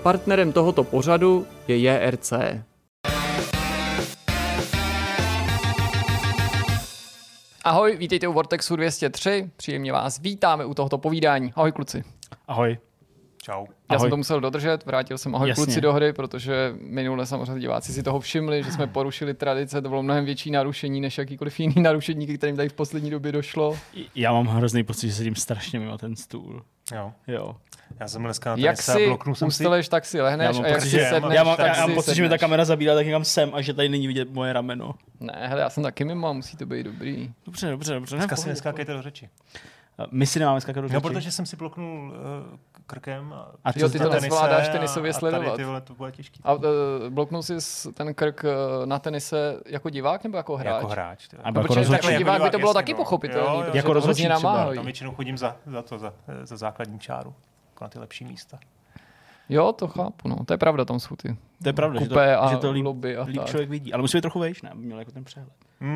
partnerem tohoto pořadu je JRC. Ahoj, vítejte u Vortexu 203, příjemně vás vítáme u tohoto povídání. Ahoj kluci. Ahoj. Čau. Já jsem to musel dodržet, vrátil jsem ahoj kluci do hry, protože minule samozřejmě diváci si toho všimli, že jsme porušili tradice, to bylo mnohem větší narušení než jakýkoliv jiný narušení, kterým tady v poslední době došlo. Já mám hrozný pocit, že sedím strašně mimo ten stůl. Jo. Já jsem dneska na jak si usteleš, tak si lehneš a jak si sedneš, já mám pocit, že mi ta kamera zabírá tak někam sem a že tady není vidět moje rameno. Ne, hele, já jsem taky mimo a musí to být dobrý. Dobře. Dneska si neskákejte do řeči. My si nemáme skákat do řeči. No, protože jsem si bloknul krkem a ty to nezvládáš tenisově sledovat. Tyhle, to bude těžký. A bloknul jsi ten krk na tenise jako divák nebo jako hráč? Jako hráč. Jako divák by to bylo taky pochopitelný, protože jako rozhodčí třeba. Tam většinou chodím za základní čáru, jako na ty lepší místa. Jo, to chápu, no. To je pravda, tam jsou ty to je pravda, kupé že to líp člověk vidí. Ale musí být trochu vejš, ne? Aby měl jako ten přehled.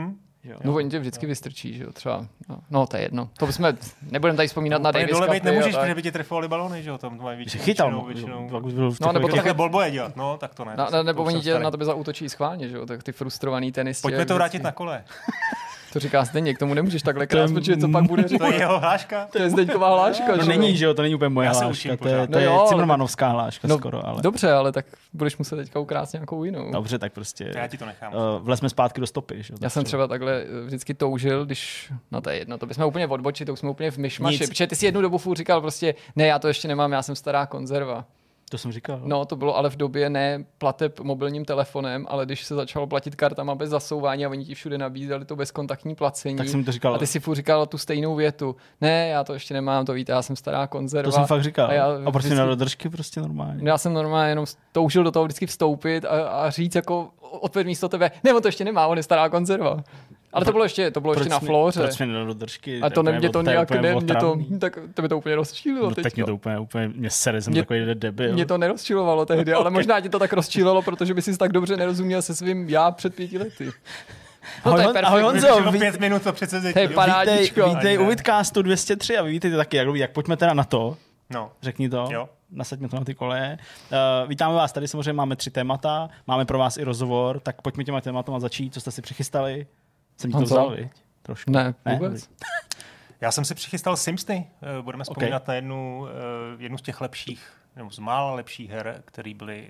No oni tě vždycky vystrčí, že jo, třeba. No, to je jedno. To bychom, nebudeme tady vzpomínat na Davis Cupy. Nemůžeš, protože by tě trefovali balony, že jo, tam mají většinou. No, nebo to takhle bolboje dělat, no, tak to ne. Nebo oni tě na tebe zaútočí schválně, že jo, tak ty frustrovaný tenisti. Pojďme to vrátit na kole. To říká Zdeněk, k tomu nemůžeš takhle krát, protože co pak bude říkat. To je jeho hláška. To je Zdeňková hláška. No není, že jo, to není úplně moje hláška, to je Cimrmanovská hláška skoro, ale. Dobře, ale tak budeš muset teďka ukrást nějakou jinou. Dobře, tak prostě. Já ti to nechám. Vlezme zpátky do stopy, že jo. Já jsem třeba takhle vždycky toužil, když to je jedno, to bychom úplně odbočili, to jsme úplně v myšmaši, protože ty si jednu dobu furt říkal prostě, ne, já to ještě nemám, já jsem stará konzerva. To jsem říkal. No, to bylo ale v době ne plateb mobilním telefonem, ale když se začalo platit kartama bez zasouvání a oni ti všude nabízeli to bezkontaktní placení. Tak jsem to říkal. A ty si furt říkal tu stejnou větu. Ne, já to ještě nemám, to víte, já jsem stará konzerva. To jsem fakt říkal. A prostě vždycky, na držky prostě normálně. Já jsem normálně jenom toužil do toho vždycky vstoupit a říct jako odpověď místo tebe. Ne, on to ještě nemá, on je stará konzerva. Ale to bylo ještě na flóře. Proč mě nedal do držky? A to mě to nějak tak to by to úplně rozčílilo. No, teď mě to úplně mě sere, jsem takový debil. Mě to nerozčilovalo tehdy, ale možná ti to tak rozčílilo, protože by si tak dobře nerozuměl se svým já před 5 lety. No, ahoj Honzo, 5 minut to přece Hej, parádičko. Vítej u Vidcastu 203 a vy vítejte taky, jak pojďme teda na to. No. Řekni to. Jo. Nasaďme to na ty koleje. Vítáme vás, tady samozřejmě máme 3 témata, máme pro vás i rozhovor, tak pojďme těma tématama začít, co jste si přichystali. Jsem ti to vzal, viď? Trošku. Ne, vůbec. Já jsem si přichystal Simpsony. Budeme vzpomínat na jednu z těch lepších, nebo z mála lepších her, které byly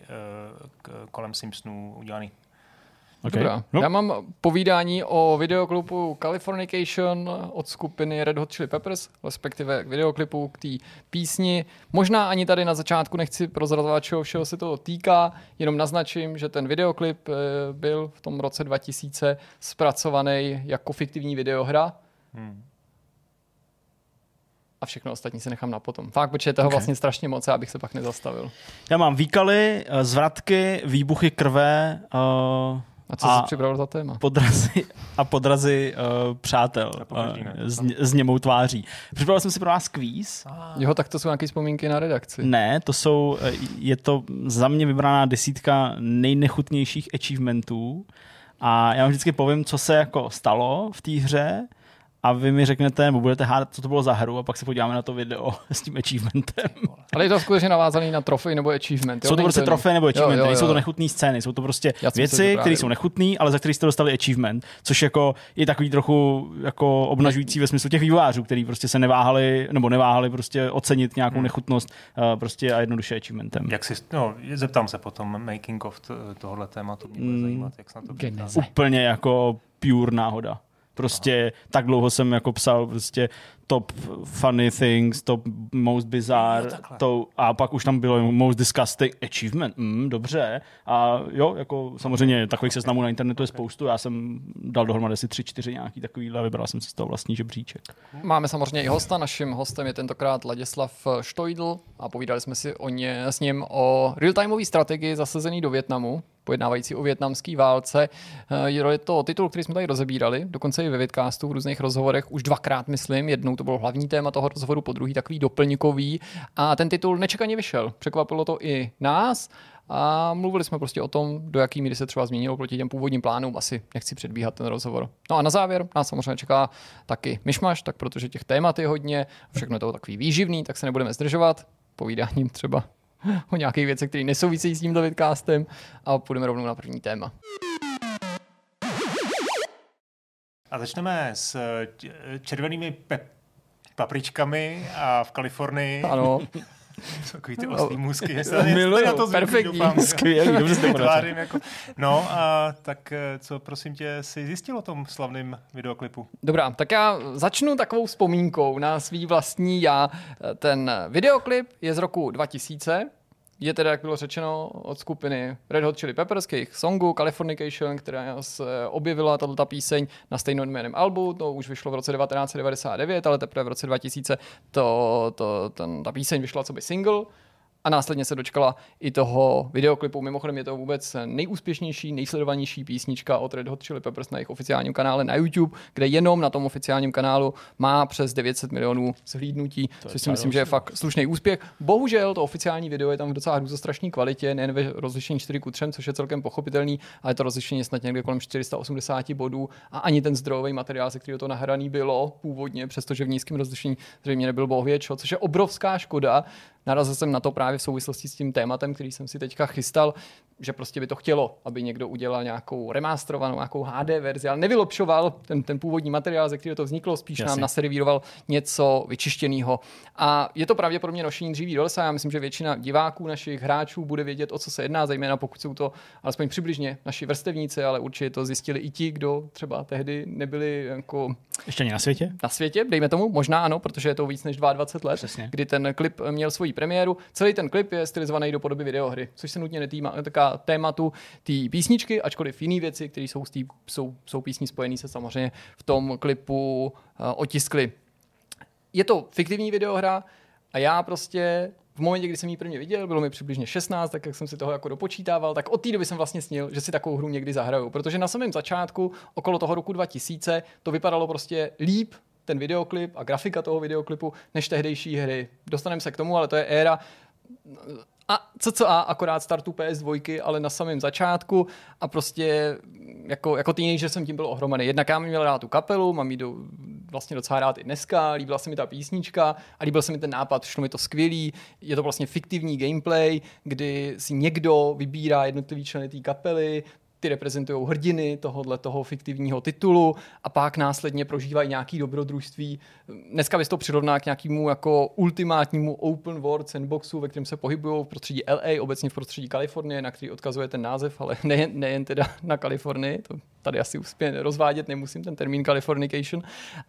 kolem Simpsonů udělaný. Okay. Dobrá. No. Já mám povídání o videoklipu Californication od skupiny Red Hot Chili Peppers, respektive videoklipu k té písni. Možná ani tady na začátku nechci prozrazovat, čeho všeho se to týká, jenom naznačím, že ten videoklip byl v tom roce 2000 zpracovaný jako fiktivní videohra. A všechno ostatní se nechám na potom. Fakt, protože toho vlastně strašně moc, abych se pak nezastavil. Já mám výkaly, zvratky, výbuchy krve, a co jsi připravil za téma? Podrazy přátel s němou tváří. Připravil jsem si pro vás kvíz. Jo, tak to jsou nějaké vzpomínky na redakci. Ne, je to za mě vybraná 10 nejnechutnějších achievementů. A já vám vždycky povím, co se jako stalo v té hře. A vy mi řeknete, nebo budete hádat, co to bylo za hru, a pak se podíváme na to video s tím achievementem. Ale je to skutečně navázaný na trofej nebo achievement. Jsou to prostě trofej nebo achievement, nejsou to nechutné scény, jsou to prostě věci, které jsou nechutné, ale za které jste dostali achievement, což jako je takový trochu jako obnažující ve smyslu těch vývojářů, kteří prostě se neváhali prostě ocenit nějakou nechutnost prostě a jednoduše achievementem. Zeptám se potom making of tohohle tématu, mě bude zajímat, jak se na to přichází. Úplně jako pure náhoda. Prostě tak dlouho jsem jako psal prostě top funny things, top most bizarre, a pak už tam bylo most disgusting achievement, dobře. A jo, jako samozřejmě takových seznamů na internetu je spoustu, já jsem dal dohromady asi 3-4 nějaký takovýhle a vybral jsem si z toho vlastní žebříček. Máme samozřejmě i hosta, naším hostem je tentokrát Ladislav Štojdl a povídali jsme si s ním o real-timeové strategii zasazený do Vietnamu, pojednávající o vietnamské válce. Je to titul, který jsme tady rozebírali, dokonce i ve Vidcastu v různých rozhovorech, už 2krát myslím, jednou to bylo hlavní téma toho rozhovoru, po druhý takový doplňkový a ten titul nečekaně vyšel. Překvapilo to i nás a mluvili jsme prostě o tom, do jaký míry se třeba změnilo proti těm původním plánům, asi nechci předbíhat ten rozhovor. No a na závěr nás samozřejmě čeká taky myšmaš, tak protože těch témat je hodně, všechno je to takový výživný, tak se nebudeme zdržovat, povídáním třeba o nějakých věcech, které nesouvisejí s tímto vidcastem a půjdeme rovnou na první téma. A začneme s červenými papričkami a v Kalifornii. Ano. Takový ty oslý můzky. Perfektní. Skvělý, dobře jste tvářím jako. No a tak co prosím tě si zjistil o tom slavném videoklipu? Dobrá, tak já začnu takovou vzpomínkou na svý vlastní já. Ten videoklip je z roku 2000. Je teda, jak bylo řečeno, od skupiny Red Hot Chili Peppers, k jejich songu Californication, která se objevila tato píseň na stejnojmenném albu. To už vyšlo v roce 1999, ale teprve v roce 2000 ta píseň vyšla coby single. A následně se dočkala i toho videoklipu. Mimochodem je to vůbec nejúspěšnější, nejsledovanější písnička od Red Hot Chili Peppers na jejich oficiálním kanále na YouTube, kde jenom na tom oficiálním kanálu má přes 900 milionů zhlídnutí, což si myslím, že je fakt slušný úspěch. Bohužel to oficiální video je tam v docela hrůzostrašné kvalitě, nejen ve rozlišení 4:3, což je celkem pochopitelný, ale to rozlišení je snad někde kolem 480 bodů a ani ten zdrojový materiál, ze kterého to nahraný bylo původně, přestože v nízkém rozlišení zřejmě nebyl bohvěčo, což je obrovská škoda. Narazil jsem na to právě v souvislosti s tím tématem, který jsem si teďka chystal, že prostě by to chtělo, aby někdo udělal nějakou remasterovanou, nějakou HD verzi, ale nevylepšoval ten původní materiál, ze kterého to vzniklo, spíš nám naservíroval něco vyčištěného. A je to pravděpodobně nošení dříví do lesa. Já myslím, že většina diváků, našich hráčů bude vědět, o co se jedná, zejména pokud jsou to alespoň přibližně naši vrstevníci, ale určitě to zjistili i ti, kdo třeba tehdy nebyli jako ještě na světě? Na světě, dejme tomu, možná ano, protože je to víc než 22 let, přesně, kdy ten klip měl svoji premiéru. Celý ten klip je stylizovaný do podoby videohry, což se nutně netýká tématu té písničky, ačkoliv jiné věci, které jsou písní spojené, se samozřejmě v tom klipu otiskly. Je to fiktivní videohra a já prostě v momentě, kdy jsem ji prvně viděl, bylo mi přibližně 16, tak jak jsem si toho jako dopočítával, tak od té doby jsem vlastně snil, že si takovou hru někdy zahraju, protože na samém začátku, okolo toho roku 2000, to vypadalo prostě líp, ten videoklip a grafika toho videoklipu, než tehdejší hry. Dostaneme se k tomu, ale to je éra akorát startu PS2, ale na samém začátku a prostě jako teenager jsem tím byl ohromený. Jednak já měl rád tu kapelu, mám ji vlastně docela rád i dneska, líbila se mi ta písnička a líbil se mi ten nápad, šlo mi to skvělý. Je to vlastně fiktivní gameplay, kdy si někdo vybírá jednotlivý členy té kapely, ty reprezentují hrdiny toho fiktivního titulu a pak následně prožívají nějaký dobrodružství. Dneska bys to přirovná k nějakému jako ultimátnímu open world sandboxu, ve kterém se pohybují v prostředí LA, obecně v prostředí Kalifornie, na který odkazuje ten název, ale nejen teda na Kalifornii. To tady asi úplně rozvádět nemusím, ten termín Californication.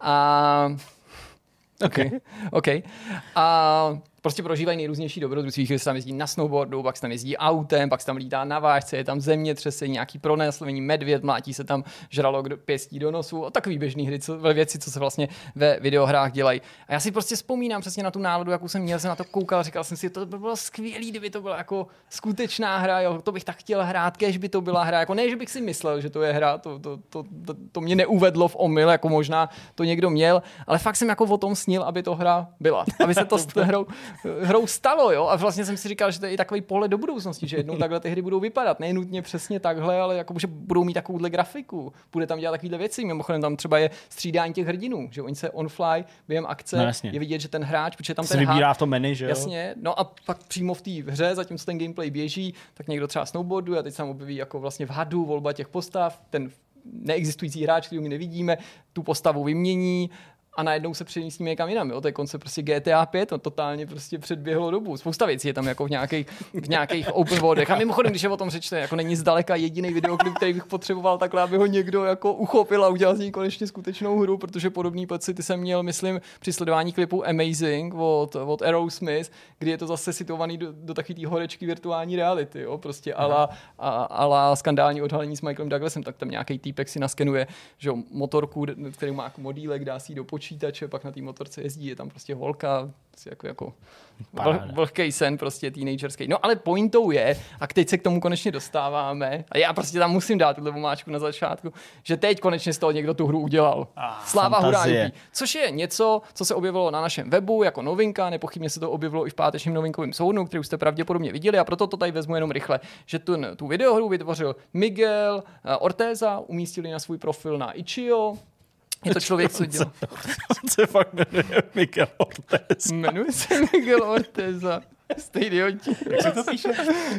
OK. A prostě prožívají nejrůznější dobrodružství, když se tam jezdí na snowboardu, pak se tam jezdí autem, pak se tam lítá na vážce, je tam zemětřesení, nějaký pronásledování medvěd, mlátí se tam žralok pěstí do nosu, a takový běžný věci, co se vlastně ve videohrách dělají. A já si prostě vzpomínám přesně na tu náladu, jakou jsem měl, jsem na to koukal, říkal jsem si, to by bylo skvělý, kdyby to byla jako skutečná hra, jo, to bych tak chtěl hrát, kéž by to byla hra, jako ne, že bych si myslel, že to je hra, to mě neuvedlo v omyl, jako možná to někdo měl, ale fakt jsem jako o tom snil, aby to hra byla, aby se to s hrou stalo, jo, a vlastně jsem si říkal, že to je i takový pohled do budoucnosti, že jednou takhle ty hry budou vypadat, ne nutně přesně takhle, ale jako, že budou mít takovouhle grafiku, bude tam dělat takovýhle věci, mimochodem tam třeba je střídání těch hrdinů, že oni se on fly během akce, je vidět, že ten hráč, protože tam se vybírá v tom menu, že jo? Jasně, no a pak přímo v té hře, zatímco ten gameplay běží, tak někdo třeba snowboarduje a teď se tam objeví jako vlastně v hadu volba těch postav, ten neexistující hráč, který my nevidíme, tu postavu vymění a najednou se přemístíme někam jinam. Jo? To je koncept prostě GTA 5, to totálně prostě předběhlo dobu. Spousta věcí je tam jako v nějakých open worldech. A mimochodem, když je o tom řečte, jako není zdaleka jediný videoklip, který bych potřeboval takhle, aby ho někdo jako uchopil a udělal z něj konečně skutečnou hru, protože podobný pocity jsem měl, myslím, při sledování klipu Amazing od Aerosmith, kdy je to zase situovaný do takové té horečky virtuální reality, jo? Prostě ala skandální odhalení s Michaelem Douglasem, tak tam nějaký týpek si naskenuje, že jo, motorku, který má jako modílek, dá si do počítače, pak na té motorce jezdí, je tam prostě holka, jako vlhkej sen, prostě teenagerský. No ale pointou je, a teď se k tomu konečně dostáváme, a já prostě tam musím dát tuhle vomáčku na začátku, že teď konečně z toho někdo tu hru udělal. Sláva hurá, což je něco, co se objevilo na našem webu jako novinka, nepochybně se to objevilo i v pátečním novinkovém soudnu, který už jste pravděpodobně viděli, a proto to tady vezmu jenom rychle, že tu videohru vytvořil Miguel Orteza, umístili na svůj profil na Itch.io. Je to člověk, co dělá. On se fakt jmenuje Miguel Ortez. Jmenuje se Miguel Orteza. Jste idioti. Jak se to píše?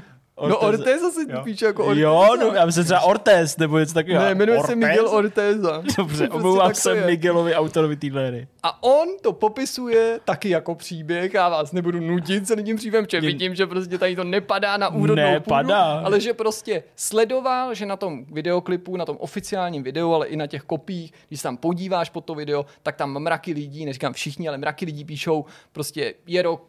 No Orteza se píše jako Orteza. Jo, no, já myslím třeba Ortez, nebo něco takového. Ne, jmenuje se Miguel Orteza. Dobře, omlouvám se Miguelovi, autorovi téhle hry. A on to popisuje taky jako příběh, já vás nebudu nutit se tím příběhem, protože vidím, že prostě tady to nepadá na úrodnou půdu, ale že prostě sledoval, že na tom videoklipu, na tom oficiálním videu, ale i na těch kopiích, když se tam podíváš pod to video, tak tam mraky lidí, neříkám všichni, ale mraky lidí píšou, prostě je rok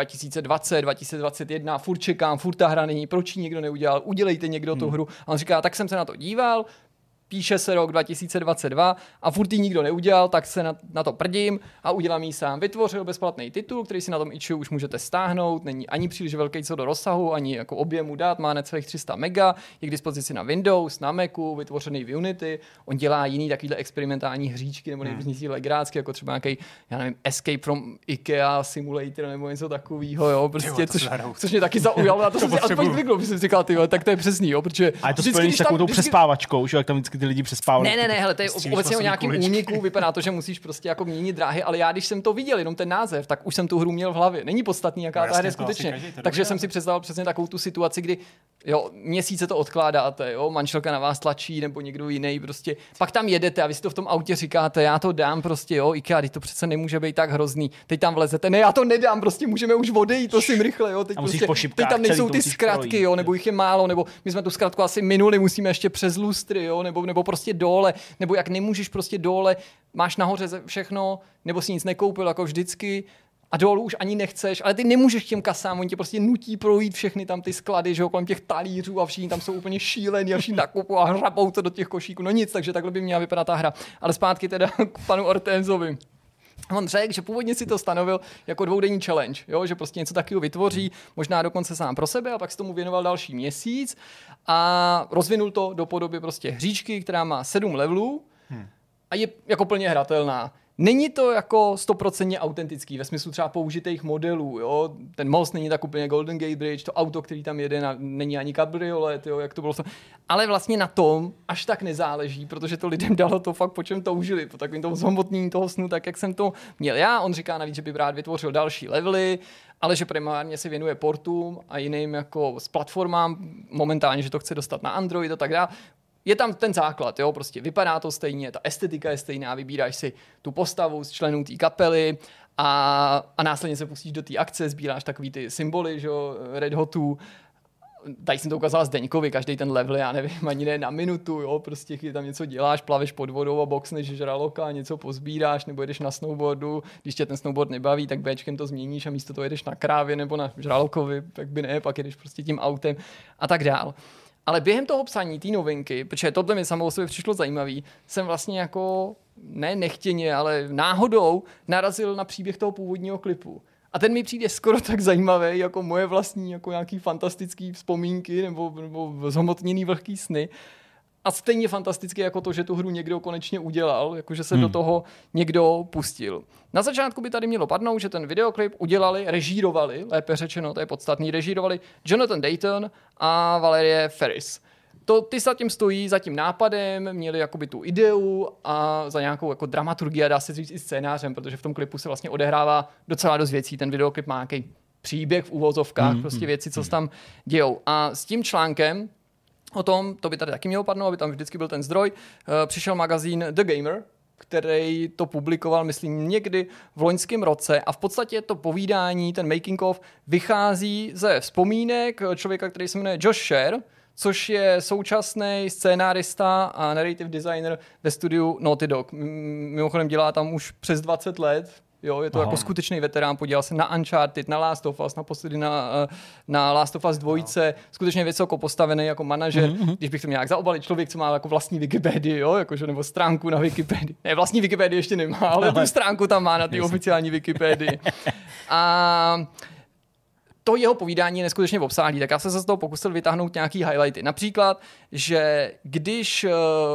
2020, 2021, furt čekám, furt ta hra není, proč ji nikdo neudělal, udělejte někdo tu hru. A on říká, tak jsem se na to díval, píše se rok 2022 a furt ji nikdo neudělal, tak se na to prdím a udělám ji sám. Vytvořil bezplatný titul, který si na tom itch.io už můžete stáhnout, není ani příliš velký co do rozsahu, ani jako objemu dat, má necelých 300 mega, je k dispozici na Windows, na Macu, vytvořený v Unity, on dělá jiný takovýhle experimentální hříčky nebo nejrůznější legrácky, jako třeba nějaký, já nevím, Escape from IKEA Simulator nebo něco takového, jo, prostě, což mě taky zaujalo, a to jsem si aspoň zvykl, protože jsem říkal, tyhle, tak to je přesný, jo, protože a je to spojený s takovou tou přespávačkou, že jak tam vždycky ty lidi přespávali. Ne, hele, to je obecně o nějakém úniku, vypadá to, že musíš prostě jako měnit dráhy, ale já když jsem to viděl, jenom ten název, tak už jsem tu hru měl v hlavě. Není podstatný, jaká ta hra je skutečně. Takže jsem si představil přesně takovou tu situaci, kdy jo, měsíce to odkládáte, jo, manželka na vás tlačí nebo někdo jiný prostě. Pak tam jedete a vy si to v tom autě říkáte, já to dám prostě, jo, IKEA, teď to přece nemůže být tak hrozný. Teď tam vlezete, ne, já to nedám, prostě můžeme už odejít, prosím rychle, jo, teď prostě, teď tam nejsou ty zkratky, jo, nebo jich je málo, nebo my jsme tu zkratku asi minuli, musíme ještě přes lustry, jo, nebo prostě dole, nebo jak nemůžeš prostě dole, máš nahoře všechno, nebo si nic nekoupil jako vždycky, a dolů už ani nechceš, ale ty nemůžeš k těm kasám, oni tě prostě nutí projít všechny tam ty sklady, že jo, kolem těch talířů a všichni tam jsou úplně šílení a všichni nakupují a hrabou to do těch košíků. No nic, takže takhle by měla vypadat ta hra. Ale zpátky teda k panu Ortezovi. On řekl, že původně si to stanovil jako dvoudenní challenge, jo? Že prostě něco takového vytvoří, možná dokonce sám pro sebe, a pak se tomu věnoval další měsíc a rozvinul to do podoby prostě hříčky, která má 7 levelů a je jako plně hratelná. Není to jako 100% autentický, ve smyslu třeba použitých modelů, jo? Ten most není tak úplně Golden Gate Bridge, to auto, který tam jede, není ani kabriolet, jo? Jak to bylo. Ale vlastně na tom až tak nezáleží, protože to lidem dalo to fakt, po čem toužili, po takovým tom zhmotnění toho snu, tak jak jsem to měl já. On říká navíc, že by rád vytvořil další levely, ale že primárně se věnuje portům a jiným jako s platformám, momentálně, že to chce dostat na Android a tak dále. Je tam ten základ, jo, prostě vypadá to stejně, ta estetika je stejná, vybíráš si tu postavu z členů té kapely a následně se pustíš do té akce, sbíráš takový ty symboly, že jo, Red Hotů. Tady jsem to ukázal Zdeňkovi, každý ten level, já nevím, ani ne na minutu, jo, prostě když tam něco děláš, plaveš pod vodou a boxneš žraloka, něco pozbíráš, nebo jedeš na snowboardu, když tě ten snowboard nebaví, tak Bčkem to změníš a místo toho jedeš na krávě nebo na žralokovi, tak by ne, pak jedeš prostě tím autem a tak dál. Ale během toho psaní té novinky, protože tohle mi samo o sobě přišlo zajímavý, jsem vlastně jako, ne nechtěně, ale náhodou narazil na příběh toho původního klipu. A ten mi přijde skoro tak zajímavý, jako moje vlastní, jako nějaký fantastický vzpomínky nebo zhmotněný vlhký sny. A stejně fantasticky jako to, že tu hru někdo konečně udělal, jakože se do toho někdo pustil. Na začátku by tady mělo padnout, že ten videoklip režírovali, lépe řečeno, to je podstatný, režírovali Jonathan Dayton a Valerie Ferris. Ty za tím stojí, za tím nápadem, měli jakoby tu ideu a za nějakou jako dramaturgii a dá se říct i scénářem, protože v tom klipu se vlastně odehrává docela dost věcí. Ten videoklip má nějaký příběh v uvozovkách, prostě věci, co se tam dějou. A s tím článkem o tom, to by tady taky mělo padnout, aby tam vždycky byl ten zdroj, přišel magazín The Gamer, který to publikoval, myslím, někdy v loňském roce a v podstatě to povídání, ten making of, vychází ze vzpomínek člověka, který se jmenuje Josh Scher, což je současný scénárista a narrative designer ve studiu Naughty Dog. Mimochodem dělá tam už přes 20 let. Jo, je to jako skutečný veterán, podílel se na Uncharted, na Last of Us, naposledy na Last of Us 2, skutečně vysoko postavený jako manažer, když bych to měl jak zaobalit, člověk, co má jako vlastní Wikipedii, jo, jakože, nebo stránku na Wikipedii. Ne, vlastní Wikipedii ještě nemá, ale tu stránku tam má na té oficiální Wikipedii. A to jeho povídání je neskutečně obsáhlý, tak já jsem se z toho pokusil vytáhnout nějaký highlighty. Například, že když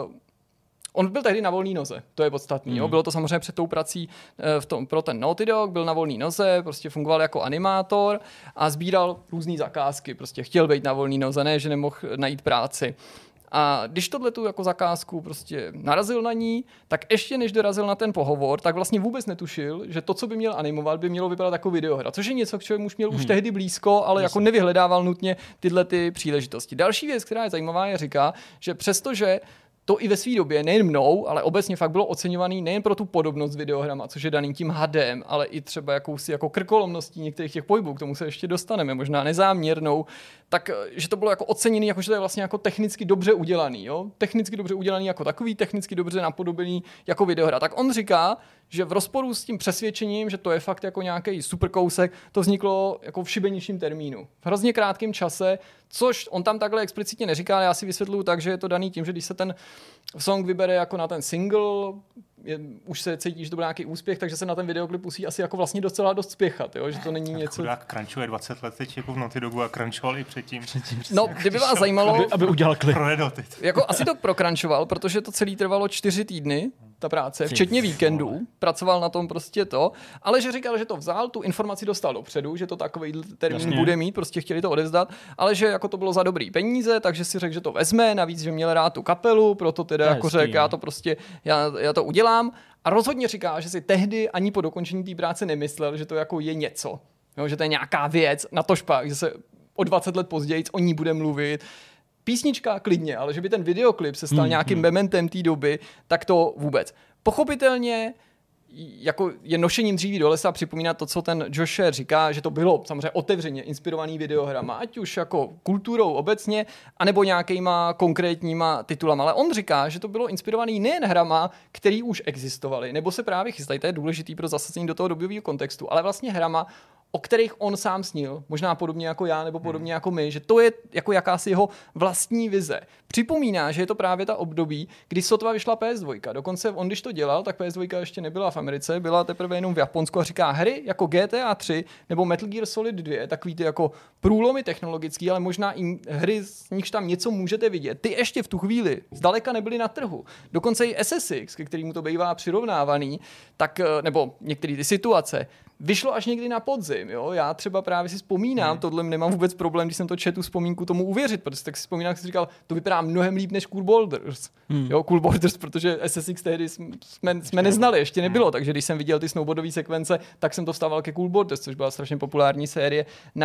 on byl tehdy na volné noze, to je podstatný. Jo? Bylo to samozřejmě před tou prací pro ten Naughty Dog, byl na volné noze, prostě fungoval jako animátor a sbíral různý zakázky, prostě chtěl být na volné noze, ne, že nemohl najít práci. A když tohletu jako zakázku prostě narazil na ní, tak ještě než dorazil na ten pohovor, tak vlastně vůbec netušil, že to, co by měl animovat, by mělo vypadat jako videohra. Což je něco, k čemu už měl už tehdy blízko, ale jako nevyhledával nutně tyhle ty příležitosti. Další věc, která je zajímavá, je říká, že přestože to i ve své době, nejen mnou, ale obecně fakt bylo oceňovaný nejen pro tu podobnost s videohrama, což je daný tím hadem, ale i třeba jakousi jako krkolomností některých těch pohybů, k tomu se ještě dostaneme, možná nezáměrnou, tak že to bylo jako oceněný, jako že to je vlastně jako technicky dobře udělaný, jo? Technicky dobře udělaný jako takový, technicky dobře napodobený jako videohra. Tak on říká, že v rozporu s tím přesvědčením, že to je fakt jako nějaký super kousek, to vzniklo jako v šibeničním termínu. V hrozně krátkém čase, což on tam takhle explicitně neříká, ale já si vysvětluju tak, že je to daný tím, že když se ten song vybere jako na ten single, už se cítí, že to byl nějaký úspěch, takže se na ten videoklip musí asi jako vlastně docela dost spěchat, jo? Že to není něco... Chudák crunchuje 20 let teď jako v Naughty Dogu a crunchoval i předtím. No, kdyby vás zajímalo... Aby udělal klip. Jako asi to prokrančoval, protože to celý trvalo 4 týdny, ta práce, včetně víkendů, pracoval na tom prostě to, ale že říkal, že to vzal, tu informaci dostal dopředu, že to takový termín bude mít, prostě chtěli to odevzdat, ale že jako to bylo za dobrý peníze, takže si řekl, že to vezme, navíc, že měl rád tu kapelu, proto teda jako řekl, já to prostě, já to udělám a rozhodně říká, že si tehdy ani po dokončení té práce nemyslel, že to jako je něco, jo, že to je nějaká věc, natož pak, že se o 20 let později o ní bude mluvit. Písnička klidně, ale že by ten videoklip se stal nějakým mementem té doby, tak to vůbec. Pochopitelně jako je nošením dříví do lesa připomínat to, co ten Josh Scher říká, že to bylo samozřejmě otevřeně inspirovaný videohrama, ať už jako kulturou obecně, anebo nějakýma konkrétníma titulama. Ale on říká, že to bylo inspirovaný nejen hrama, který už existovaly, nebo se právě chystají, to je důležitý pro zasazení do toho dobového kontextu, ale vlastně hrama, o kterých on sám snil, možná podobně jako já nebo podobně jako my, že to je jako jakási jeho vlastní vize. Připomíná, že je to právě ta období, kdy sotva vyšla PS2. Dokonce on, když to dělal, tak PS2 ještě nebyla v Americe, byla teprve jenom v Japonsku a říká hry jako GTA 3 nebo Metal Gear Solid 2, takový ty jako průlomy technologický, ale možná i hry, z nichž tam něco můžete vidět. Ty ještě v tu chvíli zdaleka nebyly na trhu. Dokonce i SSX, ke kterému to bývá přirovnávaný, tak, nebo některé ty situace, vyšlo až někdy na podzim, jo? Já třeba právě si vzpomínám, tohle nemám vůbec problém, když jsem to četl vzpomínku tomu uvěřit, protože tak si vzpomínám, jak jsi říkal, to vypadá mnohem líp než Cool Borders. Jo, Cool Borders, protože SSX tehdy jsme neznali, ještě nebylo, takže když jsem viděl ty snowboardové sekvence, tak jsem to vstával ke Cool Borders, což byla strašně populární série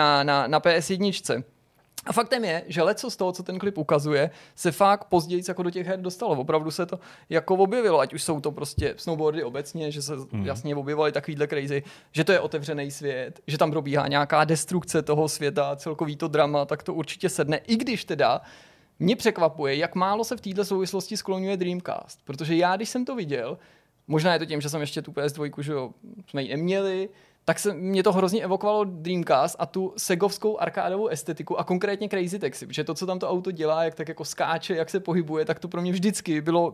na PS1. A faktem je, že leco z toho, co ten klip ukazuje, se fakt později jako do těch her dostalo. Opravdu se to jako objevilo, ať už jsou to prostě snowboardy obecně, že se jasně objevovaly takovýhle crazy, že to je otevřený svět, že tam probíhá nějaká destrukce toho světa, celkový to drama, tak to určitě sedne. I když teda mě překvapuje, jak málo se v této souvislosti skloňuje Dreamcast. Protože já, když jsem to viděl, možná je to tím, že jsem ještě tu PS2, že jo, jsme ji neměli, tak mě to hrozně evokovalo Dreamcast a tu segovskou arkádovou estetiku a konkrétně Crazy Taxi, protože to, co tam to auto dělá, jak tak jako skáče, jak se pohybuje, tak to pro mě vždycky bylo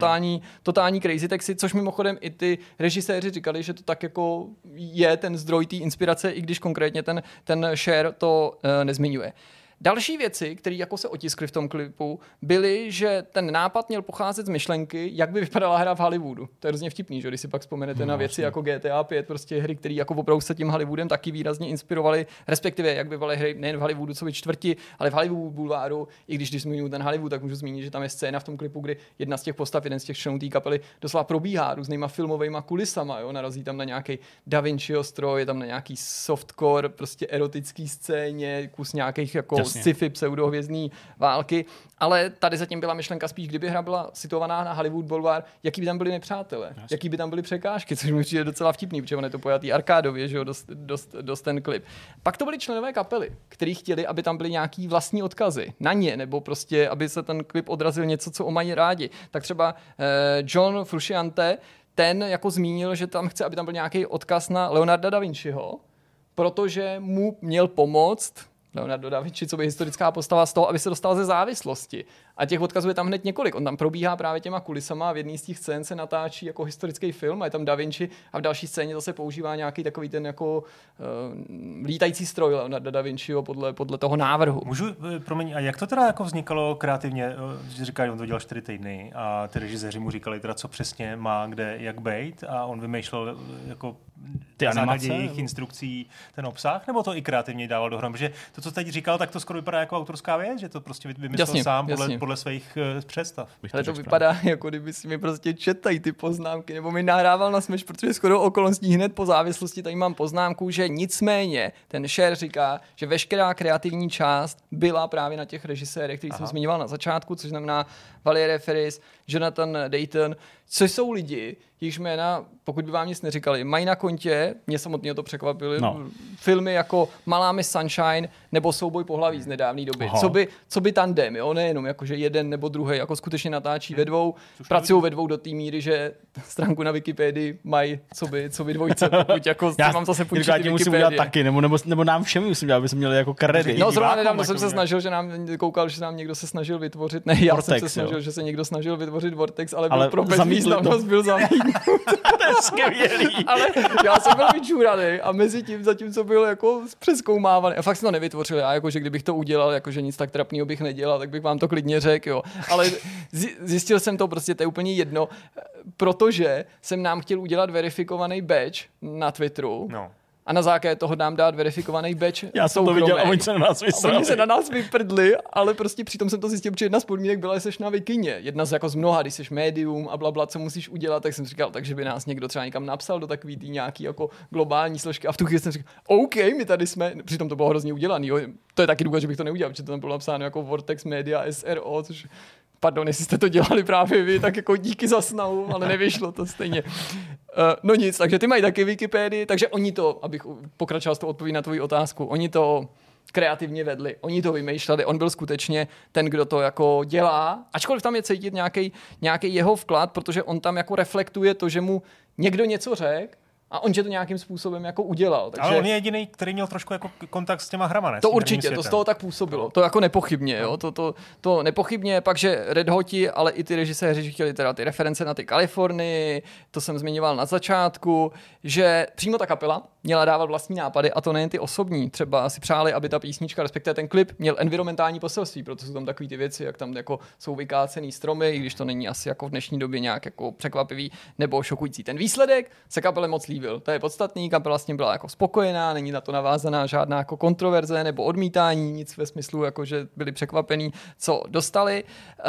totální Crazy Taxi, což mimochodem i ty režiséři říkali, že to tak jako je ten zdroj té inspirace, i když konkrétně ten Scher to nezmiňuje. Další věci, které jako se otiskly v tom klipu, byly, že ten nápad měl pocházet z myšlenky, jak by vypadala hra v Hollywoodu. To je hrozně vtipný, že když si pak vzpomenete na věci jako GTA 5, prostě hry, které jako opravdu se tím Hollywoodem taky výrazně inspirovaly, respektive jak byly hry nejen v Hollywoodu, co by čtvrti, ale v Hollywood Boulevardu. I když zmiňuji ten Hollywood, tak můžu zmínit, že tam je scéna v tom klipu, kdy jedna z těch postav, jeden z těch členů té kapely doslova probíhá různýma filmovými kulisama, jo, narazí tam na nějaký Da Vinciho stroj, je tam na nějaký softcore, prostě erotický scéně, kus nějakých jako sci-fi pseudohvězdný války, ale tady zatím byla myšlenka spíš, kdyby hra byla situovaná na Hollywood Boulevard, jaký by tam byli nepřátelé, jaký by tam byly překážky, což mi přijde docela vtipný, protože on je to pojatý arkádově, že jo, dost ten klip. Pak to byly členové kapely, kteří chtěli, aby tam byly nějaký vlastní odkazy na ně, nebo prostě, aby se ten klip odrazil něco, co mají rádi. Tak třeba John Frusciante, ten jako zmínil, že tam chce, aby tam byl nějaký odkaz na Leonarda da Vinciho, protože mu měl pomoct Leonardo da Vinci, co by historická postava z toho, aby se dostal ze závislosti. A těch odkazů je tam hned několik. On tam probíhá právě těma kulisama a v jedné z těch scén se natáčí jako historický film a je tam Da Vinci a v další scéně zase používá nějaký takový ten jako lítající stroj Leonardo da Vinciho podle toho návrhu. Promiň, a jak to teda jako vznikalo kreativně? Říkali, on to dělal 4 týdny a ty režiséři mu říkali teda, co přesně má kde jak bejt a on vymýšlel jako ty na základě animace, jejich instrukcí ten obsah, nebo to i kreativně dával dohromady? Protože to, co teď říkal, tak to skoro vypadá jako autorská věc, že to prostě vymyslel sám podle svých představ. Ale to vypadá, jako kdyby si mi prostě četají ty poznámky, nebo mi nahrával na Smash, protože skoro okolností hned po závislosti tady mám poznámku, že nicméně ten share říká, že veškerá kreativní část byla právě na těch režisérech, který jsem zmiňoval na začátku, což znamená Valerie Ferris, Jonathan Dayton, což jsou lidi, jejichž jména, pokud by vám nic neříkali, mají na kontě, mě samotně to překvapily, filmy jako Malá Miss Sunshine nebo Souboj pohlaví z nedávné doby. Co by tandem, jo? Nejenom jako, že jeden nebo druhý, jako skutečně natáčí ve dvou, pracují ve dvou do té míry, že stránku na Wikipedii mají co by dvojice, pokud jako mám zase půjčit Wikipedii. Musím udělat taky, nebo nám všem musím dělat, aby jsme měli jako kredit. No zrovna nedávno jsem se snažil, že nám koukal, že nám někdo se snažil vytvořit, ne, já jsem se snažil, že se někdo snažil vytvořit Vortex, ale byl pro bezvýznamnost byl zamítnut. To je skvělý. Ale já jsem byl vyčůraný a mezi tím, zatímco byl jako přezkoumávaný. A fakt jsem to nevytvořil. Já jakože kdybych to udělal, jakože nic tak trapného bych nedělal, tak bych vám to klidně řekl, jo. Ale zjistil jsem to prostě, to je úplně jedno, protože jsem nám chtěl udělat verifikovaný badge na Twitteru. No. A na základě toho dám dát verifikovaný badge. Já jsem to viděl a oni se na nás vysrali. Oni se na nás vyprdli, ale prostě přitom jsem to zjistil, protože jedna z podmínek byla, že seš na Wikině. Jedna z jako z mnoha, když seš médium a blabla, co musíš udělat, tak jsem říkal, takže by nás někdo třeba někam napsal do takový tý nějaký jako globální složky. A v tu chvíli jsem říkal, OK, my tady jsme, přitom to bylo hrozně udělaný. Jo. To je taky důvod, že bych to neudělal, protože to tam bylo napsáno jako Vortex Media SRO, což pardon, jestli jste to dělali právě vy, tak jako díky za snahu, ale nevyšlo to stejně. No nic, takže ty mají taky Wikipedii, takže oni to, abych pokračoval s tou odpovědí na tvoji otázku, oni to kreativně vedli, oni to vymýšleli, on byl skutečně ten, kdo to jako dělá, ačkoliv tam je cítit nějaký jeho vklad, protože on tam jako reflektuje to, že mu někdo něco řekl, a on že to nějakým způsobem jako udělal. Takže ale on je jediný, který měl trošku jako kontakt s těma hrama, ne? To určitě, to z toho tak působilo. To jako nepochybně, jo. To nepochybně, pak, že Red Hoti, ale i ty režiséři chtěli teda ty reference na ty Kalifornii, to jsem zmiňoval na začátku, že přímo ta kapela měla dávat vlastní nápady a to nejen ty osobní. Třeba si přáli, aby ta písnička, respektive ten klip, měl environmentální poselství, proto jsou tam takové ty věci, jak tam jako jsou vykácený stromy, i když to není asi jako v dnešní době nějak jako překvapivý nebo šokující. Ten výsledek se kapele moc líbil. To je podstatný, kapela s ním byla jako spokojená, není na to navázaná žádná jako kontroverze nebo odmítání, nic ve smyslu, jako že byli překvapení, co dostali.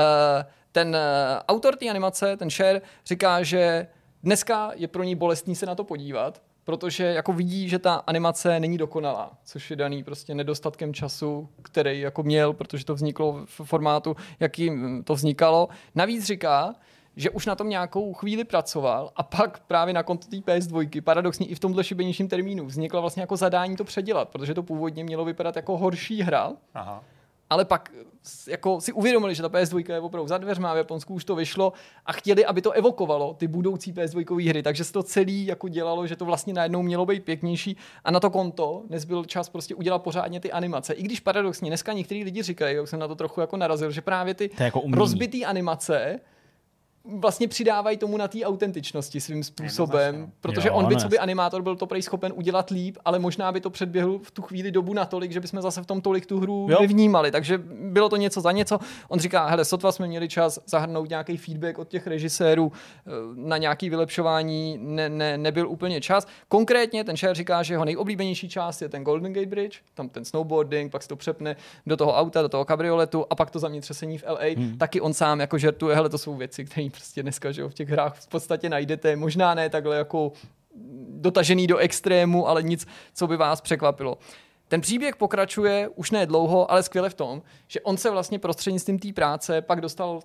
Ten autor té animace, ten Cher, říká, že dneska je pro ní bolestný se na to podívat, protože jako vidí, že ta animace není dokonalá, což je daný prostě nedostatkem času, který jako měl, protože to vzniklo v formátu, jakým to vznikalo. Navíc říká, že už na tom nějakou chvíli pracoval a pak právě na konto té PS2, paradoxně i v tomhle šibeničním termínu, vznikla vlastně jako zadání to předělat, protože to původně mělo vypadat jako horší hra. Aha. Ale pak jako si uvědomili, že ta PS2 je opravdu za dveřma, v Japonsku už to vyšlo a chtěli, aby to evokovalo ty budoucí PS2 hry, takže se to celý jako dělalo, že to vlastně najednou mělo být pěknější a na to konto nezbyl čas prostě udělat pořádně ty animace. I když paradoxně dneska některý lidi říkají, jak jsem na to trochu jako narazil, že právě ty jako rozbitý animace vlastně přidávají tomu na té autentičnosti svým způsobem, protože on by, co by animátor, byl to prej schopen udělat líp, ale možná by to předběhl v tu chvíli dobu natolik, že bychom zase v tom tolik tu hru nevnímali. Takže bylo to něco za něco. On říká, hele, sotva jsme měli čas zahrnout nějaký feedback od těch režisérů, na nějaký vylepšování nebyl úplně čas. Konkrétně ten Cher říká, že jeho nejoblíbenější část je ten Golden Gate Bridge, tam ten snowboarding, pak se to přepne do toho auta, do toho kabrioletu a pak to zemětřesení v LA. Taky on sám jako žertuje, hele, to jsou věci, které prostě dneska, že v těch hrách v podstatě najdete, možná ne takhle jako dotažený do extrému, ale nic, co by vás překvapilo. Ten příběh pokračuje už ne dlouho, ale skvěle v tom, že on se vlastně prostřednictvím té práce pak dostal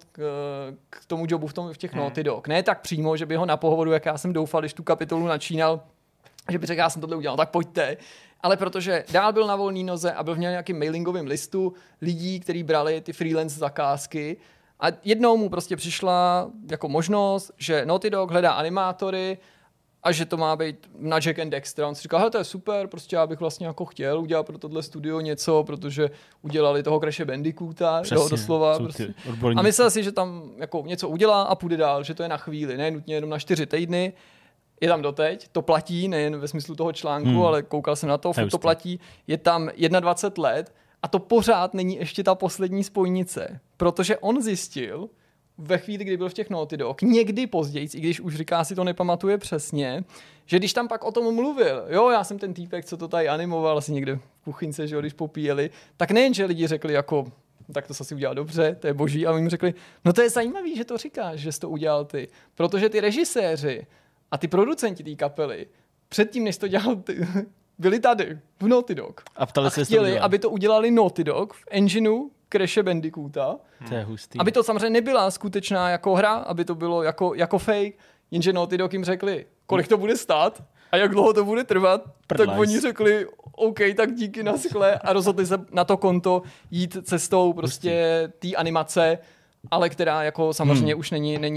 k tomu jobu v těch Naughty Dog. Ne tak přímo, že by ho na pohovoru, jak já jsem doufal, když tu kapitolu načínal, že by řekl, já jsem tohle udělal, tak pojďte. Ale protože dál byl na volný noze a byl v nějakém mailingovém listu lidí, kteří brali ty freelance zakázky. A jednou mu prostě přišla jako možnost, že Naughty Dog hledá animátory a že to má být na Jack and Dexter. On si říkal, hele, to je super, prostě já bych vlastně jako chtěl udělat pro tohle studio něco, protože udělali toho Crashe Bandicoota, doslova. Prostě. A myslel si, že tam jako něco udělá a půjde dál, že to je na chvíli, ne nutně jenom na 4 týdny. Je tam doteď, to platí, nejen ve smyslu toho článku, ale koukal jsem na to, to platí, je tam 21 let a to pořád není ještě ta poslední spojnice, protože on zjistil ve chvíli, kdy byl v těch Naughty Dog, někdy později, i když už říká, si to nepamatuje přesně, že když tam pak o tom mluvil, jo, já jsem ten týpek, co to tady animoval, asi někde v kuchynce, že jo, když popíjeli, tak nejen, že lidi řekli jako, tak to se asi udělal dobře, to je boží, a oni mi řekli, no to je zajímavý, že to říkáš, že jsi to udělal ty, protože ty režiséři a ty producenti té kapely předtím, než to dělal ty, byli tady, v Naughty Dog. A chtěli, aby to udělali Naughty Dog v engineu Crashe Bandicoota. To je hustý. Aby to samozřejmě nebyla skutečná jako hra, aby to bylo jako fake, jenže Naughty Dog jim řekli, kolik to bude stát a jak dlouho to bude trvat, tak oni řekli, OK, tak díky, naschle, a rozhodli se na to konto jít cestou prostě té animace, ale která jako samozřejmě už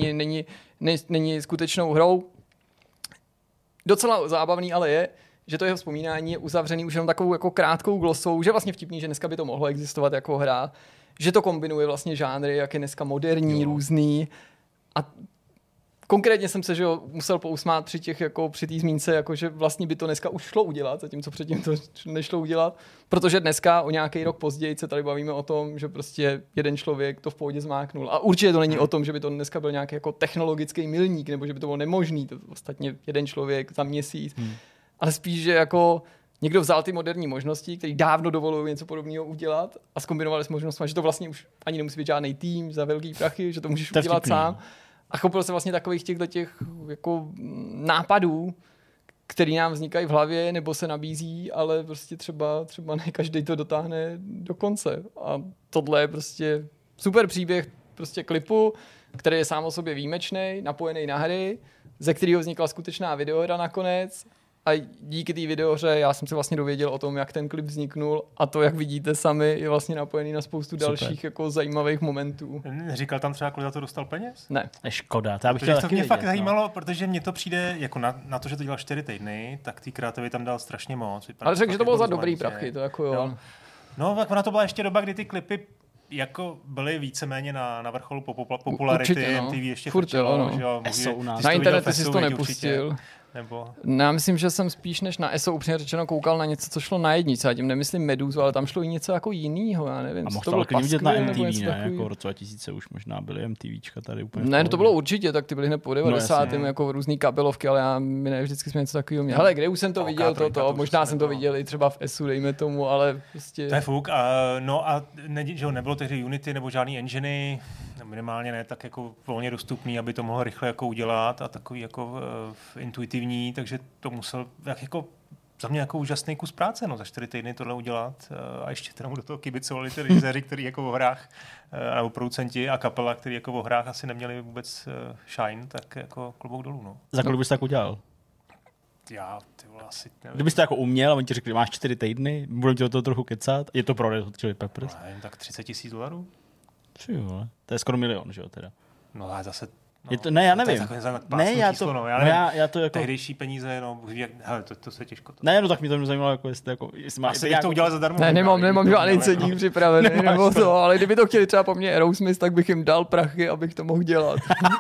není skutečnou hrou. Docela zábavný ale je, že to jeho vzpomínání je uzavřený už jenom takovou jako krátkou glosou, že vlastně vtipný, že dneska by to mohlo existovat jako hra, že to kombinuje vlastně žánry, jak je dneska moderní, různý. A konkrétně jsem se, že musel pousmát při té zmínce, jako, že vlastně by to dneska už šlo udělat, zatímco předtím to nešlo udělat, protože dneska o nějaký rok později se tady bavíme o tom, že prostě jeden člověk to v pohodě zmáknul. A určitě to není o tom, že by to dneska byl nějaký jako technologický milník, nebo že by to bylo nemožný, to ostatně jeden člověk za měsíc. Ale spíš, že jako někdo vzal ty moderní možnosti, které dávno dovolují něco podobného udělat a zkombinovali s možnostmi, že to vlastně už ani nemusí být žádný tým za velký prachy, že to můžeš udělat sám. A chopil se vlastně takových těch jako nápadů, který nám vznikají v hlavě nebo se nabízí, ale prostě třeba ne každý to dotáhne do konce. A tohle je prostě super příběh prostě klipu, který je sám o sobě výjimečný, napojený na hry, ze kterého vznikla skutečná videohra nakonec. A díky té videohře já jsem se vlastně dověděl o tom, jak ten klip vzniknul, a to, jak vidíte sami, je vlastně napojený na spoustu dalších jako zajímavých momentů. Říkal tam třeba, kolik za to dostal peněz? Ne. Škoda, to já bych chtěl taky mě vědět, fakt zajímalo, protože mně to přijde jako na to, že to dělal 4 týdny, tak ty kreativy tam dal strašně moc. Ale řekl, že to bylo za dobrý prachy, to jako jo. No, tak ona to byla ještě doba, kdy ty klipy jako byly víceméně na vrcholu popularity, určitě, no. MTV ještě furt frčelo, jo, no. Na internetu jsi to nepustil. Nebo... No, já myslím, že jsem spíš než na ESO upřímně řečeno koukal na něco, co šlo na jednice. Já tím nemyslím Meduzu, ale tam šlo i něco jako jinýho, já nevím. A mohl to bylo vidět na MTV, ne? Jako v roce 2000 už možná byly MTVčka tady úplně. Ne, to bylo určitě, tak ty byly hned po 90. No, jako různý kabelovky, ale my ne vždycky jsme něco takového měli. Hele, kde už jsem to viděl, možná jsem to viděl i třeba v ESu, dejme tomu, ale prostě... To je fuk. No a nebylo tehdy Unity nebo žádný enginy, minimálně ne tak jako volně dostupný, aby to mohl rychle jako udělat a takový jako intuitivní, takže to musel jako za mě jako úžasný kus práce, no, za 4 týdny tohle udělat a ještě teda mu do toho kibicovali ty režiséři, kteří jako v hrách, nebo producenti a kapela, kteří jako v hrách asi neměli vůbec shine, tak jako klobouk dolů, no. Za kolik bys tak udělal? Já, ty vole, asi nevím. Kdybyste jako uměl a oni ti řekli, máš 4 týdny, budeme ti o toho trochu kecat, je to pro Red Hot Chili Peppers? Nevím, tak $30,000? Tři, vole. To je skoro milion, že jo, teda. No ale zase... No, je to, ne, já nevím. Ne, já to, no, já to jako... Tehdejší peníze, no, hele, to se těžko... Ne, no tak mě to zajímalo, jako jestli má... Asi bych to udělal zadarmo. Ne, nemám žádný ceník připravený, nebo to, ale kdyby to chtěli třeba po mně Aerosmith, tak bych jim dal prachy, abych to mohl dělat.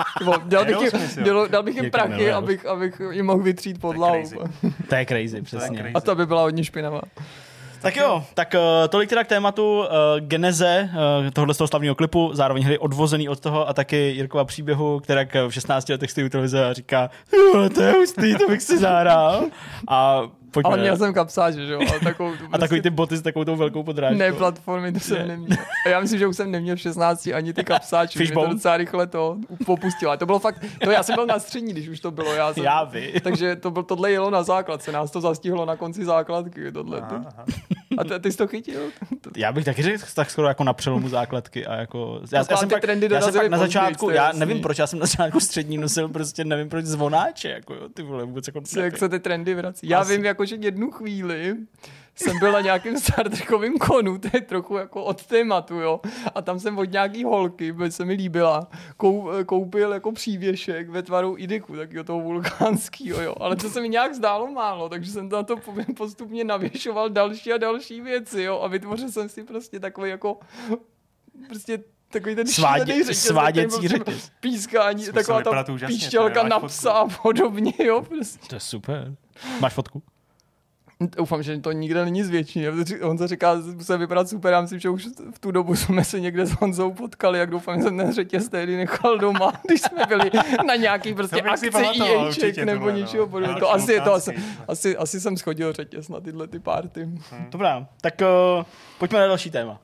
Dal bych jim prachy, abych jim mohl vytřít podlahu. To je crazy, přesně. A to by byla hodně špinavá. Tak jo, tak tolik teda k tématu geneze tohohle z toho slavného klipu, zároveň hry odvozený od toho a taky Jirkova příběhu, která v 16 letech stojí u televize a říká, to je hustý, to bych si zahrál. A pojďme. Ale měl jsem kapsáč, že jo? A takový ty boty s takovou tou velkou podrážkou. Ne, platformy, to jsem neměl. A já myslím, že už jsem neměl v 16 ani ty kapsáče. Fishbone. To docela rychle to popustila. To bylo fakt, já jsem byl na střední, když už to bylo. Já vím. Takže tohle jelo na základce, nás to zastihlo na konci základky. Aha. A ty jsi to chytil? Já bych taky řekl tak skoro jako na přelomu základky a jako... Já jsem pak na začátku, já nevím proč, já jsem na začátku střední nosil prostě, nevím proč zvonáče, jako jo, ty vole, vůbec jako... Jak se ty trendy vrací. Já vím, jako, že jednu chvíli jsem byl na nějakém Star Trekovým konu, to je trochu jako od tématu, jo. A tam jsem od nějaký holky, protože se mi líbila, koupil jako přívěšek ve tvaru Idiku, takyho toho vulkánskýho, jo. Ale to se mi nějak zdálo málo, takže jsem to na to postupně navěšoval další a další věci, jo. A vytvořil jsem si prostě takový jako prostě takový ten sváděcí řetěz. Pískání, taková ta píšťalka na psa a podobně, jo. Prostě. To je super. Máš fotku? Doufám, že to nikde není zvětší. Honza říká, že musí vypadat super, já myslím, že už v tu dobu jsme se někde s Honzou potkali, jak doufám, že jsem ten řetěz tehdy nechal doma, když jsme byli na nějaký prostě akci EAček nebo něčeho podobného. To asi jsem schodil řetěz na tyhle ty party. Dobrá, tak pojďme na další téma.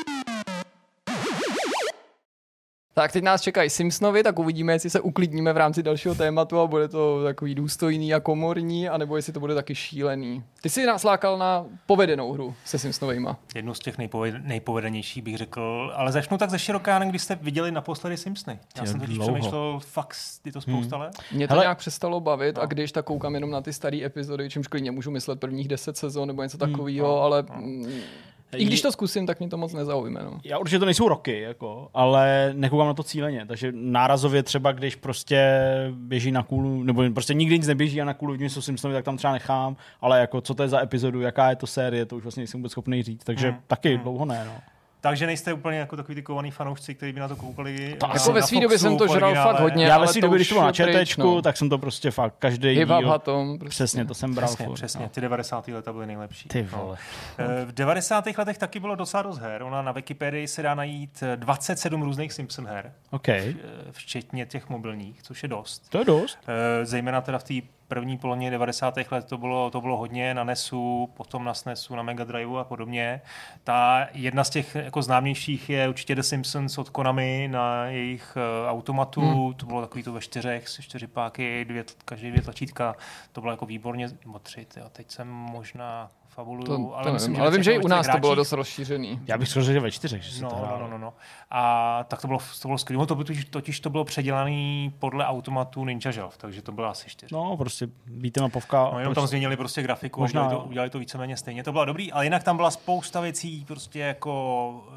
Tak teď nás čekají Simpsonovi, tak uvidíme, jestli se uklidníme v rámci dalšího tématu a bude to takový důstojný a komorní, anebo jestli to bude taky šílený. Ty jsi nás lákal na povedenou hru se Simpsonovejma. Jednu z těch nejpovedenějších bych řekl, ale začnu tak ze široká, když jste viděli naposledy Simpsony. Já jsem totiž přemýšlel, fakt je to spousta let. Mě to nějak přestalo bavit a když tak koukám jenom na ty staré epizody, čímž klidně můžu myslet prvních 10 sezon nebo něco takového, ale... I když to zkusím, tak mě to moc nezaujme. No. Já určitě to nejsou roky, jako, ale nekoukám na to cíleně, takže nárazově třeba, když prostě běží na kůlu, nebo prostě nikdy nic neběží a na kůlu vidím, co Simpsonovi, tak tam třeba nechám, ale jako co to je za epizodu, jaká je to série, to už vlastně nejsem vůbec schopný říct, takže taky dlouho ne. No. Takže nejste úplně jako takový ty kovaný fanoušci, kteří by na to koukali. Jako ve svý době jsem to žral fakt hodně. Já ve svý době, když to bylo na ČTčku, tak jsem to prostě fakt každý díl. Prostě. Přesně, to jsem bral. Přesně, ty 90. leta byly nejlepší. Ty vole. V 90. letech taky bylo docela dost her. Ona na Wikipedii se dá najít 27 různých Simpson her. Okay. Včetně těch mobilních, což je dost. To je dost. Zejména teda v té první polovině 90. let to bylo hodně na NESu, potom na SNESu, na Mega Driveu a podobně. Ta jedna z těch jako známějších je určitě The Simpsons od Konami na jejich automatu. To bylo takový to ve 4 páky, každý 2 tlačítka. To bylo jako výborně, nebo 3, teď jsem možná fabuluju, ale myslím, ale vím, že i u nás to bylo dost rozšířený. Já bych řekl, že ve 4. No. A tak to bylo skvělé. Totiž to bylo předělané podle automatu Ninja Shelf, takže to bylo asi 4. No, prostě beatemapovka. No, jenom tam změnili prostě grafiku a udělali to víceméně stejně. To bylo dobrý, ale jinak tam byla spousta věcí, prostě jako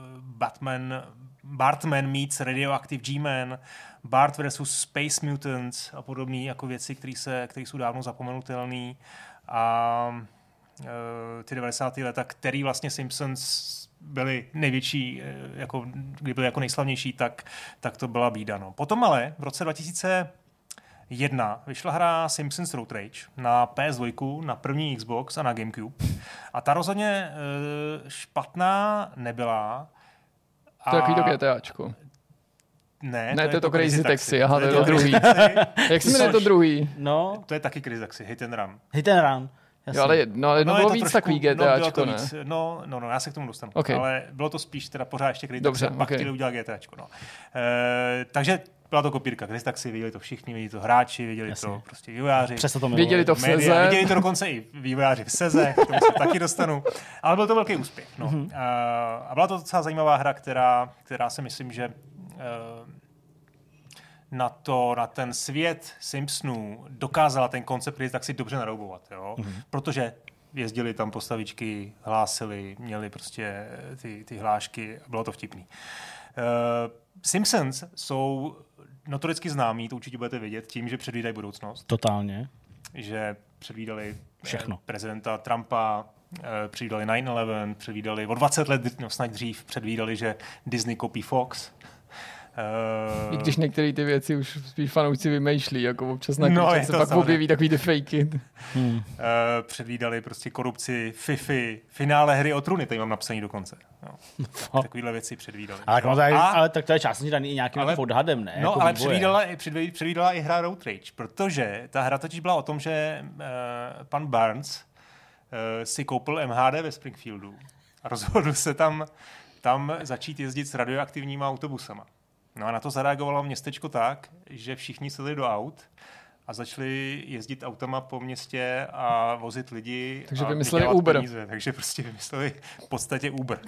Bartman meets Radioactive G-Man, Bart versus Space Mutants a podobné jako věci, které jsou dávno zapomenutelné. A ty 90. leta, který vlastně Simpsons byli největší, jako, kdy byli jako nejslavnější, tak to byla bída. No. Potom ale v roce 2001 vyšla hra Simpsons Road Rage na PS2, na první Xbox a na GameCube. A ta rozhodně špatná nebyla. To je takový to GTAčko. Ne, to je to Crazy Taxi. Aha, to je to druhý. Jak se jmenuje to druhý? No. To je taky Crazy Taxi, Hit and Run. Hit and Run. Jo, ale bylo víc takový GTAčko, ne? No, já se k tomu dostanu. Okay. Ale bylo to spíš teda pořád ještě Crazy Dobře, Taxi, pak chtěli udělat GTAčko. No. Takže byla to kopírka Crazy Taxi, viděli to všichni, viděli to hráči, viděli to prostě vývojáři. Viděli to v Seze. Viděli to dokonce i vývojáři v Seze, k tomu se taky dostanu. Ale byl to velký úspěch. No. A byla to docela zajímavá hra, která si myslím, že na ten svět Simpsonů dokázala ten koncept tak si dobře naroubovat, jo? Protože jezdili tam postavičky, hlásili, měli prostě ty hlášky a bylo to vtipný. Simpsons jsou notoricky známí, to určitě budete vědět, tím, že předvídají budoucnost. Totálně. Že předvídali všechno. Prezidenta Trumpa, předvídali 9/11, předvídali o 20 let, snad dřív předvídali, že Disney koupí Fox. I když některé ty věci už spíš fanoušci vymýšlí, jako občas na se pak objeví takový ty fakey. Předvídali prostě korupci, FIFI, finále hry o trůny, tady mám napsaný dokonce. No. Takovýhle věci předvídali. Ale tak to je částečně daný i nějakým odhadem, ne? No, jako ale předvídala i hra Road Rage, protože ta hra totiž byla o tom, že pan Barnes si koupil MHD ve Springfieldu a rozhodl se tam začít jezdit s radioaktivníma autobusama. No a na to zareagovalo městečko tak, že všichni sedli do aut a začali jezdit autama po městě a vozit lidi. Takže vymysleli Uber. Peníze. Takže prostě vymysleli v podstatě Uber.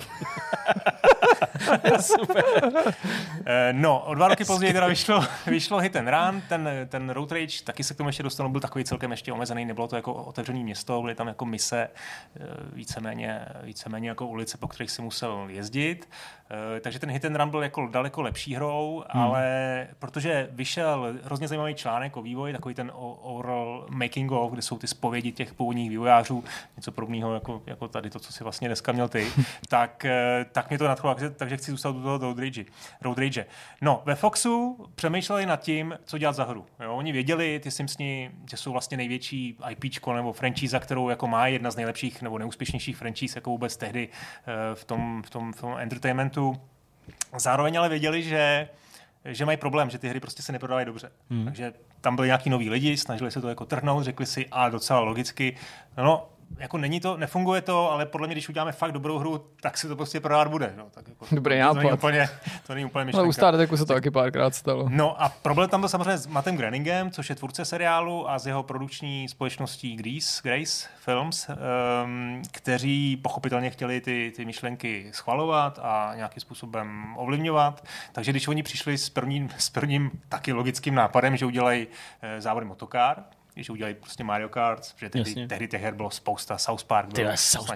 Super. No, o 2 roky později teda vyšlo Hit and Run, ten Road Rage, taky se k tomu ještě dostanu, byl takový celkem ještě omezený, nebylo to jako otevřené město, byly tam jako mise, víceméně jako ulice, po kterých si musel jezdit. Takže ten Hit and Run byl jako daleko lepší hrou, ale protože vyšel hrozně zajímavý článek o vývoji, takový ten overall making of, kde jsou ty zpovědi těch původních vývojářů, něco podobného jako tady to, co si vlastně dneska měl ty, tak mě to nadchlo, takže chci zůstat u toho Road Rage. No, ve Foxu přemýšleli nad tím, co dělat za hru. Jo, oni věděli, ty Simpsoni, že jsou vlastně největší IPčko nebo franchise, kterou jako má jedna z nejlepších nebo neúspěšnějších franchise jako vůbec tehdy v tom entertainmentu. Zároveň ale věděli, že mají problém, že ty hry prostě se neprodávají dobře. Takže tam byli nějaký noví lidi, snažili se to jako trhnout, řekli si a docela logicky, no jako nefunguje to, ale podle mě, když uděláme fakt dobrou hru, tak se to prostě prodávat bude. No, tak jako, dobrý nápad. To není úplně myšlenka. Ale u Star Treku se to taky párkrát stalo. No a problém tam byl samozřejmě s Mattem Groeningem, což je tvůrce seriálu a s jeho produkční společností Grace Films, kteří pochopitelně chtěli ty myšlenky schvalovat a nějakým způsobem ovlivňovat. Takže když oni přišli s prvním taky logickým nápadem, že udělají závody motokár, když udělali prostě Mario Kart, protože tehdy těch her bylo spousta, South Park byl,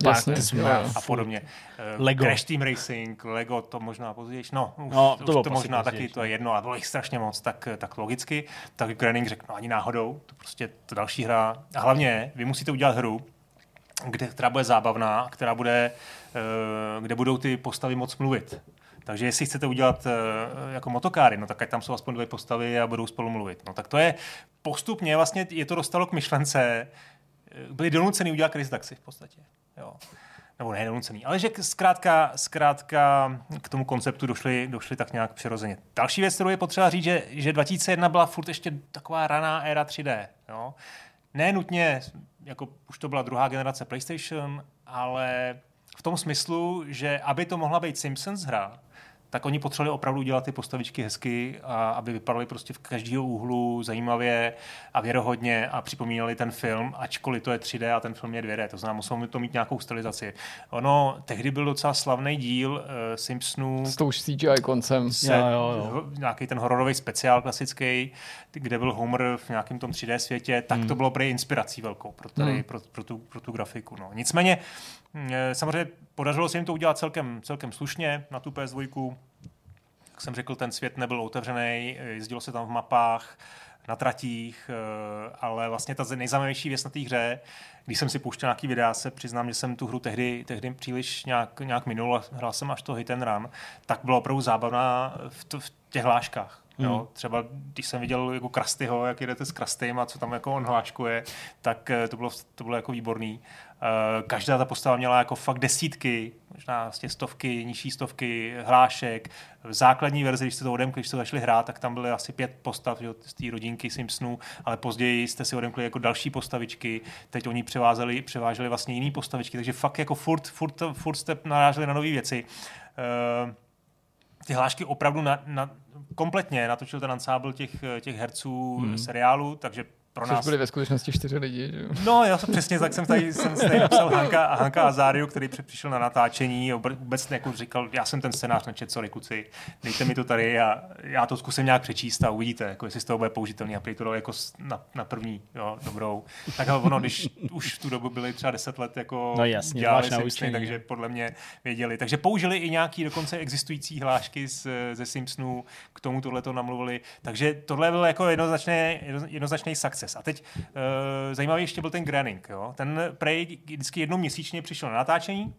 a podobně. Lego. Crash Team Racing, Lego, to možná později, to možná taky, to je jedno, ale bylo jich strašně moc, tak logicky. Tak Groening řekl, no ani náhodou, to prostě to další hra. A hlavně, vy musíte udělat hru, která bude zábavná, kde budou ty postavy moc mluvit. Takže jestli chcete udělat jako motokáry, no tak ať tam jsou aspoň 2 postavy a budou spolu mluvit. No tak to je postupně, vlastně je to dostalo k myšlence, byli donucený udělat Crazy Taxi v podstatě. Jo. Nebo ne donucený, ale že zkrátka k tomu konceptu došli tak nějak přirozeně. Další věc, kterou je potřeba říct, že 2001 byla furt ještě taková raná éra 3D. Jo. Ne nutně, jako už to byla druhá generace PlayStation, ale v tom smyslu, že aby to mohla být Simpsons hra, tak oni potřebovali opravdu dělat ty postavičky hezky a aby vypadaly prostě v každého úhlu zajímavě a věrohodně a připomínali ten film, ačkoliv to je 3D a ten film je 2D. To znamená, muselo to mít nějakou stylizaci. Ono, tehdy byl docela slavný díl Simpsonů. S tou CGI koncem. Nějaký ten hororový speciál klasický, kde byl Homer v nějakém tom 3D světě, tak to bylo prý inspirací velkou pro tu grafiku. No. Nicméně, samozřejmě podařilo se jim to udělat celkem slušně na tu PS2. Jak jsem řekl, ten svět nebyl otevřený, jezdilo se tam v mapách, na tratích, ale vlastně ta nejzajímavější věc na té hře, když jsem si pouštěl nějaký videa, se přiznám, že jsem tu hru tehdy příliš nějak minul a hrál jsem až to Hit and Run, tak byla opravdu zábavná v těch hláškách. Jo, třeba když jsem viděl jako Krustyho, jak jedete s Krustym a co tam jako on hláškuje, tak to bylo jako výborný. Každá ta postava měla jako fakt desítky, možná vlastně stovky, nižší stovky hlášek. V základní verzi, když jste to odemkli, když jste začali hrát, tak tam byly asi 5 postav z té rodinky Simpsonů, ale později jste si odemkli jako další postavičky. Teď oni převáželi vlastně jiný postavičky, takže fakt jako furt jste naráželi na nové věci. Ty hlášky opravdu kompletně natočil ten ansábl těch herců seriálu, takže pro nás... Což byli ve skutečnosti 4 lidi, že jo? No, já přesně, tak jsem tady napsal Hanka Azáriu, který přišel na natáčení a vůbec jako říkal, já jsem ten scénář nečetl, sorry kuci, dejte mi to tady a já to zkusím nějak přečíst a uvidíte, jako jestli z toho bude použitelný a prý to dal jako na první, jo, dobrou. Tak ono, když už v tu dobu byli třeba 10 let jako dělali Simpsony, takže podle mě věděli. Takže použili i nějaký dokonce existující hlášky ze Simpsonů, k tomu tohleto namluvili. Takže tohle byl jako jednoznačný success. A teď zajímavý ještě byl ten Groening. Jo? Ten prej vždycky jednou měsíčně přišel na natáčení.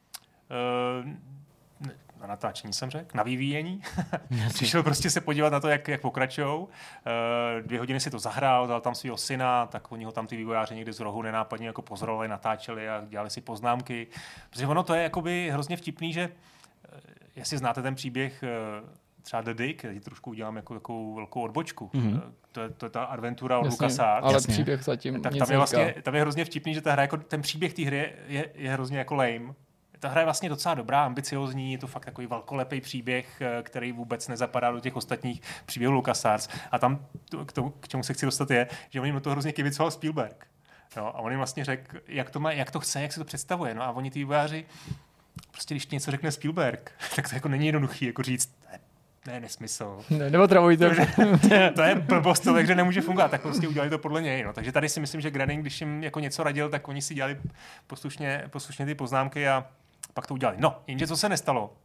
Na natáčení jsem řekl, na vyvíjení. Přišel prostě se podívat na to, jak pokračujou. 2 hodiny si to zahrál, dal tam svého syna, tak oni ho tam ty vývojáři někde z rohu nenápadně jako pozorovali, natáčeli a dělali si poznámky. Protože ono to je jakoby hrozně vtipný, že jestli znáte ten příběh třeba The Dick, teď trošku udělám jako takovou velkou odbočku. To je ta adventura od LucasArts. Ale příběh zatím tak tam je hrozně vtipný, že ta hra, jako ten příběh té hry je hrozně jako lame. Ta hra je vlastně docela dobrá, ambiciozní, je to fakt takový velkolepý příběh, který vůbec nezapadá do těch ostatních příběhů LucasArts. A tam k čemu se chci dostat je, že on jim do toho hrozně kibicoval Spielberg. Jo, a on jim vlastně řekl, jak to chce, jak se to představuje. No a oni ty vývojáři, prostě když něco řekne Spielberg, tak to jako není jednoduchý jako říct, ne, nesmysl. Neotravujte. To je blbost, takže nemůže fungovat, tak prostě udělali to podle něj. No. Takže tady si myslím, že Groening, když jim jako něco radil, tak oni si dělali poslušně ty poznámky a pak to udělali. No, jenže co se nestalo,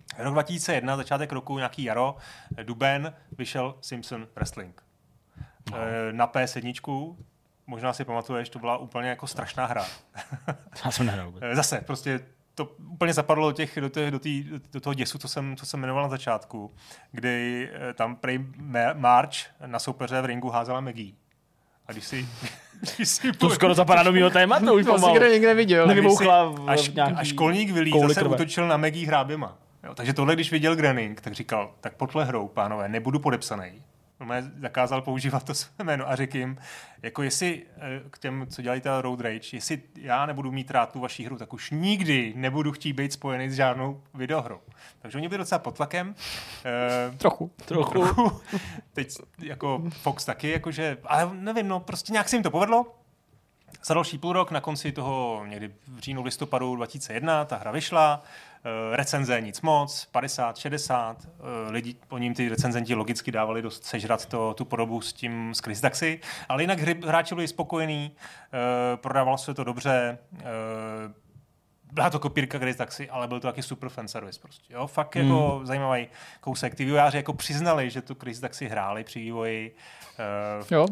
Rok 2001, začátek roku, nějaký jaro, duben, vyšel Simpson Wrestling. Na PS1, možná si pamatuješ, to byla úplně jako strašná hra. Já jsem nehrál. Zase, prostě to úplně zapadlo do toho děsu, co jsem jmenoval na začátku, kdy tam prej Marge na soupeře v ringu házela Maggie. A když si to skoro zapadá do mýho tématu, už pomalu. To si nikde někde viděl. A školník Willy zase útočil na Maggie hráběma. Jo, takže tohle, když viděl Groening, tak říkal, tak pod tohle hrou, pánové, nebudu podepsaný. On mě zakázal používat to své jméno a řekl jim, jako jestli k těm, co dělají ta Road Rage, jestli já nebudu mít rád tu vaší hru, tak už nikdy nebudu chtít být spojený s žádnou videohrou. Takže oni byli docela pod tlakem. Trochu. Teď jako Fox taky, jakože, ale nevím, no prostě nějak se jim to povedlo. Za další půl rok, na konci toho někdy v říjnu, listopadu 2001, ta hra vyšla, recenze nic moc, 50, 60, lidi, po ním ty recenzenti logicky dávali dost sežrat tu podobu s Crazy Taxi, ale jinak hráči byli spokojení, prodávalo se to dobře, byla to kopírka Crazy Taxi, ale byl to taky super fanservice prostě. Jo? Fakt jako zajímavý kousek. Ty vývojáři jako přiznali, že tu Crazy Taxi hráli při vývoji. Jo,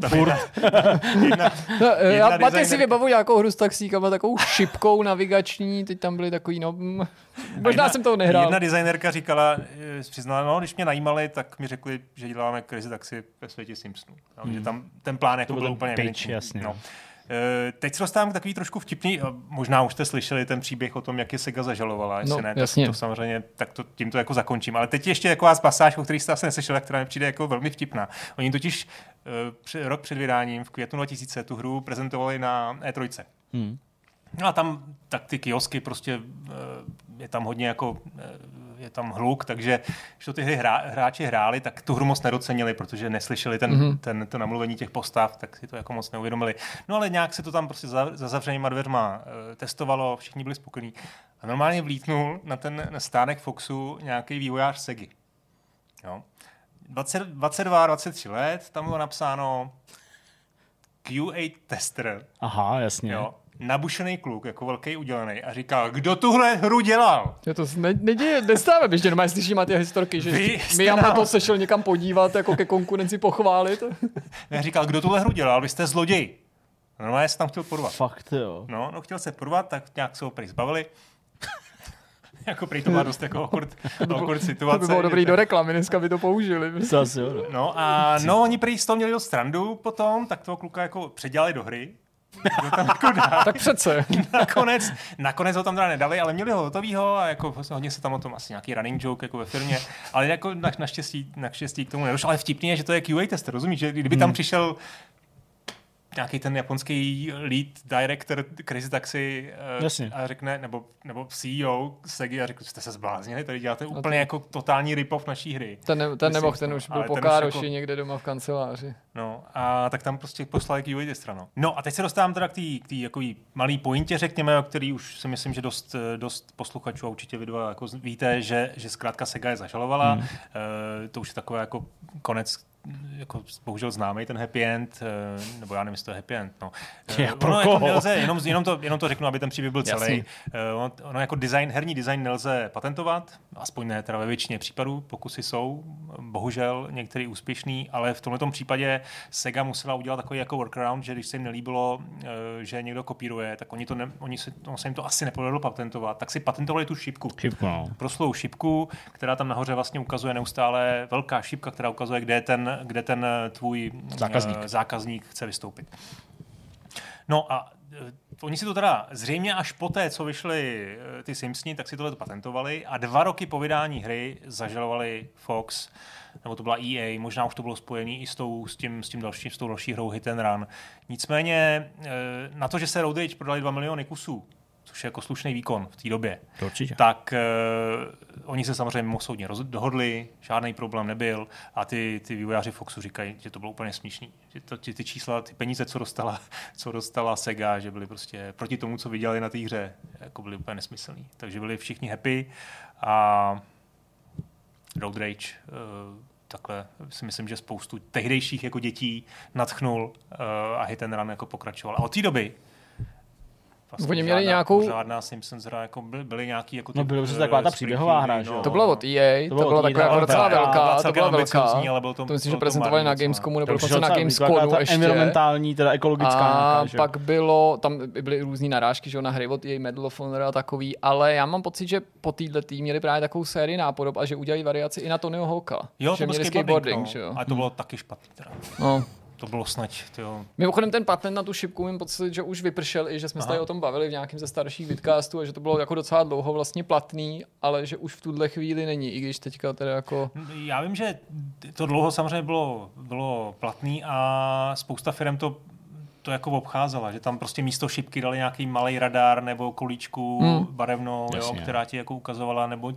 Matěj si vybavu nějakou hru s taxíkama, takovou šipkou navigační, teď tam byly takový, možná jsem toho nehrál. Jedna designerka říkala, přiznala, když mě najímali, tak mi řekli, že děláme Crazy Taxi ve světě Simpsonů. Že tam ten plán jako byl úplně evidentní. No. Teď se dostávám k takový trošku vtipný, možná už jste slyšeli ten příběh o tom, jak je Sega zažalovala, jestli ne, jasně. tak to samozřejmě, tak tím to jako zakončím. Ale teď ještě taková pasáž, o kterých jste asi neslyšeli, která mi přijde jako velmi vtipná. Oni totiž rok před vydáním v květnu 2000 tu hru prezentovali na E3. No a tam tak ty kiosky prostě je tam hodně jako je tam hluk, takže když to ty hráči hráli, tak tu hru moc nedocenili, protože neslyšeli to namluvení těch postav, tak si to jako moc neuvědomili. No ale nějak se to tam prostě za zavřenýma dveřma testovalo, všichni byli spokojení. A normálně vlítnul na ten stánek Foxu nějaký vývojář Segy. Jo. 23 let, tam bylo napsáno QA tester. Aha, jasně. Jo. Nabušený kluk, jako velký udělaný a říkal, kdo tuhle hru dělal? Já to neděje, nestáve, běžně normálně slyším ty historky, že Miyamoto se šel někam podívat, jako ke konkurenci pochválit. Já říkal, kdo tuhle hru dělal, vy jste zloděj. Normálně se tam chtěl porvat. Fakt jo. No, chtěl se porvat, tak nějak se ho prý zbavili. Jako prý to má dost jako awkward situace. To by bylo dobrý do reklamy, dneska by to použili. No a oni prý z toho měli dost srandu potom, tak toho kluka jako předělali do hry. Tam jako tak přece. Nakonec ho tam teda nedali, ale měli ho hotovýho a jako hodně se tam o tom asi nějaký running joke jako ve firmě, ale jako naštěstí k tomu nedošlo. Ale vtipný je, že to je QA tester, rozumíš? Že kdyby tam přišel nějaký ten japonský lead director Crazy Taxi a řekne, nebo CEO Segy a řekne, jste se zbláznili, tady děláte úplně jako totální rip-off naší hry. Ten nemohl, ten už byl po károši jako někde doma v kanceláři. No a tak tam prostě poslali QA testera. No a teď se dostávám teda k té jako malý pointě, řekněme, o který už si myslím, že dost posluchačů a určitě vy dva jako víte, že zkrátka Sega je zažalovala. To už je takové jako konec jako bohužel známý ten happy end, nebo já nevím, jestli to je happy end. No. Jenom to řeknu, aby ten příběh byl celý. Ono jako herní design nelze patentovat, aspoň ne teda ve většině případů, pokusy jsou, bohužel některý úspěšný, ale v tomto případě Sega musela udělat takový jako workaround, že když se jim nelíbilo, že někdo kopíruje, tak se jim to asi nepovedlo patentovat, tak si patentovali tu šipku. Proslou šipku, která tam nahoře vlastně ukazuje neustále, velká šipka, která ukazuje, kde ten tvůj zákazník chce vystoupit. No a oni si to teda zřejmě až poté, co vyšly ty Simpsoni, tak si tohle patentovali a 2 roky po vydání hry zažalovali Fox, nebo to byla EA, možná už to bylo spojené i s tou další hrou Hit and Run. Nicméně na to, že se Road Rage prodali 2 miliony kusů, což je jako slušný výkon v té době, tak oni se samozřejmě mimosoudně dohodli, žádný problém nebyl a ty vývojáři Foxu říkají, že to bylo úplně směšný. Že ty čísla, ty peníze, co dostala Sega, že byly prostě proti tomu, co vydělali na té hře, jako byly úplně nesmyslný. Takže byli všichni happy a Road Rage takhle si myslím, že spoustu tehdejších jako dětí nadchnul a Hit and Run jako pokračoval. A od té doby vlastně oni měli nějakou... žádná Simpsons hra, jako byly nějaký... Jako no bylo to taková ta příběhová hra, že jo? To bylo od EA, to byla taková jako docela velká, to byla velká. To myslím, že prezentovali na Gamescomu, nebo dokonce na Gamesconu ještě. Environmentální, teda ekologická. A pak bylo, tam byly různý narážky, že jo, na hry od EA, Medal of Honor a takový, ale já mám pocit, že po této měli právě takovou sérii nápodob a že udělají variaci i na Tonyho Hawka. Jo, že to měli skateboarding, že jo. A to bylo taky špatný teda. No. To bylo snad, jo. Mimochodem ten patent na tu šipku mám pocit, že už vypršel i že jsme se tady o tom bavili v nějakém ze starších vidcastů a že to bylo jako docela dlouho vlastně platný, ale že už v tuhle chvíli není, i když teďka teda jako... Já vím, že to dlouho samozřejmě bylo platný a spousta firm to jako obcházela, že tam prostě místo šipky dali nějaký malý radar nebo kolíčku barevnou, jo, která ti jako ukazovala, nebo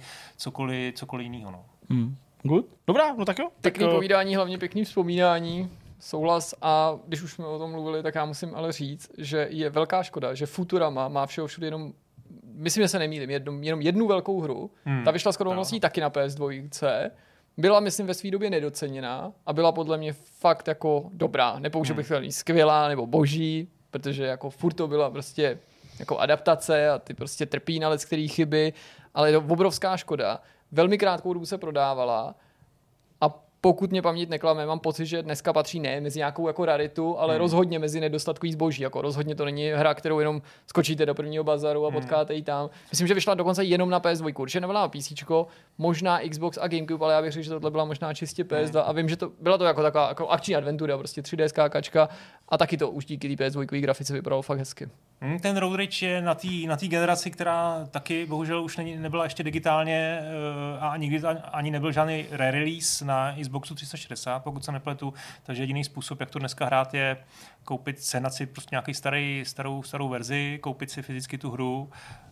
cokoliv jiného. No. Good. Dobrá, no tak jo. Pěkný povídání, hlavně pěkný vzpomínání. Souhlas a když už jsme o tom mluvili, tak já musím ale říct, že je velká škoda, že Futurama má všeho všude jenom, myslím, že se nemýlím, jenom jednu velkou hru. Ta vyšla skoro vlastní taky na PS2. Byla, myslím, ve své době nedoceněná a byla podle mě fakt jako dobrá. Nepoužil bych to skvělá nebo boží, protože jako furt to byla prostě jako adaptace a ty prostě trpí na leckterý chyby, ale je to obrovská škoda. Velmi krátkou dobu se prodávala a pokud mě paměť neklame, mám pocit, že dneska patří ne mezi nějakou jako raritu, ale rozhodně mezi nedostatkový zboží. Jako rozhodně to není hra, kterou jenom skočíte do prvního bazaru a potkáte ji tam. Myslím, že vyšla dokonce jenom na PS2, určitě nebyla na PC, možná Xbox a GameCube, ale já bych řekl, že tohle byla možná čistě PS2 a vím, že to byla to jako taková jako akční adventura, prostě 3D skákačka a taky to už díky té PS2 grafice vypadalo fakt hezky. Ten Road Rage je na té generaci, která taky bohužel už nebyla ještě digitálně a nikdy ani nebyl žádný re-release na Xboxu 360, pokud se nepletu, takže jediný způsob, jak to dneska hrát, je koupit, sehnat si prostě nějaký starou verzi, koupit si fyzicky tu hru.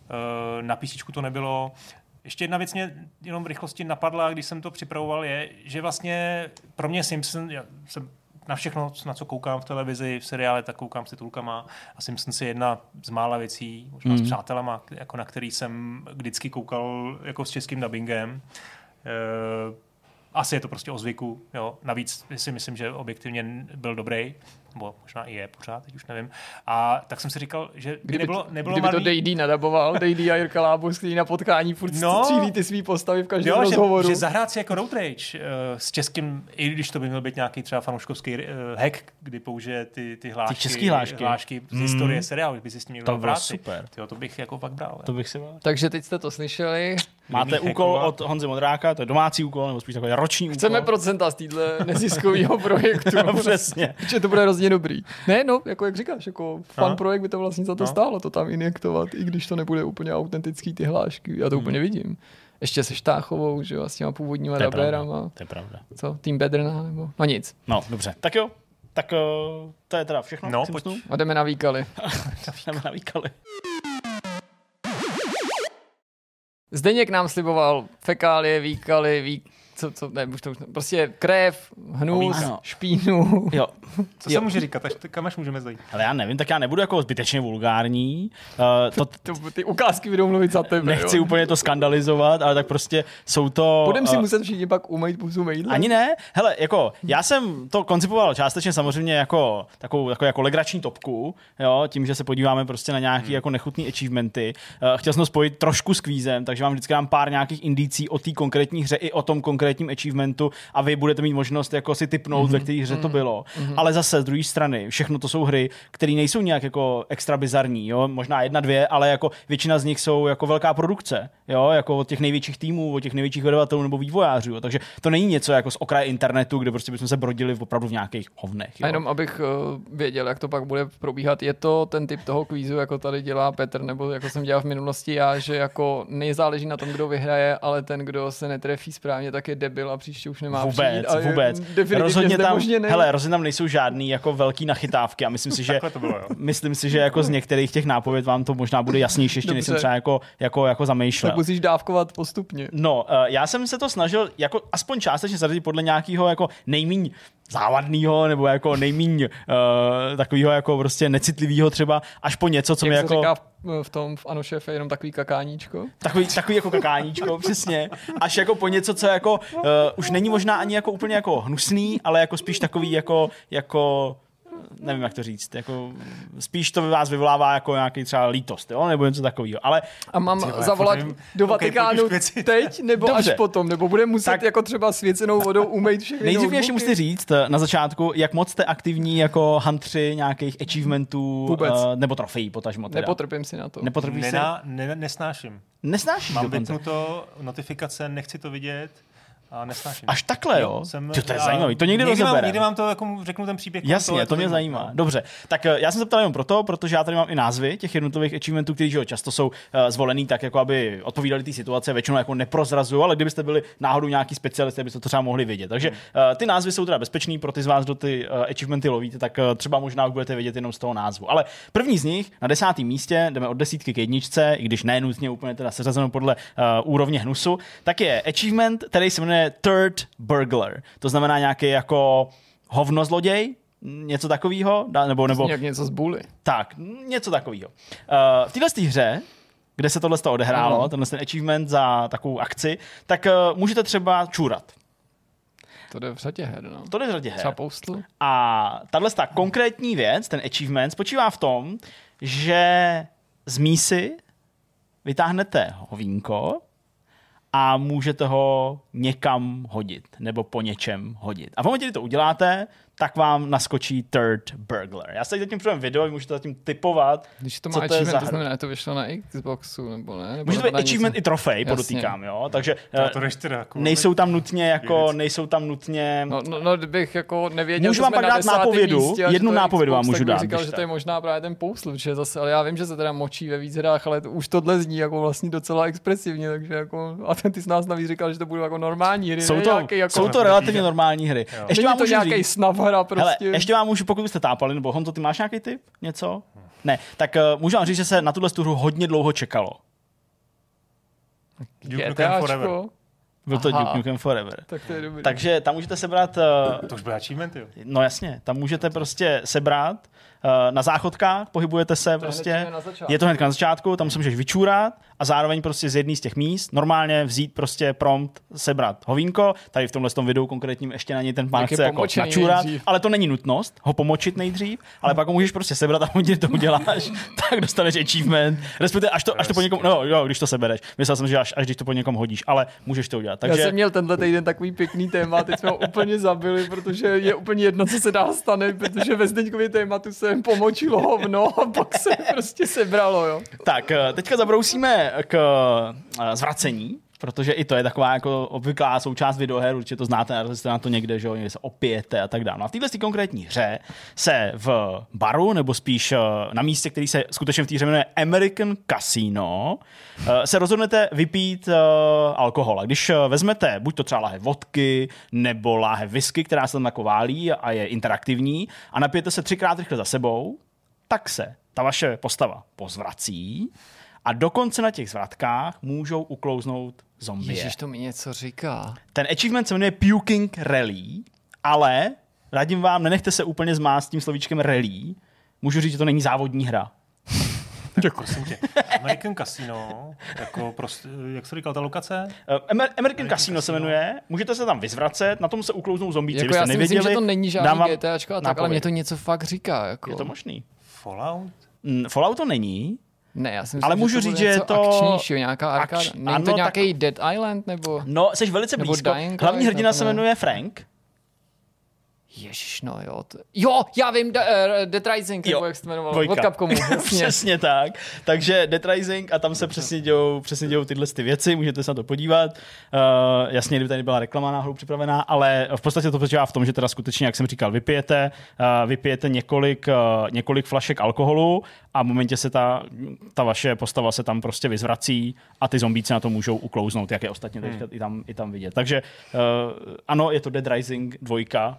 Na PC to nebylo. Ještě jedna věc mě jenom v rychlosti napadla, když jsem to připravoval, je, že vlastně pro mě Simpson, já jsem na všechno, na co koukám v televizi, v seriále, tak koukám s titulkama a Simpsons je jedna z mála věcí, možná s přátelama, jako na který jsem vždycky koukal jako s českým dubbingem. Asi je to prostě o zvyku, jo. Navíc si myslím, že objektivně byl dobrý, nebo možná i je pořád, teď už nevím. A tak jsem si říkal, že nebylo kdyby to Dejdy nadaboval, Dejdy a Jirka Lábus, který na potkání furt střílí ty svý postavy v každém rozhovoru. Že zahrát si jako Road Rage s českým, i když to by měl být nějaký třeba fanouškovský hack, kdy použije ty hlášky z historie seriálu, by si s tím měl to bylo práci. super. Tyjo, to bych jako fakt bral. To bych si bral. Takže teď jste to slyšeli. Máte úkol od Honzy Modráka, to je domácí úkol, nebo spíš takový roční úkol. Chceme procenta z téhle neziskového projektu. Přesně. Že to bude hrozně dobrý. Ne, no, jako jak říkáš, jako fun projekt by to vlastně za to stálo, to tam injektovat, i když to nebude úplně autentický ty hlášky. Já to úplně vidím. Ještě se Štáchovou, že jo, s těma původníma dabérama. To je pravda. Co, Team Bedrna, nebo? No nic. No, dobře. Tak jo. Tak to je teda všechno. No, a jdeme na výkaly. Zdeněk nám sliboval fekálie, výkaly, prostě krev, hnus, špínu. Jo. Co se může říkat, kam až můžeme zajít? Ale já nevím, tak já nebudu jako zbytečně vulgární. Ty ukázky budou mluvit za tebe. Nechci úplně to skandalizovat, ale tak prostě jsou to... Budeme si muset všichni pak umýt pusu mejdle. Ani ne. Hele, jako já jsem to koncipoval částečně samozřejmě jako takovou jako legrační topku, jo, tím, že se podíváme prostě na nějaký jako nechutný achievementy. Chtěl jsem to spojit trošku s kvízem, takže vám vždycky dám pár nějakých indicí o té konkrétní hře i o tom konkrétním achievementu a vy budete mít možnost jako si tipnout, ve které hře to bylo. Ale zase z druhé strany, všechno to jsou hry, které nejsou nějak jako extra bizarní, jo, možná 1, 2, ale jako většina z nich jsou jako velká produkce, jo, jako od těch největších týmů, od těch největších vydavatelů nebo vývojářů, jo. Takže to není něco jako z okraje internetu, kde prostě bychom se brodili opravdu v nějakých hovnech. Jo. A jenom abych věděl, jak to pak bude probíhat, je to ten typ toho kvízu, jako tady dělá Petr, nebo jako jsem dělal v minulosti já, že jako nezáleží na tom, kdo vyhraje, ale ten, kdo se netrefí správně, tak je debil a příště už nemá vůbec. Rozhodně tam, rozhodně tam nejsou žádný jako velký nachytávky a myslím si, že jako z některých těch nápověd vám to možná bude jasnější, ještě než jsem třeba jako zamýšlel. Tak musíš dávkovat postupně. No, já jsem se to snažil jako aspoň částečně zařadit podle nějakého jako nejmíň závadného nebo jako nejmíň takového jako prostě necitlivého třeba až po něco, co mi jako... Říká v Ano šéfe jenom takový kakáníčko? Takový jako kakáníčko, přesně. Až jako po něco, co jako už není možná ani jako úplně jako hnusný, ale jako spíš takový jako nevím, jak to říct, jako spíš to vás vyvolává jako nějaký třeba lítost, jo, nebo něco takového, ale... A mám zavolat do Vatikánu teď, nebo Dobře. až potom, nebo bude muset tak, jako třeba svěcenou vodou umýt všechny nejdřív notebooky? ještě musíte říct na začátku, jak moc jste aktivní jako huntři nějakých achievementů, nebo trofejí, potažmo teda. Nepotrpím si na to. Nepotrpíš si? Nesnáším. Nesnášíš Mám dokonce? vypnuto notifikace, nechci to vidět. A nesnáším. Až takhle, jo? To je zajímavý, to někdy rozebereme. Někdy vám to jako řeknu ten příběh. Jasně, to mě zajímá. Dobře, tak já jsem se ptal jenom proto, protože já tady mám i názvy těch jednotlivých achievementů, které často jsou zvolený tak, jako aby odpovídali té situace, většinou jako neprozrazují, ale kdybyste byli náhodou nějaký specialisté, byste to třeba mohli vědět. Takže ty názvy jsou teda bezpečný pro ty z vás, kdo ty achievementy lovíte, tak třeba možná už budete vědět jenom z toho názvu. Ale první z nich na 10. místě, jdeme od 10 k 1, i když ne nutně úplně teda seřazeno podle úrovně hnusu, tak je achievement, který se jmenuje Third Burglar. To znamená nějaký jako hovnozloděj, něco takového, nebo nějak něco z buly. Tak, něco takového. V této hře, kde se tohle odehrálo, tenhle ten achievement za takovou akci, tak můžete třeba čůrat. To jde v řadě her, no. To jde v řadě her. Třeba Postlu. A tahle konkrétní věc, ten achievement, spočívá v tom, že z mísy vytáhnete hovínko a můžete ho někam hodit, nebo po něčem hodit. A v momentě, kdy to uděláte, tak vám naskočí Third Burglar. Já se zatím přijím video, můžete zatím typovat, když to má co to je za to znamená, to vyšlo na Xboxu, nebo ne? Nebo může to být achievement něco... i trofej, podotýkám, jo. Takže nejsou tam nutně... No, kdybych jako nevěděl, můžu vám pak dát nápovědu, jednu nápovědu vám můžu dát. Říkal, že to je možná právě ten Postal, že zase, ale já vím, že se teda močí ve víc hrách, ale už tohle zní jako vlastně docela expresivně, takže jako, a ten ty z nás navíc říkal, že to budou jako normální hry. Jsou to relativně normální hry. Ještě vám to nějaký snav hra prostě. Hele, ještě vám můžu, pokud byste tápali, nebo Honzo, ty máš nějaký tip? Něco? Ne, tak můžu vám říct, že se na tuhle hru hodně dlouho čekalo. Duke Nukem Forever. Byl to Duke Nukem Forever. Tak to je dobrý. Takže tam můžete sebrat... To už byl achievement, jo? No jasně, tam můžete prostě sebrat na záchodkách, pohybujete se prostě. Je to hned na začátku, tam se můžeš vyčůrat a zároveň prostě z jedné z těch míst normálně vzít prostě prompt, sebrat hovínko. Tady v tomhle videu konkrétním ještě na něj ten pán chce jako načůrat, ale to není nutnost ho pomočit nejdřív, ale pak ho můžeš prostě sebrat a když to uděláš, tak dostaneš achievement. Respektive až to po někom, no jo, když to sebereš. Myslel jsem, že až když to po někom hodíš, ale můžeš to udělat. Takže... Já jsem měl tenhle týden takový pěkný téma, teď jsme ho úplně zabili, protože je úplně jedno, co se dál stane, protože ve Zdeňkově tématu se pomočilo hovno a pak se prostě sebralo, jo. Tak, teďka zabrousíme k zvracení, protože i to je taková jako obvyklá součást videoher, určitě to znáte, narazili jste na to někde, že jo, někde se opijete a tak dále. No a v této konkrétní hře se v baru, nebo spíš na místě, který se skutečně v té hře jmenuje American Casino, se rozhodnete vypít alkohol. A když vezmete buď to třeba láhev vodky, nebo láhev whisky, která se tam jako válí a je interaktivní, a napijete se 3krát rychle za sebou, tak se ta vaše postava pozvrací a dokonce na těch zvratkách můžou uklouznout zombie. Ježiš, to mi něco říká. Ten achievement se jmenuje Puking Rally, ale radím vám, nenechte se úplně zmást tím slovíčkem rally. Můžu říct, že to není závodní hra. Prosím tě. American Casino, jako prostě, jak se říkal ta lokace? American Casino se jmenuje, můžete se tam vyzvracet, na tom se uklouznou zombíci, jako já si myslím, že to není žádný GTAčko a tak, ale mě to něco fakt říká. Jako. Je to možný. Fallout? Fallout to není. Ne, já si myslím, ale můžu že říct, že je to akčnější, nějaká arkáda. Není to nějaký Dead Island nebo? No, jsi velice blízko. Hlavní hrdina se jmenuje Frank. Ježiš, no jo. Jo, já vím, Dead Rising, nebo jak se jmenoval, od Capcomu. Přesně tak. Takže Dead Rising a tam se přesně dějou tyhle ty věci, můžete se na to podívat. Jasně, kdyby tady byla reklama náhodou připravená, ale v podstatě to počívá v tom, že teda skutečně, jak jsem říkal, vypijete několik flašek alkoholu a v momentě se ta vaše postava se tam prostě vyzvrací a ty zombíci na to můžou uklouznout, jak je ostatně teďka i tam vidět. Takže ano, je to Dead Rising 2,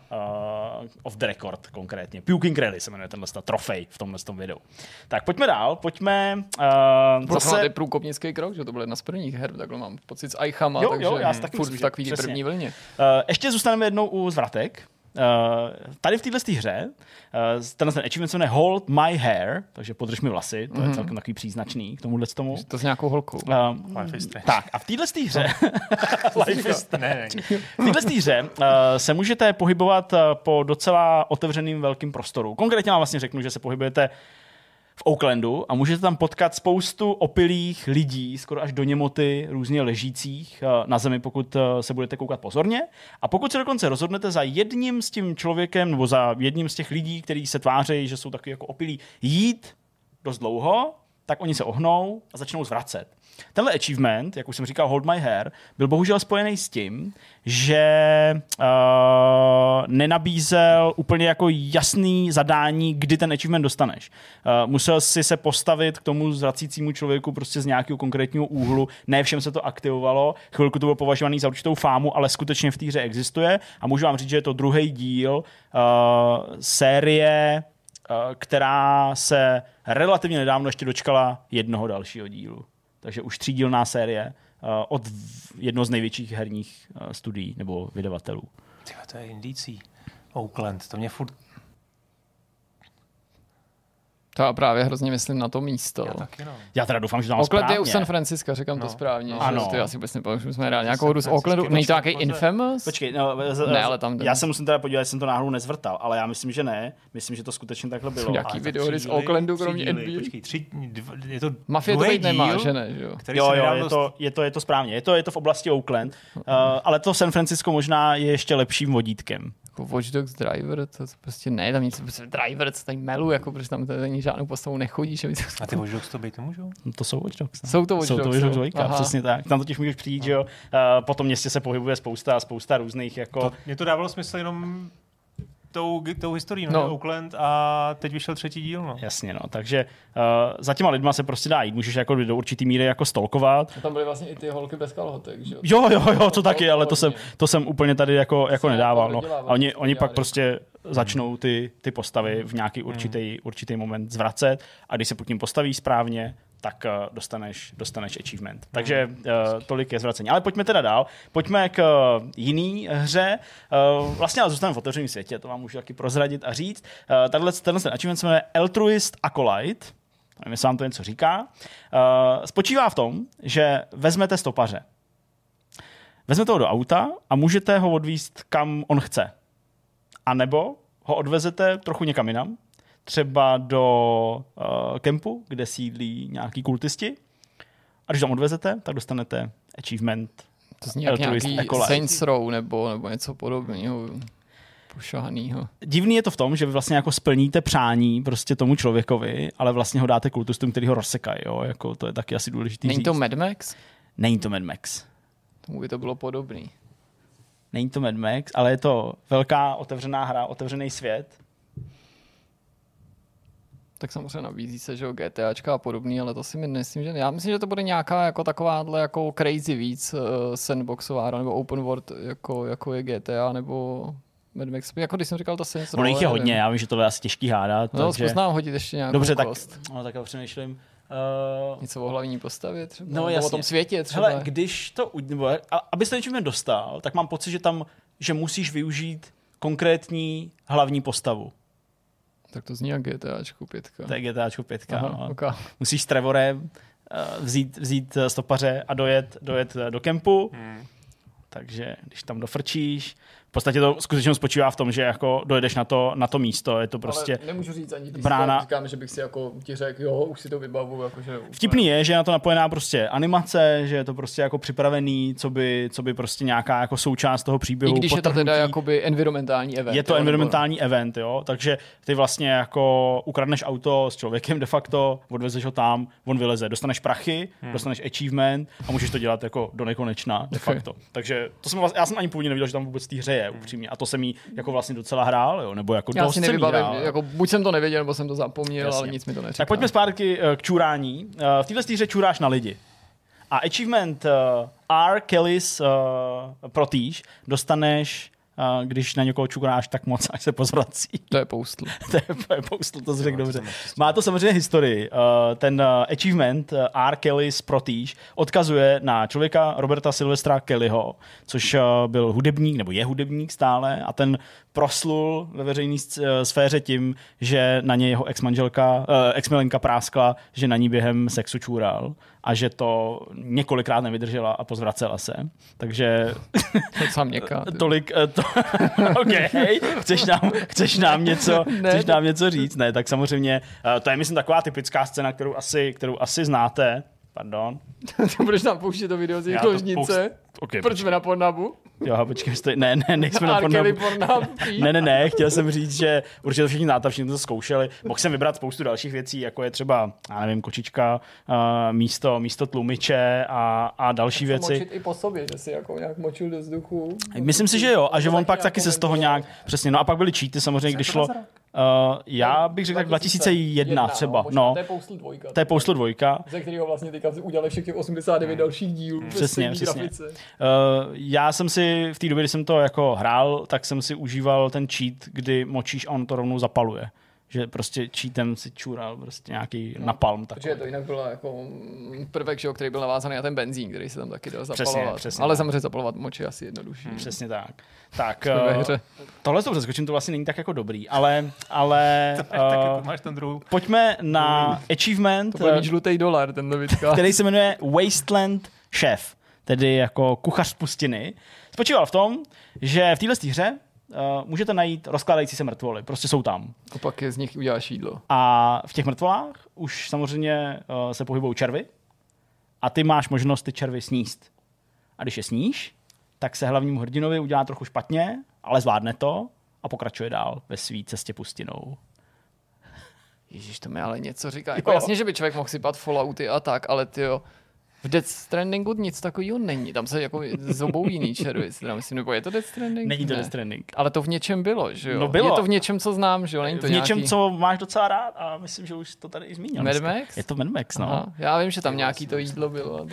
off the record konkrétně. Puking Rally se jmenuje tenhle trofej v tomhle videu. Tak pojďme dál, pojďme... zase... To je průkopnický krok, že to bylo jedna z prvních her, takhle mám pocit s Eichama, takže já taky furt v takový první vlně. Ještě zůstaneme jednou u zvratek. tady v této hře ten achievement se jmenuje Hold My Hair, takže podrž mi vlasy, to je celkem takový příznačný k tomuhle tomu. To s nějakou holkou. Tak a v této hře v této hře se můžete pohybovat po docela otevřeným velkým prostoru. Konkrétně vám vlastně řeknu, že se pohybujete v Oaklandu a můžete tam potkat spoustu opilých lidí, skoro až do němoty, různě ležících na zemi, pokud se budete koukat pozorně. A pokud se dokonce rozhodnete za jedním s tím člověkem, nebo za jedním z těch lidí, kteří se tváří, že jsou takový jako opilí, jít dost dlouho, tak oni se ohnou a začnou zvracet. Tenhle achievement, jak už jsem říkal, Hold My Hair, byl bohužel spojený s tím, že nenabízel úplně jako jasný zadání, kdy ten achievement dostaneš. Musel si se postavit k tomu zvracícímu člověku prostě z nějakého konkrétního úhlu. Ne všem se to aktivovalo, chvilku to bylo považovaný za určitou fámu, ale skutečně v té hře existuje a můžu vám říct, že je to druhý díl série, která se relativně nedávno ještě dočkala jednoho dalšího dílu. Takže už 3dílná série od jednoho z největších herních studií nebo vydavatelů. Tyhle, to je indicí. Oakland, to mě furt... To já právě hrozně myslím na to místo. Já taky, no. Já teda doufám, že to mám Oakland správně. je u San Francisca, říkám to správně. Ano. Že asi vůbec nepamatuji, že jsme hráli nějakou hru z Oaklandu. Není to nějaký Infamous? Počkej, ne, ale tam já se musím teda podívat, jestli jsem to náhodou nezvrtal, ale já myslím, že ne. Myslím, že to skutečně takhle bylo. Nějaký videohry z Oaklandu, kromě NBA. Počkej, je to Mafie to být nemá, že ne? Že jo? Jo, je to správně. Je to v oblasti Oakland, ale to San Francisco možná je ještě lepším vodítkem. Jako Watch Dogs Driver, to prostě ne, tam nic, Driver, co tady melu, jako protože tam tady žádnou postavu nechodí. Že a ty Watch Dogs to být nemůžou? No to jsou Watch Dogs. Ne? Jsou to Watch Dogs, dvojka, přesně tak. Tam totiž můžeš přijít, že jo. Po tom městě se pohybuje spousta různých jako... Mně to dávalo smysl jenom tou historií, no. Oakland a teď vyšel 3. díl, no. Jasně, no, takže za těma lidma se prostě dá jít, můžeš jako do určitý míry jako stalkovat. A tam byly vlastně i ty holky bez kalhotek, že jo? Jo, to taky, ale to jsem úplně tady jako nedával, no. A oni pak prostě začnou ty postavy v nějaký určitý moment zvracet a když se pod tím postaví správně, tak dostaneš achievement. Takže tolik je zvracení. Ale pojďme teda dál. Pojďme k jiný hře. Vlastně ale zůstaneme v otevřeném světě, to vám můžu taky prozradit a říct. Tenhle achievement se jmenuje Altruist Acolyte. Nevím, jestli vám to něco říká. Spočívá v tom, že vezmete stopaře. Vezmete ho do auta a můžete ho odvízt kam on chce. A nebo ho odvezete trochu někam jinam, třeba do kempu, kde sídlí nějaký kultisti. A když tam odvezete, tak dostanete achievement. To zní jak nějaký Saints Row nebo něco podobného. Pošahanýho. Divný je to v tom, že vy vlastně jako splníte přání prostě tomu člověkovi, ale vlastně ho dáte kultistům, který ho rozsekají. Jo? Jako to je taky asi důležitý říct. Není to Mad Max? Není to Mad Max. Tomu by to bylo podobný. Není to Mad Max, ale je to velká otevřená hra, otevřený svět. Tak samozřejmě nabízí se, že GTAčka a podobný, ale to si myslím, že já myslím, že to bude nějaká jako takováhle jako crazy víc sandboxová hra, nebo open world, jako je GTA, nebo Mad Max. Jako když jsem říkal to Saints Row. Ono jich je hodně, já vím, že to je asi těžký hádat. No, zkus nám hodit ještě nějakou dobře, kost. No, tak já přemýšlím. Něco o hlavní postavě třeba, no, nebo o tom světě třeba. Hele, když to, nebo abyste něčím dostal, tak mám pocit, že musíš využít konkrétní hlavní postavu. Tak to zní jak GTAčku 5. To je GTAčku 5. Aha, no. Okay. Musíš s Trevorem vzít stopaře a dojet do kempu. Takže když tam dofrčíš, v podstatě to skutečně spočívá v tom, že jako dojedeš na to místo, je to prostě... Ale nemůžu říct ani když říkám, že bych si jako ti řekl, jo, už si to vybavu. Jakože vtipný je, že je na to napojená prostě animace, že je to prostě jako připravený, co by prostě nějaká jako součást toho příběhu. I když je to teda jakoby environmentální event. Je to environmentální event, jo, takže ty vlastně jako ukradneš auto s člověkem de facto, odvezeš ho tam, on vyleze, dostaneš prachy, dostaneš achievement a můžeš to dělat jako do nekonečna de facto. Takže já jsem ani původně nevěděl, že tam vůbec té hře je, upřímně. A to jsem jí jako vlastně docela hrál, jo, nebo jako dost jsem jí hrál. Jako buď jsem to nevěděl, nebo jsem to zapomněl, jasně. Ale nic mi to neříká. Tak pojďme zpátky k čurání. V této hře čuráš na lidi. A achievement R. Kelly's Protige dostaneš, když na někoho čuráš tak moc, až se pozvrací. To je Postal. To je Postal, to řekl dobře. Má to samozřejmě historii. Ten achievement R. Kelly's Protige odkazuje na člověka Roberta Sylvestra Kellyho, což byl hudebník, nebo je hudebník stále, a ten proslul ve veřejné sféře tím, že na něj jeho ex-milenka práskla, že na ní během sexu čůral a že to několikrát nevydržela a pozvracela se. Takže tolik... OK, chceš nám něco říct? Ne, tak samozřejmě to je, myslím, taková typická scéna, kterou asi znáte. Pardon. Budeš nám pouštět to video z jejich ložnice? Okay, proč jsme na Pornhubu? Jo, počkej, ne, nejsme na Pornhubu. Ne, chtěl jsem říct, že určitě to všichni znáte, všichni to zkoušeli. Mohl jsem vybrat spoustu dalších věcí, jako je třeba, já nevím, kočička, místo tlumiče a další věci. Močit i po sobě, že si jako nějak močil do vzduchu. Myslím si, že jo, a že on pak taky se z toho nějak, přesně, no a pak byly cheaty samozřejmě, když šlo... já bych řekl tak 2001 třeba. No, to je Postal 2. Ze kterého vlastně teďka udělali všech těch 89 dalších dílů. Přesně. Já jsem si v té době, kdy jsem to jako hrál, tak jsem si užíval ten cheat, kdy močíš a on to rovnou zapaluje. Že prostě cheatem si čural prostě nějaký napalm. Protože to jinak bylo jako prvek, že, který byl navázaný na ten benzín, který se tam taky dal zapalovat. Přesně, ale samozřejmě zapalovat moči asi jednodušší. Přesně tak. Tak tohle to přeskočím, to vlastně není tak jako dobrý, ale máš ten druhou. Pojďme na achievement. To bude mít žlutý dolar, ten novitka. Který se jmenuje Wasteland Chef, tedy jako kuchař z pustiny. Spočíval v tom, že v téhle hře můžete najít rozkládající se mrtvoly. Prostě jsou tam. A pak z nich uděláš jídlo. A v těch mrtvolách už samozřejmě se pohybují červy a ty máš možnost ty červy sníst. A když je sníš, tak se hlavnímu hrdinovi udělá trochu špatně, ale zvládne to a pokračuje dál ve své cestě pustinou. Ježíš, to mi ale něco říká. Jako jasně, že by člověk mohl sypat Fallouty a tak, ale tyjo, v Death Strandingu nic takového není. Tam se jako zobou jiný červy. Myslím, nebo je to Death Stranding? Není to Death Stranding. Ale to v něčem bylo, že jo? No bylo. Je to v něčem, co znám, že jo? Není to v něčem, nějaký... co máš docela rád a myslím, že už to tady i zmínil. Mad Max? Je to Mad Max, no. Aha, já vím, že tam nějaký to jídlo bylo.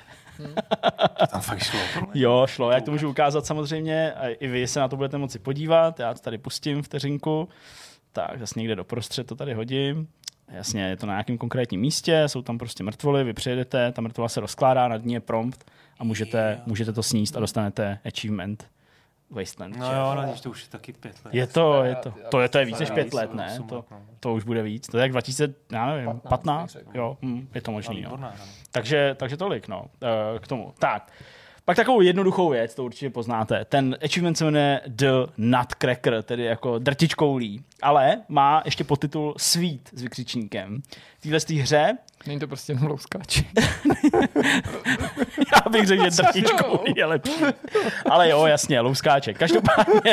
Tam fakt šlo. Jo, šlo. Já to můžu ukázat samozřejmě. I vy se na to budete moci podívat. Já to tady pustím vteřinku. Tak, zase někde doprostřed to tady hodím. Jasně, je to na nějakém konkrétním místě, jsou tam prostě mrtvoly, vy přijedete, ta mrtvola se rozkládá, nad ní je prompt a můžete to sníst a dostanete achievement Wasteland. No jo, no, to už je taky 5 let. Je to je víc než 5 let, ne? To už bude víc. To je jak 2015? Jo, je to možný. No. Takže tolik, no, k tomu. Tak. Pak takovou jednoduchou věc, to určitě poznáte. Ten achievement se jmenuje The Nutcracker, tedy jako drtičkoulí, ale má ještě podtitul Sweet s vykřičníkem. V této hře... Není to prostě jenom louskáč. Já bych řekl, že drtičkoulí je lepší. Ale jo, jasně, louskáček. Každopádně...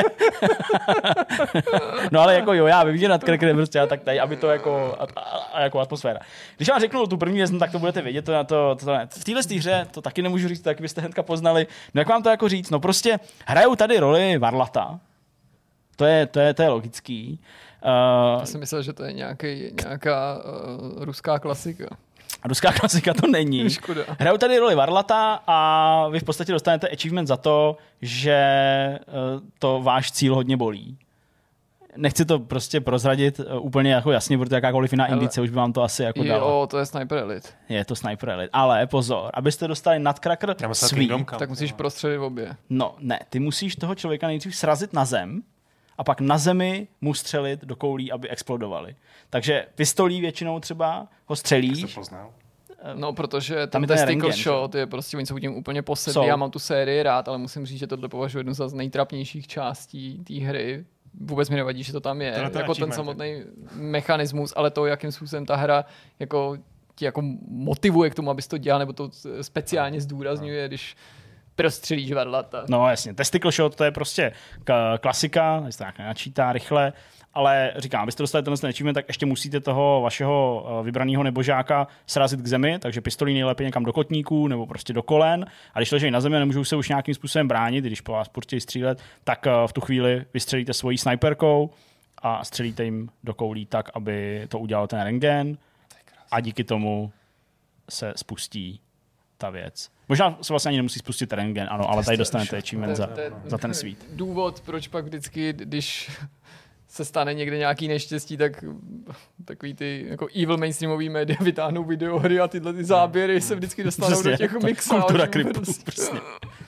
No ale jako jo, já vím, že Nutcracker je prostě tak tady, aby to jako atmosféra. Když vám řeknu tu první věc, tak to budete vědět. V téhle hře to taky nemůžu říct, tak byste hnedka poznali. No jak vám to jako říct? No prostě hrajou tady roli varlata. To je logický. Já jsem myslel, že to je nějaká ruská klasika. Ruská klasika to není. Škoda. Hrajou tady roli varlata a vy v podstatě dostanete achievement za to, že to váš cíl hodně bolí. Nechci to prostě prozradit úplně jako jasně, protože jakákoliv jiná indice už by vám to asi jako dala. Jo, to je Sniper Elite. Je to Sniper Elite, ale pozor, abyste dostali Nutcracker Sweet, tak musíš prostřelit obě. No, ne, ty musíš toho člověka nejdřív srazit na zem a pak na zemi mu střelit do koulí, aby explodovaly. Takže pistolí většinou třeba ho střelíš. No, protože ten testicle shot je prostě, oni jsou tím úplně posedlí. Já mám tu sérii rád, ale musím říct, že tohle považuji jednu z nejtrapnějších částí té hry. Vůbec mi nevadí, že to tam je. Jako ten samotný mechanismus, ale to, jakým způsobem ta hra jako ti jako motivuje k tomu, abys to dělal, nebo to speciálně zdůrazňuje, když prostřelíš varlata. No jasně, testicle shot to je prostě klasika, se to nějak načítá rychle, ale říkám, abyste dostali tenhle achievement, tak ještě musíte toho vašeho vybraného nebožáka srazit k zemi, takže pistolí nejlépe někam do kotníků nebo prostě do kolen, a když leží na zemi a nemůžou se už nějakým způsobem bránit, když po vás chtějí střílet, tak v tu chvíli vystřelíte svojí snajperkou a střelíte jim do koulí tak, aby to udělal ten rentgen a díky tomu se spustí ta věc. Možná se vlastně ani nemusí spustit rentgen, ano, ale tady dostanete achievement za ten Sweet. Důvod, proč pak vždycky, když se stane někde nějaký neštěstí, tak takový ty jako evil mainstreamový média vytáhnou videohry a tyhle ty záběry se vždycky dostanou do těch mixážů. Kultura kripu.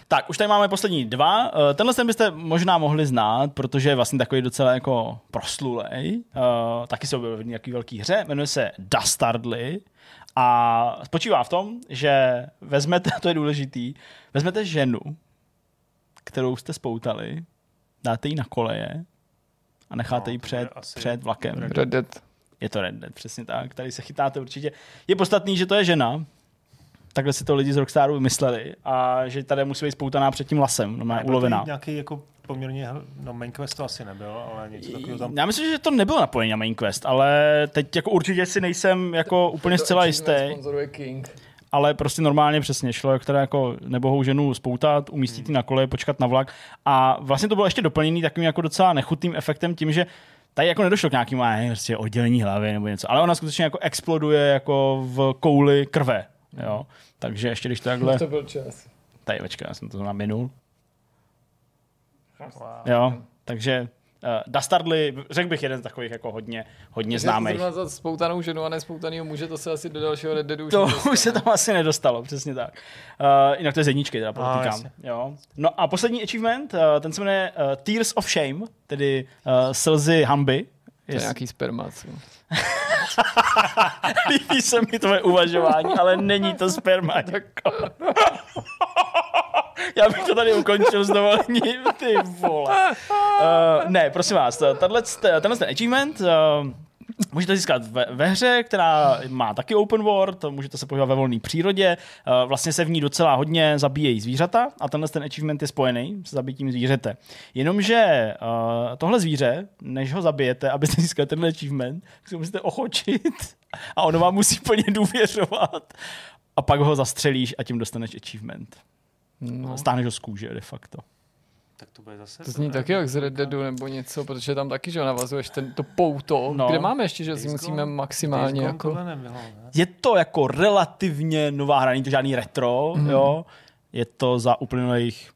Tak, už tady máme poslední dva. Tenhle ten byste možná mohli znát, protože je vlastně takový docela jako proslulej. Taky se objevil v nějaký velký hře, jmenuje se Dastardly a spočívá v tom, že vezmete, to je důležitý, vezmete ženu, kterou jste spoutali, dáte ji na koleje a necháte ji před vlakem. Red Dead. Je to Red Dead, přesně tak. Tady se chytáte určitě. Je podstatný, že to je žena. Takhle si to lidi z Rockstaru vymysleli a že tady musí být spoutaná před tím lasem, normálně ulovená. Nějaký jako poměrně, main quest to asi nebyl, ale něco takového tam. Já myslím, že to nebylo napojené na main quest, ale teď jako určitě si nejsem jako úplně zcela jistý. Ale prostě normálně přesně šlo, která jako nebohou ženu spoutat, umístit ji na kole, počkat na vlak a vlastně to bylo ještě doplněný takovým jako docela nechutným efektem tím, že tady jako nedošlo k nějakému prostě oddělení hlavy nebo něco, ale ona skutečně jako exploduje jako v kouli krve. Jo? Takže ještě když to takhle... To byl čas. Tady, počkej, já jsem to minul. Wow. Jo, takže Dastardly, řekl bych, jeden z takových jako hodně známých. Za spoutanou ženu a nespoutanýho muže, to se asi do dalšího Red Deadu už se tam asi nedostalo, přesně tak. Jinak to je z jedničky, teda podotýkám. Jo. No a poslední achievement, ten se jmenuje Tears of Shame, tedy slzy hanby. To je nějaký sperma, co? Líbí se mi tvoje uvažování, ale není to sperma. Já bych to tady ukončil s dovolením, ty vole. Ne, prosím vás, tenhle ten achievement můžete získat ve hře, která má taky open world, můžete se pohybovat ve volné přírodě, vlastně se v ní docela hodně zabíjejí zvířata a tenhle ten achievement je spojený s zabitím zvířete. Jenomže tohle zvíře, než ho zabijete, abyste získali tenhle achievement, tak si ho musíte ochočit a ono vám musí plně důvěřovat a pak ho zastřelíš a tím dostaneš achievement. No. Stáneš ho z kůže de facto. Tak to bude zase... To zní taky jak z Red Deadu nebo něco, protože tam taky, že navazuješ to pouto, kde máme ještě, že si musíme maximálně jako... Je to jako relativně nová hra, není to žádný retro, jo. Je to za uplynulých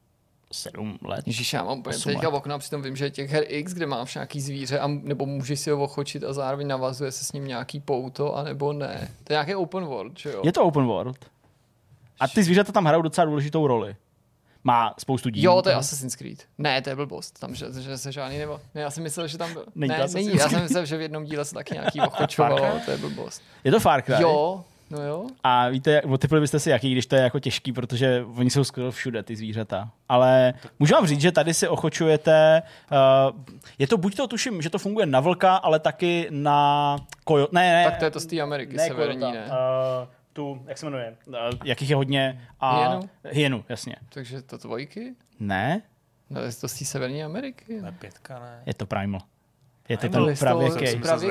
7 let. Ježíš, já mám úplně teďka okna, přitom vím, že je těch her X, kde máš nějaký zvíře, nebo můžeš si ho ochočit a zároveň navazuje se s ním nějaký pouto, anebo ne. To je nějaký open world, že jo? Je to open world. A ty zvířata tam hrajou docela důležitou roli. Má spoustu dílů. Jo, to je Assassin's Creed. Ne, to je blbost. Tam, že se žádný nebo... Ne, já jsem myslel, že tam byl... Není. Já jsem myslel, že v jednom díle se taky nějaký ochočovalo, to je blbost. Je to Far Cry? Jo, no jo. A víte, typli byste si jaký, když to je jako těžký, protože oni jsou skoro všude, ty zvířata. Ale můžu vám říct, že tady si ochočujete... je to buď to tuším, že to funguje na vlka, ale taky na kojot. Ne. Tak to je to z té Ameriky, severní, ne? Tu, jak se jmenuje, jakých je hodně. Hyenu, jasně. Takže to dvojky? Ne. No, je to z té severní Ameriky. Ne, 5, ne. Je to Primal. Je to ten pravěký.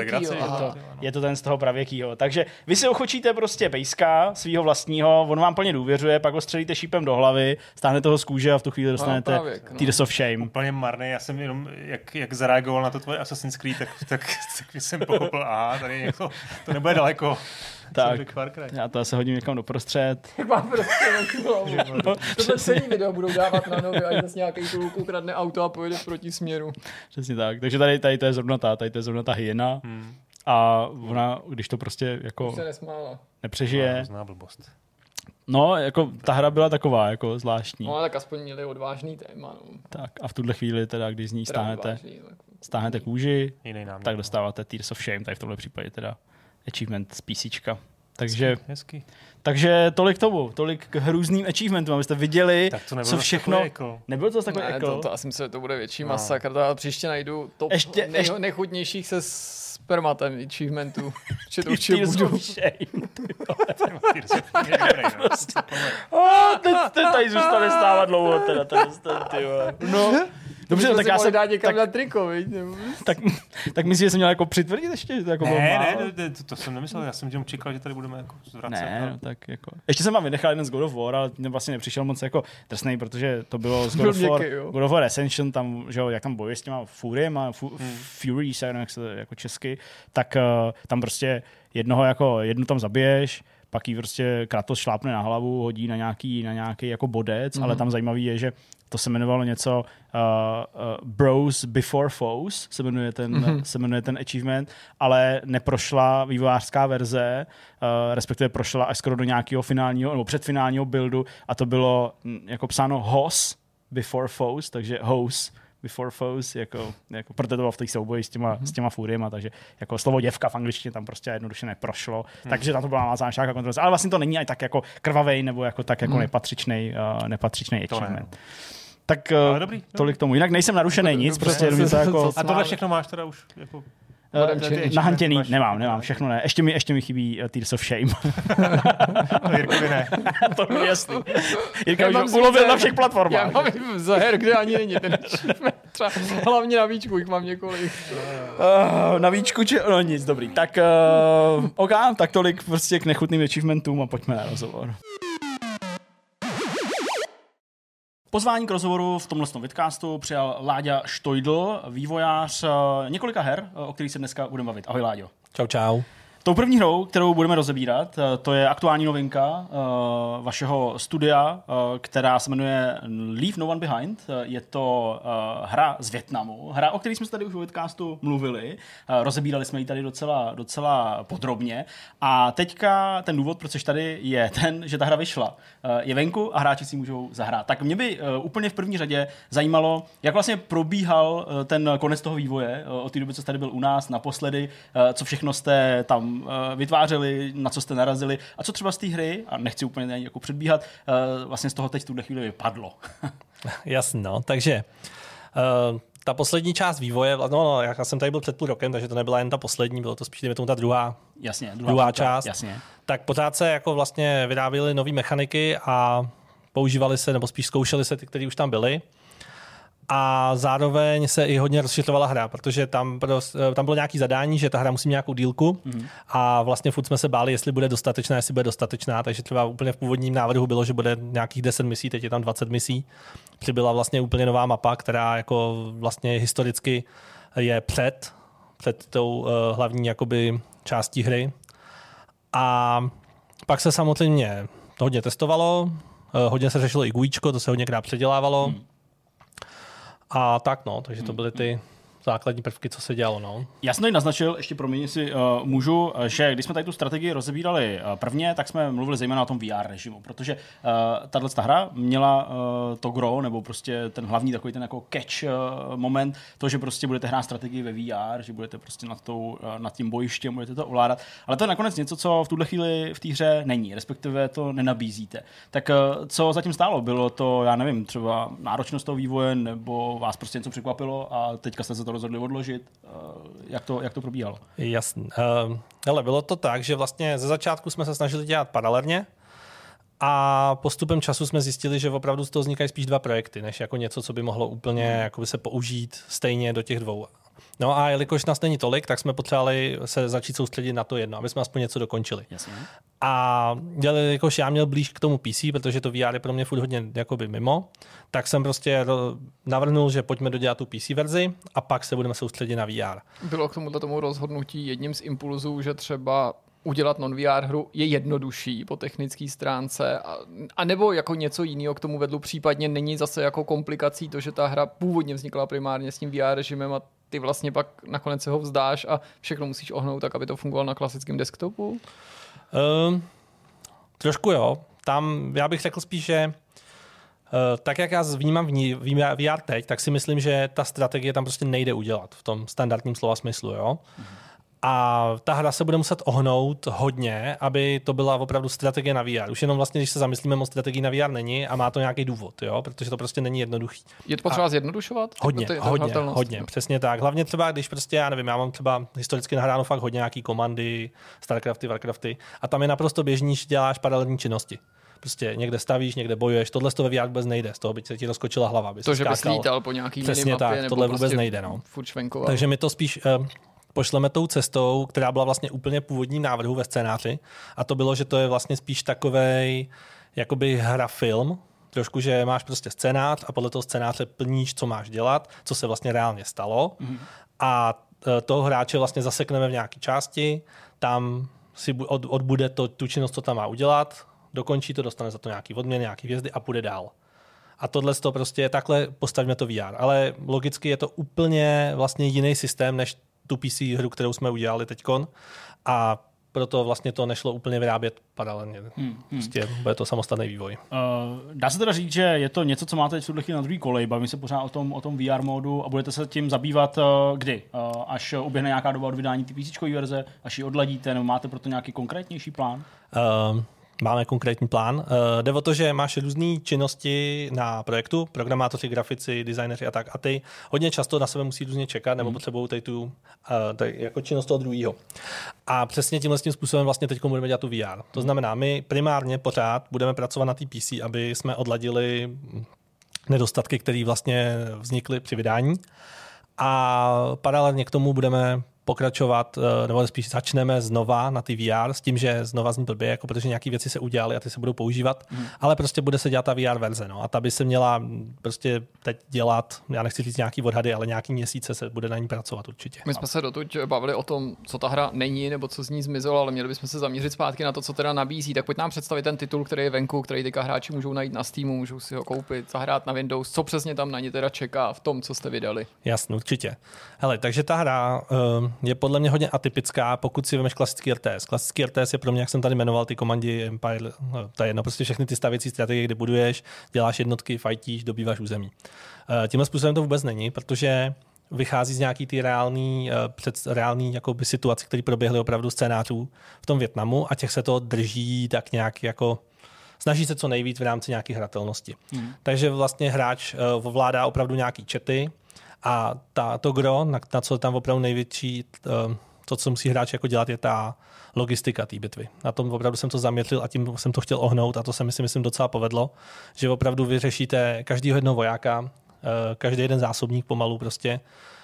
Je to ten z toho pravěkýho. Takže vy si ochočíte prostě pejska svýho vlastního, on vám plně důvěřuje, pak ho střelíte šípem do hlavy, stáhnete ho z kůže a v tu chvíli dostanete Tears of Shame. Úplně marný, já jsem jenom, jak zareagoval na to tvoje Assassin's Creed, tak jsem pochopil, tady něco, to nebude daleko. Tak, já to se hodím někam doprostřed. Jak mám prostě velký hlavu. Tohle celý video budou dávat na nově, až zase nějaký tu ukradne auto a pojede proti směru. Přesně tak. Takže tady to je zrovna ta hyena. A ona, když to prostě jako se nesmála. Nepřežije. Zná blbost. No, jako ta hra byla taková, jako zvláštní. No, tak aspoň měli odvážný téma. No. Tak a v tuhle chvíli teda, když z ní stáhnete kůži, tak dostáváte Tears of Shame, tady v tomhle případě teda achievement z PCčka. Hezky. Takže tolik k hrůzným achievementům, abyste viděli, co všechno... Nebylo to takový ekl? To asi myslím, že to bude větší masakr, ale příště najdu top nechutnějších se spermatem achievementů. Že to určitě budu. Teď tady zůstane stávat dlouho teda. No... Dobře, tak já jsem dát někam na triko, viď? Tak myslím, že jsem měl jako přitvrdit ještě, že to jako bylo málo. Ne, to jsem nemyslel, já jsem čekal, že tady budeme jako zvracet. Ne, no, tak jako. Ještě jsem vám vynechal jeden z God of War, ale ten vlastně nepřišel moc jako drsnej, protože to bylo z God of War Ascension, tam, že jo, jak tam bojuje s těma Furiema, Furies, jak se jako česky, tak tam prostě jednu tam zabiješ, pak jí prostě Kratos šlápne na hlavu, hodí na nějaký jako bodec, ale tam zajímavý je, že to se jmenovalo něco Bros Before Foes, se jmenuje ten achievement, ale neprošla vývojářská verze, respektive prošla až skoro do nějakého finálního nebo předfinálního buildu a to bylo jako psáno Hos Before Foes, takže Hos Before Foes, jako proto to bylo v těch souboji s těma furiema, takže jako slovo děvka v angličtině tam prostě jednoduše neprošlo, takže tam to byla navázána nějaká kontroverze, ale vlastně to není ani tak jako krvavej nebo jako tak jako nepatřičný achievement. Tak dobrý. Tolik tomu. Jinak nejsem narušený nic, prostě jenom to jako... A tohle všechno máš teda už jako... Nahantěný, nemám, všechno ne. Ještě mi chybí Tears of Shame. To Jirkovi ne. To je jasný. Jirka už ulovil na všech platformách. Já mám za her, kde ani není ten třeba hlavně na víčku, jich mám několik. Na víčku, no nic, dobrý. Tak tak tolik prostě k nechutným achievementům a pojďme na rozhovor. Pozvání k rozhovoru v tomhle vidcastu přijal Láďa Štojdl, vývojář několika her, o kterých se dneska budeme bavit. Ahoj Láďo. Čau. Tou první hrou, kterou budeme rozebírat, to je aktuální novinka vašeho studia, která se jmenuje Leave No One Behind. Je to hra z Vietnamu, hra, o které jsme tady už v vidcastu mluvili. Rozebírali jsme ji tady docela podrobně. A teďka ten důvod, proč tady je ten, že ta hra vyšla. Je venku a hráči si můžou zahrát. Tak mě by úplně v první řadě zajímalo, jak vlastně probíhal ten konec toho vývoje od té doby, co jste tady byl u nás naposledy, co všechno jste tam vytvářeli, na co jste narazili a co třeba z té hry, a nechci úplně jako předbíhat, vlastně z toho teď v tuhle chvíli vypadlo. Jasno, takže ta poslední část vývoje, já jsem tady byl před půl rokem, takže to nebyla jen ta poslední, bylo to spíš ta druhá část. Jasně. Tak pořád se jako vlastně vyráběly nové mechaniky a používali se, nebo spíš zkoušeli se ty, které už tam byly. A zároveň se i hodně rozšiřovala hra, protože tam bylo nějaké zadání, že ta hra musí mít nějakou dílku a vlastně furt jsme se báli, jestli bude dostatečná, takže třeba úplně v původním návrhu bylo, že bude nějakých 10 misí, teď je tam 20 misí. Přibyla vlastně úplně nová mapa, která jako vlastně historicky je před tou hlavní jakoby částí hry. A pak se samozřejmě to hodně testovalo, hodně se řešilo i GUIčko, to se hodněkrát předělávalo. A tak takže to byly ty základní prvky, co se dělalo. Já jsem tady naznačil, ještě promiň, si můžu, že když jsme tady tu strategii rozebírali prvně, tak jsme mluvili zejména o tom VR režimu, protože tato hra měla to gro, nebo prostě ten hlavní takový ten jako catch moment, to, že prostě budete hrát strategii ve VR, že budete prostě nad tím bojištěm, budete to ovládat, ale to je nakonec něco, co v tuhle chvíli v té hře není, respektive to nenabízíte. Tak co zatím stálo? Bylo to, já nevím, třeba náročnost toho vývoje, nebo vás prostě něco překvapilo a teďka jste se to rozhodli odložit? Jak to probíhalo? Jasně. Ale bylo to tak, že vlastně ze začátku jsme se snažili dělat paralelně a postupem času jsme zjistili, že opravdu z toho vznikají spíš dva projekty, než jako něco, co by mohlo úplně jakoby se použít stejně do těch dvou. No a jelikož nás není tolik, tak jsme potřebovali se začít soustředit na to jedno, aby jsme aspoň něco dokončili. Jasně. A jelikož já měl blíž k tomu PC, protože to VR je pro mě furt hodně jakoby mimo, tak jsem prostě navrhnul, že pojďme dodělat tu PC verzi a pak se budeme soustředit na VR. Bylo k tomu rozhodnutí jedním z impulzů, že třeba udělat non-VR hru je jednodušší po technické stránce a nebo jako něco jiného k tomu vedlo, případně není zase jako komplikací to, že ta hra původně vznikla primárně s tím VR režimem a ty vlastně pak nakonec se ho vzdáš a všechno musíš ohnout tak, aby to fungovalo na klasickém desktopu? Trošku jo. Tam já bych řekl spíš, že tak jak já vnímám VR teď, tak si myslím, že ta strategie tam prostě nejde udělat v tom standardním slova smyslu, jo. A ta hra se bude muset ohnout hodně, aby to byla opravdu strategie na VR. Už jenom vlastně, když se zamyslíme, moc strategii na VR není a má to nějaký důvod, jo? Protože to prostě není jednoduchý. Je to potřeba zjednodušovat? Hodně, přesně tak. Hlavně třeba, když prostě, já nevím, já mám třeba historicky nahráno fakt hodně nějaký komandy, Starcrafty, Warcrafty a tam je naprosto běžný, že děláš paralelní činnosti. Prostě někde stavíš, někde bojuješ, tohle z toho ve VR vůbec nejde, z toho by se ti rozkočila hlava. To, že bys lítal po nějaký přesně minimapě, tak, tohle vůbec prostě nejde, no. Furt švenkoval. Takže my to spíš pošleme tou cestou, která byla vlastně úplně původním návrhu ve scénáři a to bylo, že to je vlastně spíš takovej jakoby hra film, trošku, že máš prostě scénář a podle toho scénáře plníš, co máš dělat, co se vlastně reálně stalo a toho hráče vlastně zasekneme v nějaké části, tam si odbude tu činnost, co tam má udělat, dokončí to, dostane za to nějaký odměny, nějaký hvězdy a půjde dál. A tohle to prostě takhle postavíme to VR. Ale logicky je to úplně vlastně jiný systém, než tu PC hru, kterou jsme udělali teďkon. A proto vlastně to nešlo úplně vyrábět paralelně. Prostě bude to samostatný vývoj. Dá se teda říct, že je to něco, co máte teď v tuhle chvíli na druhý kolej. Bavíme se pořád o tom VR módu a budete se tím zabývat kdy? Až uběhne nějaká doba od vydání té PC verze, až ji odladíte, nebo máte proto nějaký konkrétnější plán? Máme konkrétní plán. Jde o to, že máš různé činnosti na projektu, programátoři, grafici, designéři a tak. A ty hodně často na sebe musí různě čekat, nebo potřebují tu jako činnost toho druhého. A přesně tímhle tím způsobem vlastně teď budeme dělat tu VR. To znamená, my primárně pořád budeme pracovat na té PC, aby jsme odladili nedostatky, které vlastně vznikly při vydání. A paralelně k tomu budeme pokračovat, nebo spíš začneme znova na ty VR s tím, že znova zní blbě, jako protože nějaké věci se udělaly a ty se budou používat, ale prostě bude se dělat ta VR verze. No. A ta by se měla prostě teď dělat, já nechci říct nějaký odhady, ale nějaký měsíce se bude na ní pracovat určitě. My jsme se dotud bavili o tom, co ta hra není, nebo co z ní zmizelo, ale měli bychom se zaměřit zpátky na to, co teda nabízí. Tak pojď nám představit ten titul, který je venku, který teďka hráči můžou najít na Steamu, můžou si ho koupit, zahrát na Windows. Co přesně tam na ně teda čeká v tom, co jste vydali? Jasně, určitě. Hele, takže ta hra je podle mě hodně atypická, pokud si vemeš klasický RTS. Klasický RTS je pro mě, jak jsem tady jmenoval, ty komandy Empire, to je jedno, prostě všechny ty stavěcí strategie, kde buduješ, děláš jednotky, fightíš, dobýváš území. Tímhle způsobem to vůbec není, protože vychází z nějaký ty reální jakoby situace, které proběhly opravdu scénářů v tom Vietnamu a těch se to drží tak nějak jako snaží se co nejvíc v rámci nějaké hratelnosti. Takže vlastně hráč ovládá opravdu nějaký chaty, a to gro, na co tam opravdu největší, to, co musí hráč jako dělat, je ta logistika té bitvy. Na tom opravdu jsem to zaměřil a tím jsem to chtěl ohnout a to se mi myslím docela povedlo, že opravdu vyřešíte každýho jednoho vojáka, každý jeden zásobník pomalu prostě,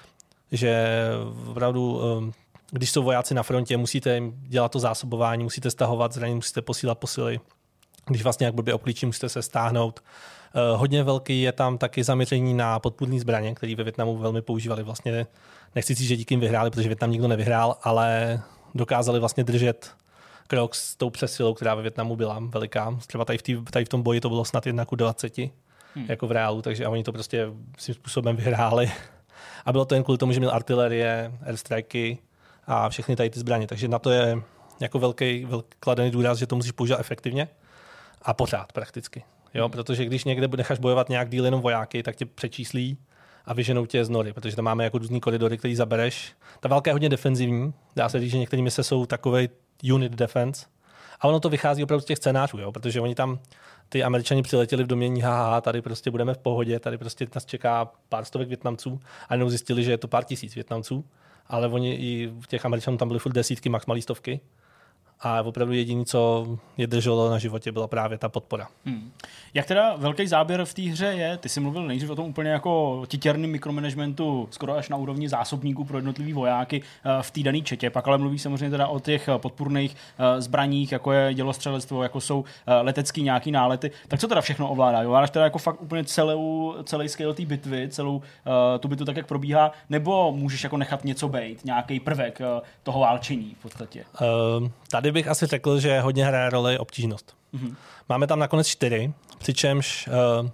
že opravdu, když jsou vojáci na frontě, musíte jim dělat to zásobování, musíte stahovat zranění, musíte posílat posily. Když vlastně jak blbě oklíčí, musíte se stáhnout. Hodně velký je tam taky zaměření na podpůrné zbraně, které ve Vietnamu velmi používali. Vlastně nechci říct, že díky jim vyhráli, protože Vietnam nikdo nevyhrál, ale dokázali vlastně držet krok s tou přesilou, která ve Vietnamu byla veliká. Třeba tady v tom boji to bylo snad 1:20, jako v reálu, takže a oni to prostě svým způsobem vyhráli. A bylo to jen kvůli tomu, že měl artilerie, airstriky a všechny tady ty zbraně. Takže na to je jako velký kladený důraz, že to musíš používat efektivně a pořád prakticky. Jo, protože když někde necháš bojovat nějak díl jenom vojáky, tak tě přečíslí a vyženou tě z nory, protože tam máme jako různý koridory, který zabereš. Ta válka je hodně defenzivní. Dá se říct, že některé mise jsou takovej unit defense. A ono to vychází opravdu z těch scénářů, jo, protože oni tam, ty Američani přiletěli v domění, tady prostě budeme v pohodě, tady prostě nás čeká pár stovek Vietnamců a jenom zjistili, že je to pár tisíc Vietnamců, ale oni i v těch Američanů tam byly furt desítky, maximálně stovky. A opravdu jediné, co je drželo na životě, byla právě ta podpora. Jak teda velký záběr v té hře je? Ty jsi mluvil nejdřív o tom úplně jako titěrným mikromanagementu, skoro až na úrovni zásobníků pro jednotlivý vojáky v té dané četě. Pak ale mluví samozřejmě teda o těch podpůrných zbraních, jako je dělostřelectvo, jako jsou letecký nějaký nálety. Tak co teda všechno ovládá? Ovládáš teda jako fakt úplně celý scale té bitvy, celou tu bitvu tak, jak probíhá, nebo můžeš jako nechat něco bejt, nějaký prvek toho válčení v podstatě? Tady bych asi řekl, že hodně hraje roli obtížnost. Máme tam nakonec 4, přičemž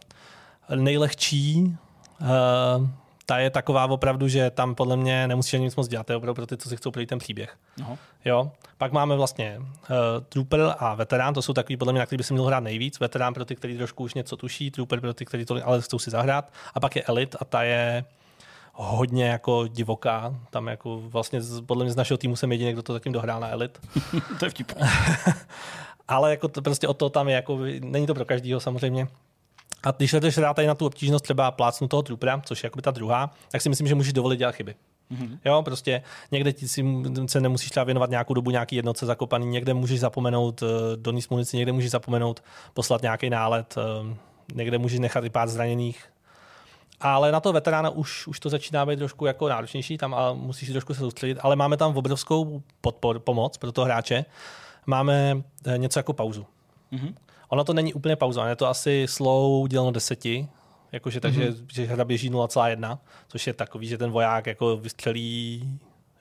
nejlehčí ta je taková opravdu, že tam podle mě nemusíš nic moc dělat, to je opravdu pro ty, co si chcou projít ten příběh. Jo? Pak máme vlastně Trooper a Veterán, to jsou takový podle mě, na který by se měl hrát nejvíc. Veterán pro ty, kteří trošku už něco tuší, Trooper pro ty, kteří to ale chcou si zahrát. A pak je Elite a ta je hodně jako divoká. Tam jako vlastně podle mě z našeho týmu jsem jediný, kdo to zatím dohrál na Elite. To je vtipné. Ale jako to, prostě od toho tam je, jako, není to pro každýho samozřejmě. A když jdeš rád tady na tu obtížnost třeba plácnu toho Troopera, což je jakoby ta druhá, tak si myslím, že můžeš dovolit dělat chyby. Jo, prostě někde se nemusíš třeba věnovat nějakou dobu nějaký jednotce zakopaný, někde můžeš zapomenout donést munici, někde můžeš zapomenout poslat nějaký nálet, někde můžeš nechat i pár zraněných. Ale na to veterána už to začíná být trošku jako náročnější, tam a musíš si trošku se soustředit, ale máme tam obrovskou pomoc pro toho hráče. Máme něco jako pauzu. Ono to není úplně pauza, je to asi slow děleno 10, jakože takže že hra běží 0,1, což je takový, že ten voják jako vystřelí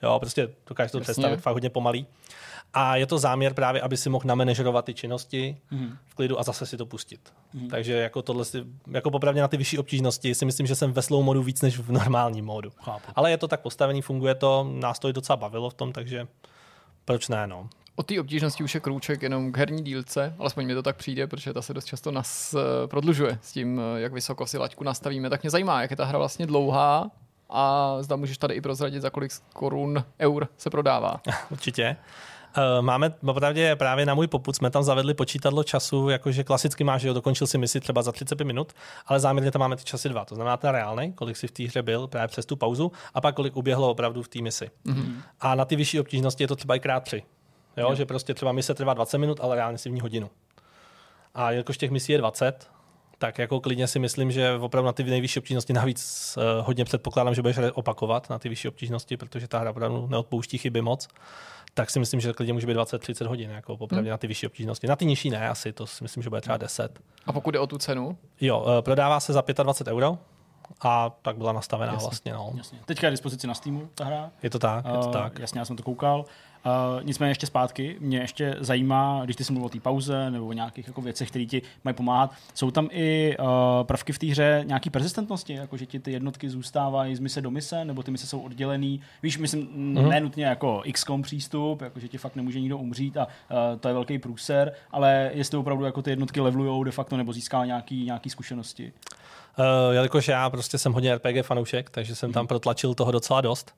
Jo, prostě dokážeš to představit fakt hodně pomalý. A je to záměr právě, aby si mohl namanežovat ty činnosti v klidu a zase si to pustit. Takže jako tohle jako popravdě na ty vyšší obtížnosti si myslím, že jsem ve slow modu víc než v normálním modu. Chápu. Ale je to tak postavený, funguje to, nás to i docela bavilo v tom, takže proč ne, no. Od té obtížnosti už je krůček jenom k herní dílce, alespoň mi to tak přijde, protože ta se dost často nás prodlužuje s tím, jak vysoko si laťku nastavíme. Tak mě zajímá, jak je ta hra vlastně dlouhá a zda můžeš tady i prozradit, za kolik eur se prodává. Určitě. Máme, opravdu právě na můj popud jsme tam zavedli počítadlo času, jakože klasicky máš, že jo, dokončil si misi třeba za 35 minut, ale záměrně tam máme ty časy 2. To znamená ten reálnej, kolik si v té hře byl právě přes tu pauzu a pak kolik uběhlo opravdu v té misi. A na ty vyšší obtížnosti je to třeba i krát 3. Jo, že prostě třeba mise trvá 20 minut, ale reálně si v ní hodinu. A jakož těch misí je 20, tak jako klidně si myslím, že opravdu na ty nejvyšší obtížnosti navíc hodně předpokládám, že budeš opakovat na ty vyšší obtížnosti, protože ta hra opravdu neodpouští chyby moc. Tak si myslím, že klidně může být 20-30 hodin, jako popravdě na ty vyšší obtížnosti. Na ty nižší ne, asi to si myslím, že bude třeba 10. A pokud jde o tu cenu? Jo, prodává se za 25 € a tak byla nastavená vlastně. No. Jasně. Teďka je dispozici na Steamu ta hra. Je to tak, je to tak. Jasně, já jsem to koukal. Nicméně ještě zpátky, mě ještě zajímá, když ty jsi mluvil o té pauze nebo o nějakých jako věcech, které ti mají pomáhat, jsou tam i prvky v té hře nějaký persistentnosti, jako že ti ty jednotky zůstávají z mise do mise, nebo ty mise jsou oddělený. Víš, myslím, nenutně jako XCOM přístup, jako že ti fakt nemůže nikdo umřít a to je velký průser, ale jestli opravdu jako ty jednotky levelujou de facto nebo získávají nějaký zkušenosti. Jelikož já prostě jsem hodně RPG fanoušek, takže jsem tam protlačil toho docela dost.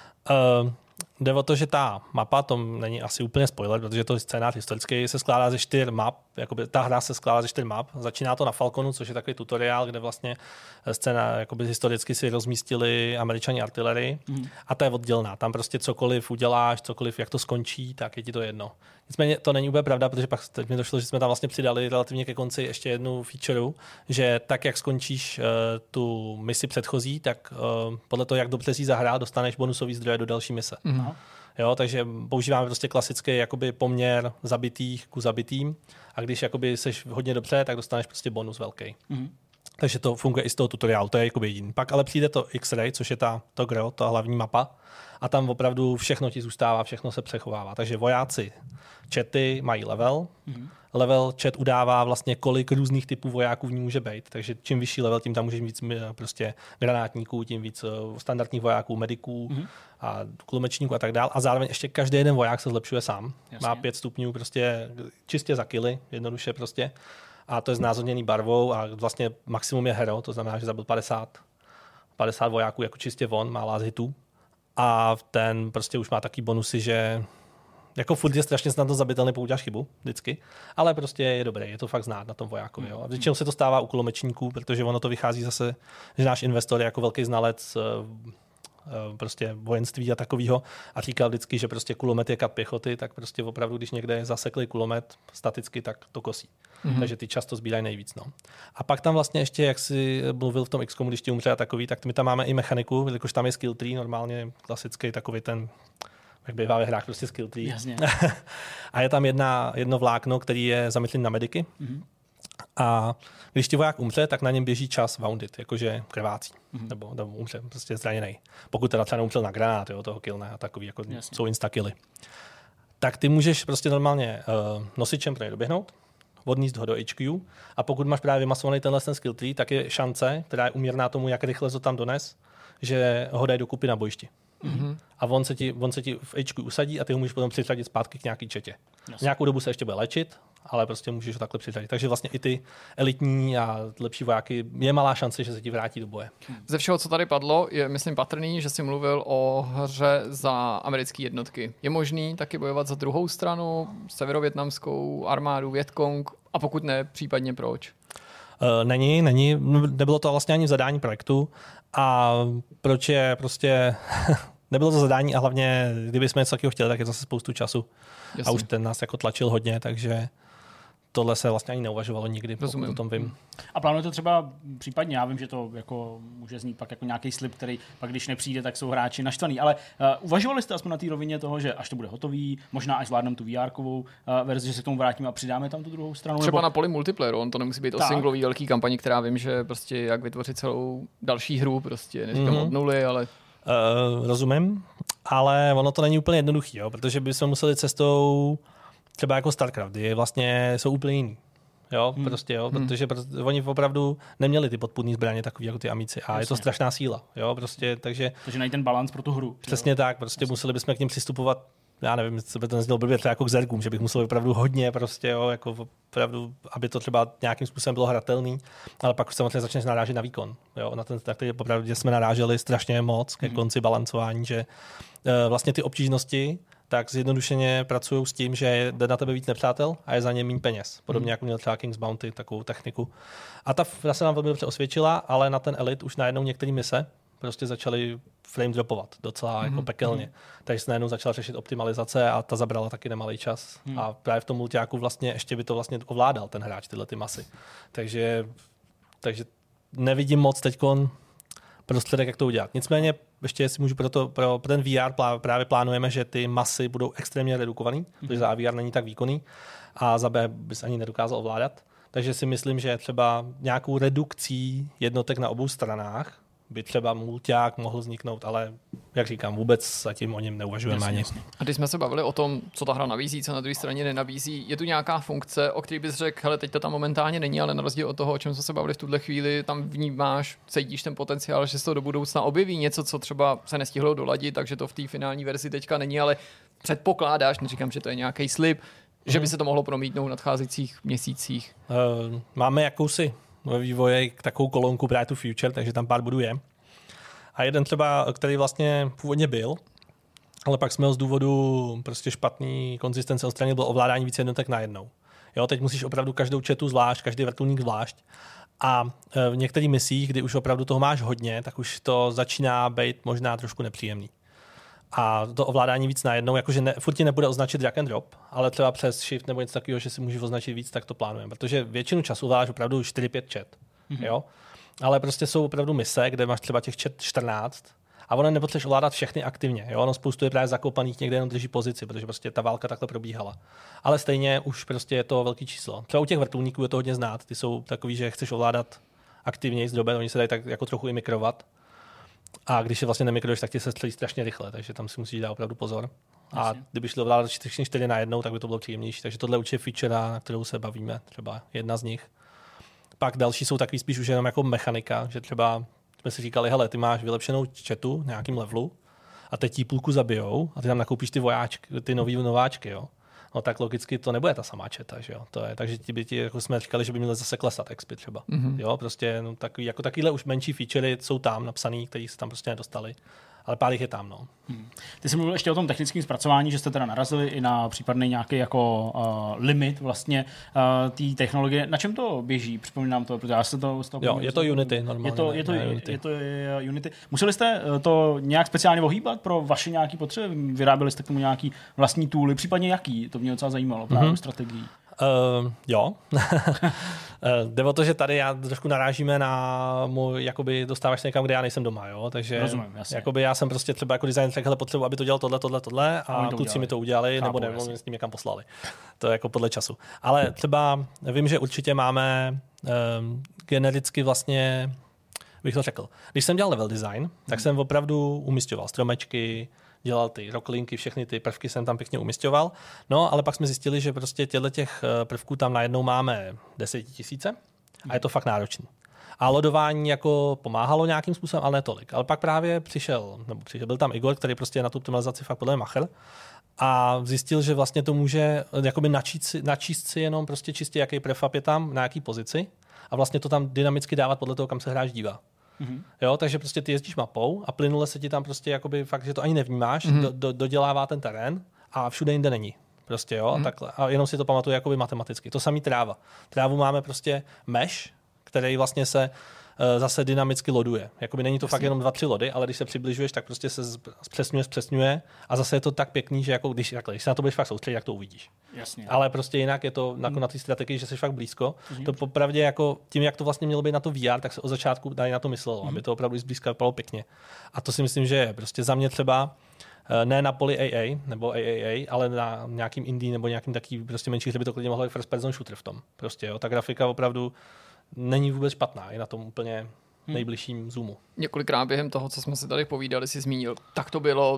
Jde o to, že ta mapa, to není asi úplně spoiler, protože to scénář historický, se skládá ze 4 map. Jakoby ta hra se skládá ze 4 map. Začíná to na Falconu, což je takový tutoriál, kde vlastně scéna jakoby historicky si rozmístili Američani artilerii a ta je oddělená. Tam prostě cokoliv uděláš, cokoliv, jak to skončí, tak je ti to jedno. Nicméně to není úplně pravda, protože pak teď mi došlo, že jsme tam vlastně přidali relativně ke konci ještě jednu featureu, že tak, jak skončíš tu misi předchozí, tak podle toho, jak dobře si zahrál, dostaneš bonusový zdroje do další mise. Jo, takže používáme prostě klasický jakoby poměr zabitých ku zabitým a když jakoby seš hodně dobře, tak dostaneš prostě bonus velký. Takže to funguje i z toho tutoriálu, to je jakoby jediný. Pak ale přijde to X-Ray, což je ta hlavní mapa a tam opravdu všechno ti zůstává, všechno se přechovává. Takže vojáci, chaty mají level. Level chat udává vlastně, kolik různých typů vojáků v ní může být. Takže čím vyšší level, tím tam můžeš víc prostě granátníků, tím víc standardních vojáků, mediků a kulomečníků a tak dál. A zároveň ještě každý jeden voják se zlepšuje sám. Jasně. Má 5 stupňů prostě čistě za killy, jednoduše prostě. A to je znázorněný barvou a vlastně maximum je hero, to znamená, že zabil 50 vojáků jako čistě on, má last hitů. A ten prostě už má taky bonusy, že jako furt je strašně snadno zabitelný, pokud uděláš chybu, vždycky, ale prostě je dobrý, je to fakt znát na tom vojákovi. Jo. A většinou se to stává u kulomečníků, protože ono to vychází zase, že náš investor je jako velký znalec prostě vojenství a takového a říkal vždycky, že prostě kulomet je kat pěchoty, tak prostě opravdu, když někde je zaseklý kulomet staticky, tak to kosí. Takže ty často sbírají nejvíc. No. A pak tam vlastně ještě, jak jsi mluvil v tom XCOMu, když ti umře a takový, tak my tam máme i mechaniku, jelikož tam je skill tree, normálně klasický takový ten, jak bývá ve hrách, prostě skill tree. Jasně. A je tam jedno vlákno, který je zamyšlený na mediky. A když ti voják umře, tak na něm běží čas wounded, jakože krvácí. Nebo umře, prostě zraněný. Pokud teda třeba neumřel na granát, jo, toho killne a takový, jako jsou instakilly. Tak ty můžeš prostě normálně nosičem pro ně doběhnout, odníst ho do HQ a pokud máš právě vymasovaný ten skill tree, tak je šance, která je uměrná tomu, jak rychle to tam dones, že ho dají dokupy na bojišti. A on se ti v HQ usadí a ty ho můžeš potom přiřadit zpátky k nějaký četě. Nějakou dobu se ještě bude léčit, ale prostě můžeš ho takhle přiřadit. Takže vlastně i ty elitní a lepší vojáky, je malá šance, že se ti vrátí do boje. Ze všeho, co tady padlo, je myslím patrný, že jsi mluvil o hře za americké jednotky. Je možný taky bojovat za druhou stranu, severovietnamskou armádu, Vietkong, a pokud ne, případně proč? Není, nebylo to vlastně ani v zadání projektu a proč je prostě, nebylo to zadání a hlavně, kdybychom něco takového chtěli, tak je zase spoustu času. Jasně. A už ten nás jako tlačil hodně, takže tohle se vlastně ani neuvažovalo nikdy, pokud o tom vím. A plánujete třeba případně, já vím, že to jako může znít pak jako nějaký slib, který pak když nepřijde, tak jsou hráči naštvaný, ale uvažovali jste aspoň na té rovině toho, že až to bude hotový, možná až zvládneme tu VR-kovou verzi, že se k tomu vrátíme a přidáme tam tu druhou stranu? Třeba nebo na poli multiplayeru, on to nemusí být o singlový velký kampani, která vím, že prostě jak vytvořit celou další hru, prostě neříkám od nuly, ale... Rozumím. ale ono to není úplně jednoduchý, jo, protože bychom museli cestou třeba jako StarCraft, kdy vlastně jsou úplně jiný. Jo, prostě jo, protože oni opravdu neměli ty podpůrné zbraně takový jako ty Amici a je to strašná síla, jo, prostě, takže najít ten balans pro tu hru. Přesně tak, prostě museli bychom k ním přistupovat, já nevím, co by to neznělo blbě, třeba jako k zergům, že bych musel opravdu hodně prostě, jo, jako opravdu, aby to třeba nějakým způsobem bylo hratelný, ale pak už samozřejmě začneš narážet na výkon, jo, na který opravdu jsme naráželi strašně moc ke konci balancování, že vlastně ty obtížnosti tak zjednodušeně pracují s tím, že jde na tebe víc nepřátel a je za ně méně peněz. Podobně jako měl třeba King's Bounty, takovou techniku. A ta se nám velmi dobře osvědčila, ale na ten Elite už najednou některé mise prostě začaly frame dropovat docela jako pekelně. Takže se najednou začala řešit optimalizace a ta zabrala taky nemalý čas. A právě v tom multiáku vlastně ještě by to vlastně ovládal ten hráč, tyhle ty masy. Takže nevidím moc teďkon prostředek, jak to udělat. Nicméně, ještě si můžu pro ten VR právě plánujeme, že ty masy budou extrémně redukovaný, protože za VR není tak výkonný a za B bys ani nedokázal ovládat. Takže si myslím, že třeba nějakou redukcí jednotek na obou stranách by třeba mulťák mohl vzniknout, ale jak říkám, vůbec zatím o něm neuvažujeme ani. A když jsme se bavili o tom, co ta hra nabízí, co na druhé straně nenabízí, je tu nějaká funkce, o které bys řekl, hele, teď to tam momentálně není, ale na rozdíl od toho, o čem jsme se bavili v tuhle chvíli, tam vnímáš, cítíš ten potenciál, že se to do budoucna objeví, něco, co třeba se nestihlo doladit, takže to v té finální verzi teďka není, ale předpokládáš, neříkám, že to je nějaký slib, že by se to mohlo promítnout v nadcházejících měsících. Máme jakousi ve vývoji takovou kolonku Bright to Future, takže tam pár bodů je. A jeden třeba, který vlastně původně byl, ale pak jsme ho z důvodu prostě špatný konzistence odstranil, bylo ovládání více jednotek najednou. Jo, teď musíš opravdu každou četu zvlášť, každý vrtulník zvlášť. A v některých misích, kdy už opravdu toho máš hodně, tak už to začíná být možná trošku nepříjemný. A to ovládání víc najednou, jakože furt ti nebude označit drag and drop, ale třeba přes shift nebo něco takového, že si můžeš označit víc, tak to plánujeme. Protože většinu času ovládáš opravdu 4-5 čet. Jo? Ale prostě jsou opravdu mise, kde máš třeba těch čet 14 a ono nepotřebuješ ovládat všechny aktivně. Jo? Ono spoustu je právě zakopaných, někde jenom drží pozici, protože prostě ta válka takhle probíhala. Ale stejně už prostě je to velký číslo. Třeba u těch vrtulníků je to hodně znát. Ty jsou takový, že chceš ovládat aktivněji z droben, oni se dají tak jako trochu i mikrovat. A když je vlastně nemikruješ, tak ti se střelí strašně rychle, takže tam si musíš dát opravdu pozor. A kdyby šli ovládat 4 najednou, tak by to bylo příjemnější. Takže tohle určitě feature, na kterou se bavíme, třeba jedna z nich. Pak další jsou takový spíš už jenom jako mechanika, že třeba jsme si říkali, hele, ty máš vylepšenou četu na nějakým levelu a teď ti půlku zabijou a ty tam nakoupíš ty nový nováčky, jo. No tak logicky to nebude ta samá četa, že jo. To je, takže ti jako jsme říkali, že by měli zase klesat expy třeba. Jo, prostě no, jako takovýhle už menší featurey jsou tam napsaný, který se tam prostě nedostali. Ale pár jich je tam, no. Ty jsi mluvil ještě o tom technickém zpracování, že jste teda narazili i na případný nějaký jako limit vlastně té technologie. Na čem to běží? Připomínám to, protože já se to jo, je to Unity normálně. Je to Unity. Museli jste to nějak speciálně ohýbat pro vaše nějaké potřeby? Vyráběli jste k tomu nějaký vlastní tooly, případně jaký? To mě docela zajímalo právě strategii. Jo. Jde o to, že tady já trošku narážíme na můj, jakoby dostáváš se někam, kde já nejsem doma, jo, takže rozumím, jakoby já jsem prostě třeba jako designer takhle potřebuji, aby to dělal tohle a kluci mi to udělali, nebo nevím, s ním někam poslali. To je jako podle času. Ale třeba vím, že určitě máme genericky vlastně, bych to řekl, když jsem dělal level design, tak jsem opravdu umisťoval stromečky, dělal ty rocklinky, všechny ty prvky jsem tam pěkně umisťoval. No, ale pak jsme zjistili, že prostě těch prvků tam najednou máme 10 000 a je to fakt náročný. A lodování jako pomáhalo nějakým způsobem, ale ne tolik. Ale pak právě byl tam Igor, který prostě na tu optimalizaci fakt podle mě macher a zjistil, že vlastně to může jakoby načíst si jenom prostě čistě, jaký prefab je tam, na jaký pozici a vlastně to tam dynamicky dávat podle toho, kam se hráč dívá. Jo, takže prostě ty jezdíš mapou a plynule se ti tam prostě jakoby fakt, že to ani nevnímáš, dodělává ten terén a všude jinde není. Prostě jo, takhle. A jenom si to pamatuje jakoby matematicky. To samý tráva. Trávu máme prostě mesh, který vlastně se zase dynamicky loduje. Jakoby není to fakt jenom 2-3 lody, ale když se přibližuješ, tak prostě se zpřesňuje a zase je to tak pěkný, že jako když se na to budeš fakt soustředit, jak to uvidíš. Jasně. Ale prostě jinak je to na té strategii, že jsi fakt blízko. To popravdě jako tím, jak to vlastně mělo být na to VR, tak se od začátku tady na to myslelo, aby to opravdu zblízka vypadalo pěkně. A to si myslím, že je prostě za mě třeba ne na poli AA nebo AAA, ale na nějakým indie nebo nějakým taký prostě menší, že by to klidně mohlo být first person shooter v tom. Prostě jo, ta grafika opravdu není vůbec špatná, je na tom úplně nejbližším zoomu. Několikrát během toho, co jsme si tady povídali, si zmínil, tak to bylo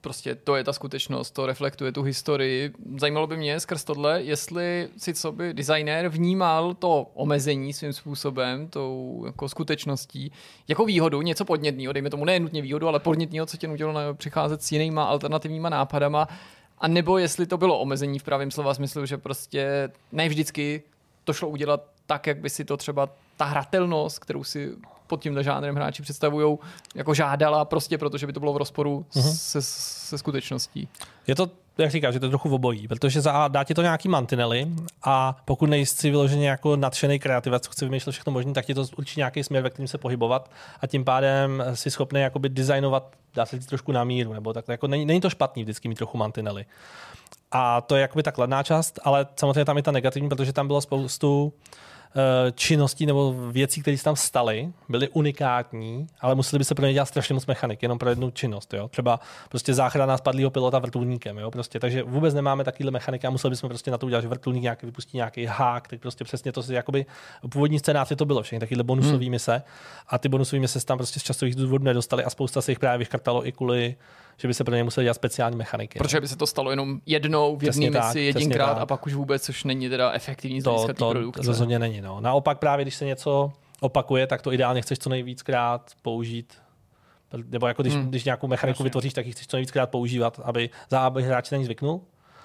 prostě to je ta skutečnost, to reflektuje tu historii. Zajímalo by mě skrz tohle, jestli si co by designér vnímal to omezení svým způsobem, tou jako skutečností, jako výhodu, něco podnětného, dejme tomu ne nutně výhodu, ale podnětného, co tě nutilo přicházet s jinýma alternativníma nápadama, a nebo jestli to bylo omezení v pravém slova smyslu, že prostě ne vždycky to šlo udělat tak, jak by si to třeba ta hratelnost, kterou si pod tímhle žánrem hráči představujou, jako žádala, prostě protože by to bylo v rozporu se skutečností. Je to, jak říkáš, že to je trochu obojí, protože dá ti to nějaký mantinely a pokud nejsi vyloženě jako nadšený kreativec, co chce vymýšlet všechno možné, tak ti to určí nějaký směr, ve kterým se pohybovat a tím pádem si schopný jakoby designovat, dá se říct, trošku na míru, nebo tak jako není to špatný vždycky mít trochu mantinely. A to je jakoby ta kladná část, ale samozřejmě tam je ta negativní, protože tam bylo spoustu činností nebo věcí, které se tam staly, byly unikátní, ale museli by se pro ně dělat strašně moc mechanik, jenom pro jednu činnost. Jo? Třeba prostě záchrana spadlého pilota vrtulníkem. Jo? Prostě, takže vůbec nemáme takovýhle mechaniky a museli bychom prostě na to udělat, že vrtulník nějaký vypustí nějaký hák, teď prostě přesně to si jakoby původní scénáři to bylo všechny takovýhle bonusové mise a ty bonusové mise se tam prostě z časových důvodů nedostali a spousta se jich právě vyškrtalo i kvůli, že by se pro ně museli dělat speciální mechaniky. Protože by se to stalo jenom jednou v jedné misi, jedinkrát a pak už vůbec, což není teda efektivní z hlediska té produkce. To rozhodně není. No. Naopak právě, když se něco opakuje, tak to ideálně chceš co nejvíckrát použít. Nebo jako když nějakou mechaniku vytvoříš, tak ji chceš co nejvíckrát používat, aby za A hráč na ní zvyknul.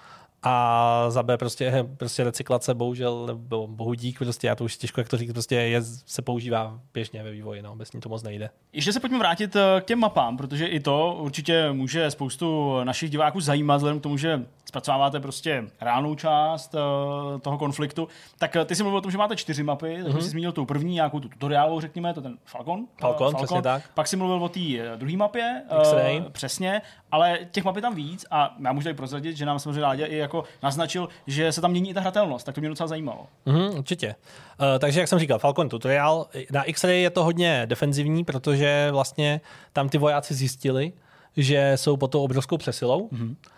A za B prostě recyklace, bohužel, nebo bohudík, prostě já to už těžko, jak to říct, prostě se používá běžně ve vývoji, no, bez ní to moc nejde. Ještě se pojďme vrátit k těm mapám, protože i to určitě může spoustu našich diváků zajímat, vzhledem k tomu, že zpracováváte prostě reálnou část toho konfliktu. Tak ty jsi mluvil o tom, že máte 4 mapy, tak jsi zmínil tu první, nějakou tu tutoriálovou, řekněme, to ten Falcon, přesně tak. Pak jsi mluvil o té druhé mapě, přesně, ale těch map je tam víc a já můžu tady prozradit, že nám samozřejmě Láďa i jako naznačil, že se tam mění i ta hratelnost, tak to mě docela zajímalo. Určitě. Takže jak jsem říkal, Falcon tutoriál, na X-Ray je to hodně defenzivní, protože vlastně tam ty vojáci zjistili, že jsou pod tou obrovskou přesilou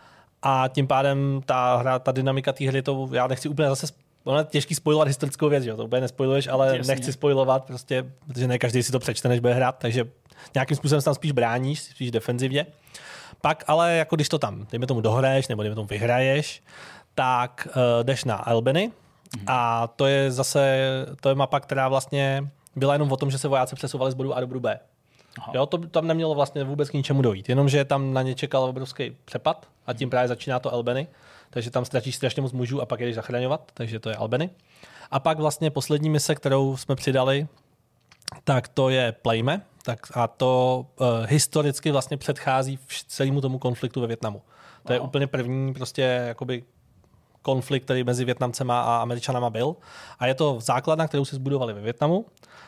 a tím pádem ta dynamika té hry, to já nechci úplně zase ono je těžký spojovat historickou věc, že? To úplně nespoiluješ, ale jasně. Nechci spojovat, prostě, protože ne každý si to přečte, než bude hrát, takže nějakým způsobem se tam spíš bráníš, spíš defenzivně. Pak ale jako když to tam, dejme tomu dohraješ, nebo dejme tomu vyhraješ, tak jdeš na Albany a to je mapa, která vlastně byla jenom o tom, že se vojáci přesouvali z bodu A do bodu B. Jo, to tam nemělo vlastně vůbec k ničemu dojít, jenomže tam na ně čekal obrovský přepad a tím právě začíná to Albany, takže tam ztratíš strašně moc mužů a pak jdeš zachraňovat, takže to je Albany. A pak vlastně poslední mise, kterou jsme přidali, tak to je Playme, a to historicky vlastně předchází celému tomu konfliktu ve Vietnamu. To je úplně první prostě jakoby konflikt, který mezi Vietnamcema a Američanama byl. A je to základna, kterou si zbudovali ve Vietnamu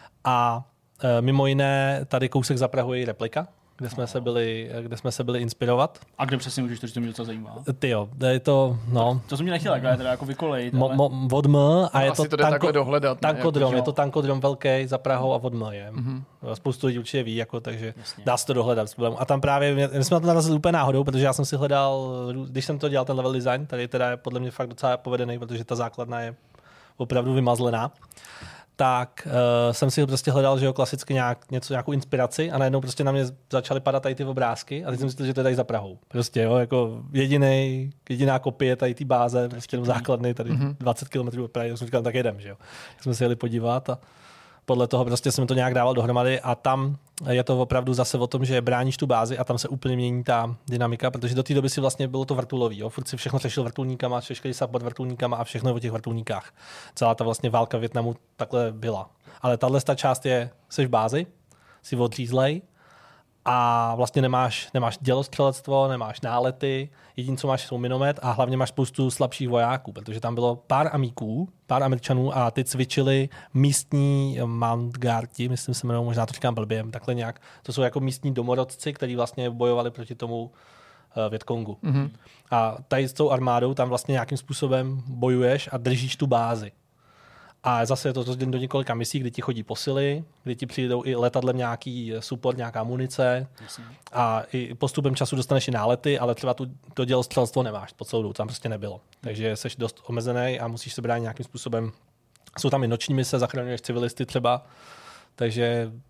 a mimo jiné tady kousek za Prahou je replika, kde jsme se byli inspirovat. A kde přesně můžeš, to mě docela zajímá? Ty jo, je to, no. To jsem mě nechtěl, je teda jako vykolejit. Od M a je to tankodrom, je to tankodrom velký za Prahou a od M je. Spoustu lidí určitě ví, jako, takže dá se to dohledat. A tam právě, my jsme na to narazili úplně náhodou, protože já jsem si hledal, když jsem to dělal ten level design, tady teda je podle mě fakt docela povedený, protože ta základna je opravdu vymazlená. Tak jsem si prostě hledal, že jo, klasicky nějakou inspiraci a najednou prostě na mě začaly padat tady ty obrázky a teď jsem myslel, že to je tady za Prahou. Prostě jo, jako jediná kopie tady té báze, prostě základny tady 20 km od Prahy, jsem říkal, tak jedem, že jo. Tak jsme se jeli podívat a podle toho prostě jsem to nějak dával dohromady a tam je to opravdu zase o tom, že bráníš tu bázi a tam se úplně mění ta dynamika, protože do té doby si vlastně bylo to vrtulový, jo. Furt si všechno řešil vrtulníkama, všechny se pod vrtulníkama a všechno je o těch vrtulníkách. Celá ta vlastně válka v Vietnamu takhle byla. Ale tahle část jsi v bázi, jsi odřízlej a vlastně nemáš dělostřelectvo, nemáš nálety, jediné, co máš, jsou minomet a hlavně máš spoustu slabších vojáků, protože tam bylo pár Američanů a ty cvičili místní Mount Guardi, myslím se jmenují, možná to říkám blbě, takhle nějak. To jsou jako místní domorodci, kteří vlastně bojovali proti tomu Vietkongu. A tady s tou armádou tam vlastně nějakým způsobem bojuješ a držíš tu bázi. A zase je to rozděleno do několika misí, kdy ti chodí posily, kdy ti přijdou i letadlem nějaký support, nějaká munice. Jasně. A i postupem času dostaneš i nálety, ale třeba to dělostřelstvo nemáš po celou dobu, tam prostě nebylo. Takže jsi dost omezený a musíš se bránit nějakým způsobem. Jsou tam i noční mise, zachraňuješ civilisty třeba, takže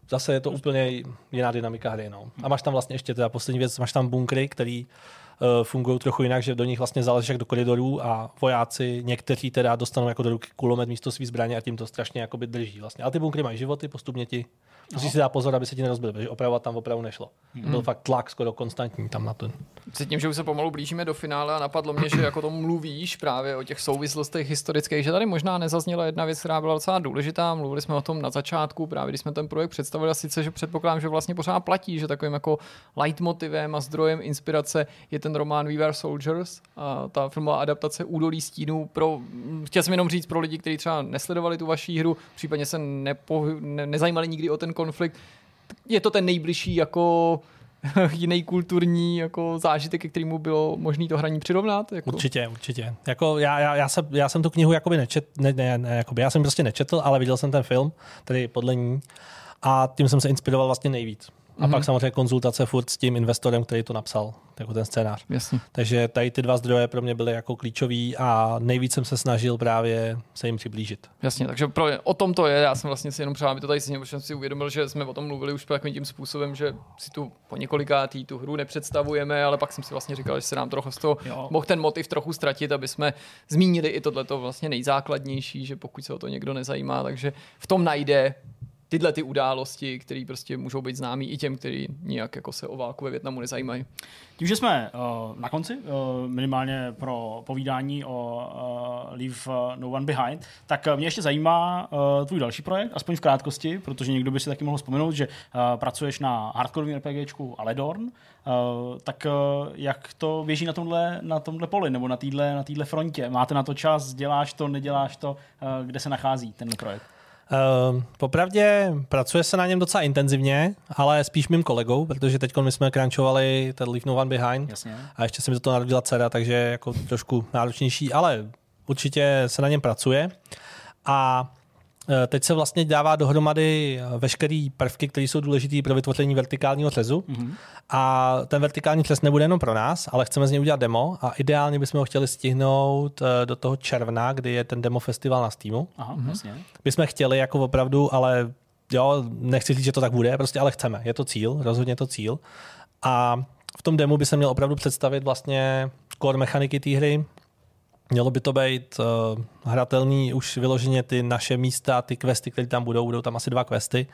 zase je to úplně jiná dynamika hry. No. A máš tam vlastně ještě teda poslední věc, máš tam bunkry, který fungují trochu jinak, že do nich vlastně záleží jak do koridorů a vojáci někteří teda dostanou jako do ruky kulomet místo svý zbraně a tím to strašně jakoby drží vlastně. Ale ty bunkry mají životy, postupně ti musíš si dát pozor, aby se ti nerozbily, protože opravovat tam opravdu nešlo. Byl fakt tlak skoro konstantní tam na to. Cítím, že už se pomalu blížíme do finále a napadlo mě, že jako to mluvíš právě o těch souvislostech historických, že tady možná nezazněla jedna věc, která byla docela důležitá. Mluvili jsme o tom na začátku, právě když jsme ten projekt představili, a sice, že předpokládám, že vlastně pořád platí, že takovým jako leitmotivem a zdrojem inspirace je ten román We Were Soldiers a ta filmová adaptace Údolí stínů. Chtěl jsem jenom říct pro lidi, kteří třeba nesledovali tu vaší hru, případně se nezajímali nikdy o ten konflikt. Je to ten nejbližší jako jiný kulturní jako zážitek, ke kterému bylo možné to hraní přirovnat? Jako? Určitě. Jako já jsem tu knihu jakoby já jsem prostě nečetl, ale viděl jsem ten film, tedy podle ní, a tím jsem se inspiroval vlastně nejvíc. A pak samozřejmě konzultace furt s tím investorem, který to napsal, jako ten scénář. Jasně. Takže tady ty dva zdroje pro mě byly jako klíčový a nejvíc jsem se snažil právě se jim přiblížit. Jasně, takže o tom to je. Já jsem vlastně si jenom přál, aby to tady si protože jsem si uvědomil, že jsme o tom mluvili už takovým tím způsobem, že si tu po několikátý tu hru nepředstavujeme, ale pak jsem si vlastně říkal, že se nám trochu z toho mohl ten motiv trochu ztratit, aby jsme zmínili i tohleto vlastně nejzákladnější, že pokud se o to někdo nezajímá, takže v tom najde tyhle ty události, které prostě můžou být známý i těm, kteří nijak jako se o válku ve Vietnamu nezajímají. Tím, že jsme na konci, minimálně pro povídání o Leave No One Behind, tak mě ještě zajímá tvůj další projekt, aspoň v krátkosti, protože někdo by si taky mohl vzpomenout, že pracuješ na hardcoreovém RPGčku Aledorn, tak jak to běží na tomhle poli, nebo na téhle frontě? Máte na to čas, děláš to, neděláš to, kde se nachází ten projekt? Popravdě pracuje se na něm docela intenzivně, ale spíš mým kolegou, protože teď my jsme crunchovali ten Leave No One Behind. Jasně. A ještě se mi to narodila dcera, takže jako trošku náročnější, ale určitě se na něm pracuje. A teď se vlastně dává dohromady veškerý prvky, které jsou důležité pro vytvoření vertikálního řezu. A ten vertikální řez nebude jenom pro nás, ale chceme z něj udělat demo a ideálně bychom ho chtěli stihnout do toho června, kdy je ten demo festival na Steamu. Aha, jasně. Bychom chtěli jako opravdu, ale jo, nechci říct, že to tak bude, prostě ale chceme. Je to cíl, rozhodně je to cíl. A v tom demo by se měl opravdu představit vlastně core mechaniky té hry. Mělo by to být hratelný už vyloženě ty naše místa, ty questy, které tam budou tam asi 2 questy.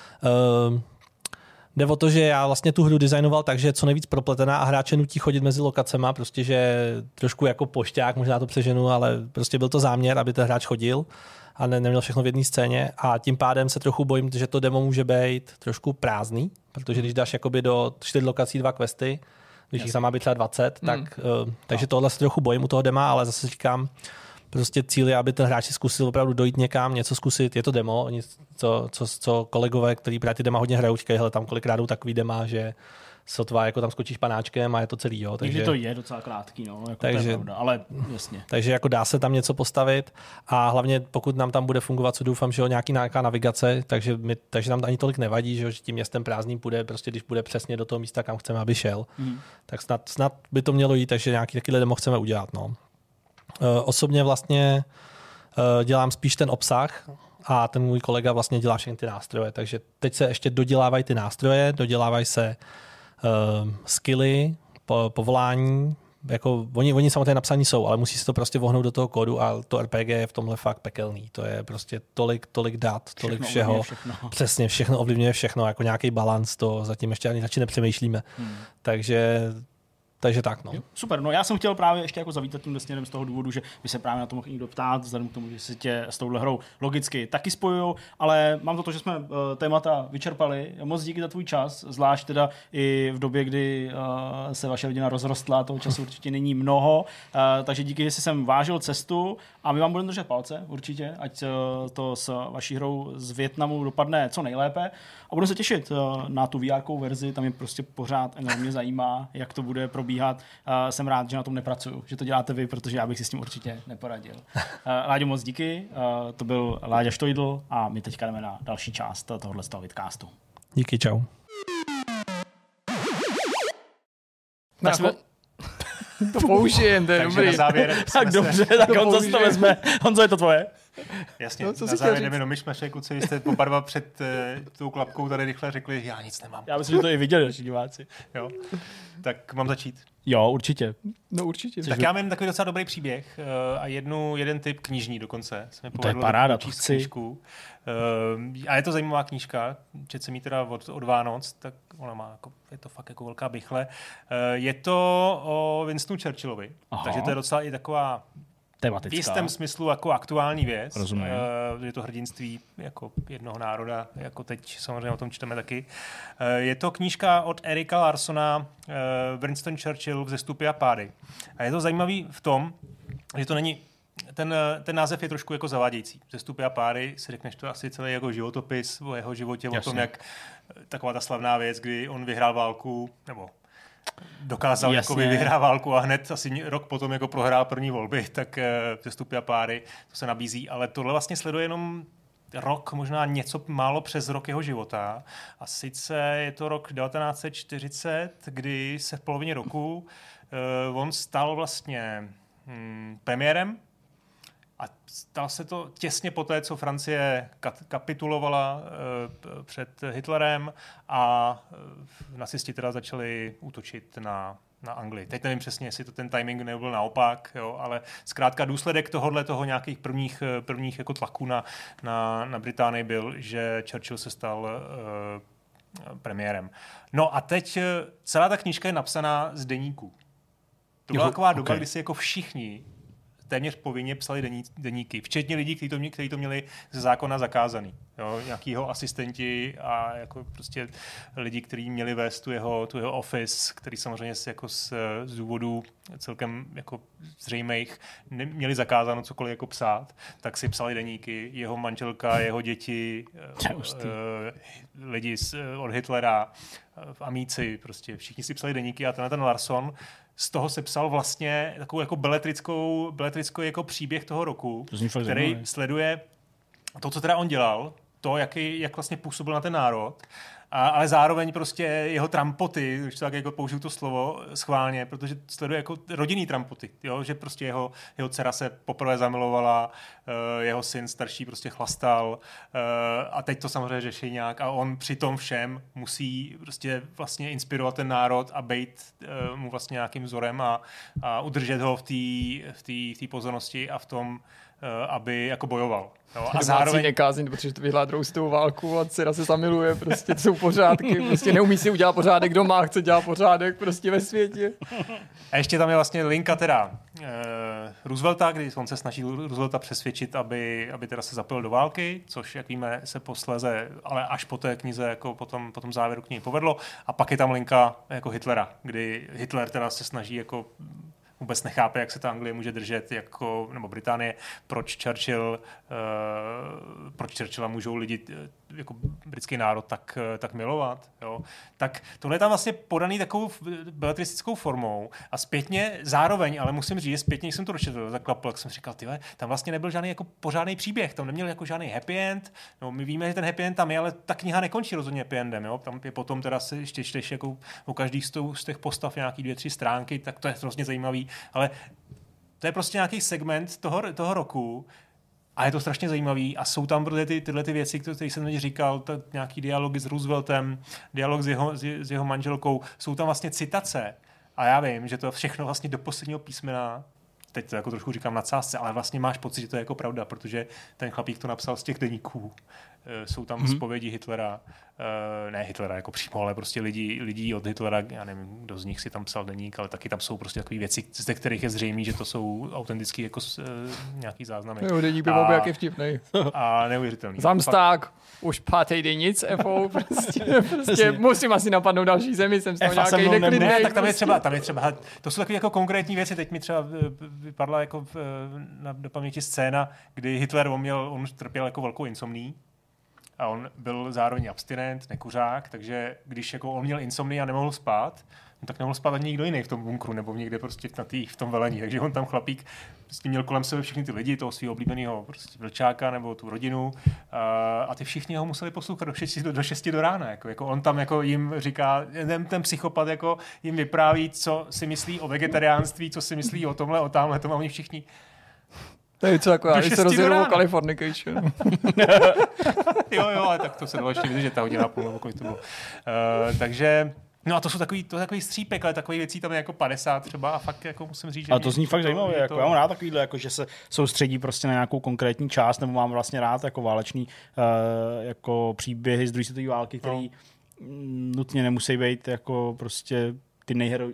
Jde o to, že já vlastně tu hru designoval tak, že je co nejvíc propletená a hráče nutí chodit mezi lokacema, prostě že trošku jako pošťák, možná to přeženu, ale prostě byl to záměr, aby ten hráč chodil a neměl všechno v jedné scéně a tím pádem se trochu bojím, že to demo může být trošku prázdný, protože když dáš jakoby do 4 lokací 2 questy, když jich tam má být třeba 20, takže tohle se trochu bojím u toho dema, ale zase říkám, prostě cíl je, aby ten hráč si zkusil opravdu dojít někam, něco zkusit, je to demo, oni, co kolegové, kteří právě ty dema hodně hrajou, říkají, hele, tam kolikrát jdou takový dema, že sotva jako tam skočíš panáčkem a je to celý, jo. Takže to je docela krátký, no, jako takže, to je pravda, ale jasně. Takže jako dá se tam něco postavit a hlavně pokud nám tam bude fungovat, co doufám, že nějaká navigace, takže nám ani tolik nevadí, že tím městem prázdným půjde, prostě když bude přesně do toho místa, kam chceme, aby šel, tak snad by to mělo jít, takže nějaký takový demo chceme udělat, no. Osobně vlastně dělám spíš ten obsah a ten můj kolega vlastně dělá všechny ty nástroje, takže teď se ještě dodělávají ty nástroje, dodělávají se skilly, povolání, jako oni samozřejmě napsaní jsou, ale musí se to prostě vohnout do toho kódu a to RPG je v tomhle fakt pekelný. To je prostě tolik dat, tolik všeho. Přesně, všechno ovlivňuje všechno, jako nějaký balans, to zatím ještě ani radši nepřemýšlíme. Takže tak, no. Jo, super, no já jsem chtěl právě ještě jako zavítat tím směrem z toho důvodu, že by se právě na to mohl někdo ptát, vzhledem k tomu, že se tě s touhle hrou logicky taky spojujou, ale mám to, že jsme témata vyčerpali. Moc díky za tvůj čas, zvlášť teda i v době, kdy se vaše rodina rozrostla, toho času určitě není mnoho, takže díky, že jsi sem vážil cestu a my vám budeme držet palce určitě, ať to s vaší hrou z Vietnamu dopadne co nejlépe a budu se těšit na tu VR-kou verzi, tam mě prostě pořád enormně zajímá, jak to bude probíhat. Jsem rád, že na tom nepracuju, že to děláte vy, protože já bych si s tím určitě neporadil. Láďo, moc díky, to byl Láďa Štojdl a my teďka jdeme na další část tohohle z toho vidcastu. Díky, čau. Tak jsme... To použijem, to je dobrý. Na závěr tak dobře, tak Honzo si to vezme. Honzo, je to tvoje? Jasně, No, co na jsi závěr chtěl jdeme do myšmaše, kluci, vy jste oba dva před tou klapkou tady rychle řekli, já nic nemám. Já myslím, že to i viděli naši diváci. Jo. Tak mám začít. Jo, určitě. No určitě. Tak já mám takový docela dobrý příběh a jeden typ knižní dokonce. To je paráda, to chci. Knížku. A je to zajímavá knížka, četl jsem ji teda od Vánoc, tak ona má jako, je to fakt jako velká bychle. Je to o Winstonu Churchillovi, takže to je docela i taková tematická. V jistém smyslu jako aktuální věc. Rozumím. Je to hrdinství jako jednoho národa, jako teď samozřejmě o tom čteme taky. Je to knížka od Erika Larsona Winston Churchill Vzestupy a pády. A je to zajímavý v tom, že to není ten název je trošku jako zavádějící. Vzestupy a pády, si řekneš, to asi celý jako životopis o jeho životě, Jasně. o tom, jak taková ta slavná věc, kdy on vyhrál válku, nebo dokázal jako vyhrát válku a hned asi rok potom jako prohrál první volby, tak Vzestupy a pády, to se nabízí, ale tohle vlastně sleduje jenom rok, možná něco málo přes rok jeho života. A sice je to rok 1940, kdy se v polovině roku on stal vlastně premiérem a stal se to těsně poté, co Francie kapitulovala před Hitlerem a nacisti teda začali útočit na Anglii. Teď nevím přesně, jestli to ten timing nebyl naopak, jo, ale zkrátka důsledek toho nějakých prvních jako tlaků na Británii byl, že Churchill se stal premiérem. No a teď celá ta knížka je napsaná z deníků. To byla taková doba, kdy si jako všichni téměř povinně psali deníky, včetně lidí, kteří to měli ze zákona zakázaný. Jo, nějakýho asistenti a jako prostě lidi, kteří měli vést tu jeho office, který samozřejmě jako z důvodů celkem jako zřejmých měli zakázáno cokoliv jako psát, tak si psali deníky, jeho manželka, jeho děti, lidi od Hitlera, amíci, prostě všichni si psali deníky a ten Larson z toho se psal vlastně takovou jako beletrickou jako příběh toho roku, který sleduje to, co teda on dělal, to, jak vlastně působil na ten národ, ale zároveň prostě jeho trampoty, když to tak jako použiju to slovo schválně, protože sleduje jako rodinný trampoty, jo? Že prostě jeho dcera se poprvé zamilovala, jeho syn starší prostě chlastal a teď to samozřejmě řeší nějak a on při tom všem musí prostě vlastně inspirovat ten národ a být mu vlastně nějakým vzorem a udržet ho v té pozornosti a v tom, aby jako bojoval. Jo? A zároveň nekázím, protože to vyhládrou s tou válku a dcera se zamiluje, prostě jsou pořádky, prostě neumí si udělat pořádek doma, chce dělat pořádek prostě ve světě. A ještě tam je vlastně linka teda Roosevelta, kdy on se snaží Roosevelta přesvědčit, aby teda se zapojil do války, což, jak víme, se posléze, ale až po té knize, jako po tom závěru knihy povedlo. A pak je tam linka jako Hitlera, kdy Hitler teda se snaží jako vůbec nechápe, jak se ta Anglie může držet, nebo Británie, proč Churchilla můžou lidi, jako britský národ, tak milovat. Jo. Tak tohle je tam vlastně podaný takovou beletristickou formou a zpětně zároveň, ale musím říct, že zpětně jsem to dočetl, zaklapl, jak jsem říkal, tam vlastně nebyl žádný jako pořádný příběh, tam neměl jako žádný happy end, no, my víme, že ten happy end tam je, ale ta kniha nekončí rozhodně happy endem, jo. Tam je potom teda si ještě čteš jako u každých z těch postav nějaký 2-3 stránky, tak to je hrozně zajímavý, ale to je prostě nějaký segment toho roku a je to strašně zajímavý a jsou tam tyhle ty věci, které jsem teď říkal, nějaký dialogy s Rooseveltem, dialog s jeho manželkou, jsou tam vlastně citace a já vím, že to všechno vlastně do posledního písmena, teď to jako trošku říkám na nadsázce, ale vlastně máš pocit, že to je jako pravda, protože ten chlapík to napsal z těch deníků. Jsou tam zpovědi Hitlera, ne Hitlera jako přímo, ale prostě lidí od Hitlera, já nevím, kdo z nich si tam psal deník, ale taky tam jsou prostě takové věci, ze kterých je zřejmé, že to jsou autentický jako nějaký záznamy. Jo, deník by byl jaký vtipnej. A neuvěřitelný. Zamsták, už pátej den nic, FO, prostě musím asi napadnout další zemi, jsem z toho nějaký neklidnej. Ne, tak tam je třeba, to jsou takové jako konkrétní věci, teď mi třeba vypadla jako do paměti scéna, kdy Hitler on trpěl jako velkou insomní, a on byl zároveň abstinent, nekuřák, takže když jako on měl insomnii a nemohl spát, tak nemohl spát ani nikdo jiný v tom bunkru nebo někde prostě v tom velení. Takže on tam chlapík prostě měl kolem sebe všechny ty lidi, toho svého oblíbeného prostě vlčáka nebo tu rodinu a ty všichni ho museli poslouchat do 6 do rána. Jako on tam jako jim říká, ten psychopat jako jim vypráví, co si myslí o vegetariánství, co si myslí o tomhle, o tamhle, tomu a oni všichni To je co jako já, Do když se 6 do rozjedou rána. Californication. jo, ale tak to se dalo ještě vidět, že ta hodina a půl, nebo kolik to bylo. Takže, no a to jsou takový střípek, ale takových věcí tam je jako 50 třeba a fakt jako musím říct, že... A to zní fakt zajímavé, jako já mám rád takovýhle, jako že se soustředí prostě na nějakou konkrétní část, nebo mám vlastně rád jako válečný jako příběhy z druhé světové války, který nutně nemusí být jako prostě ty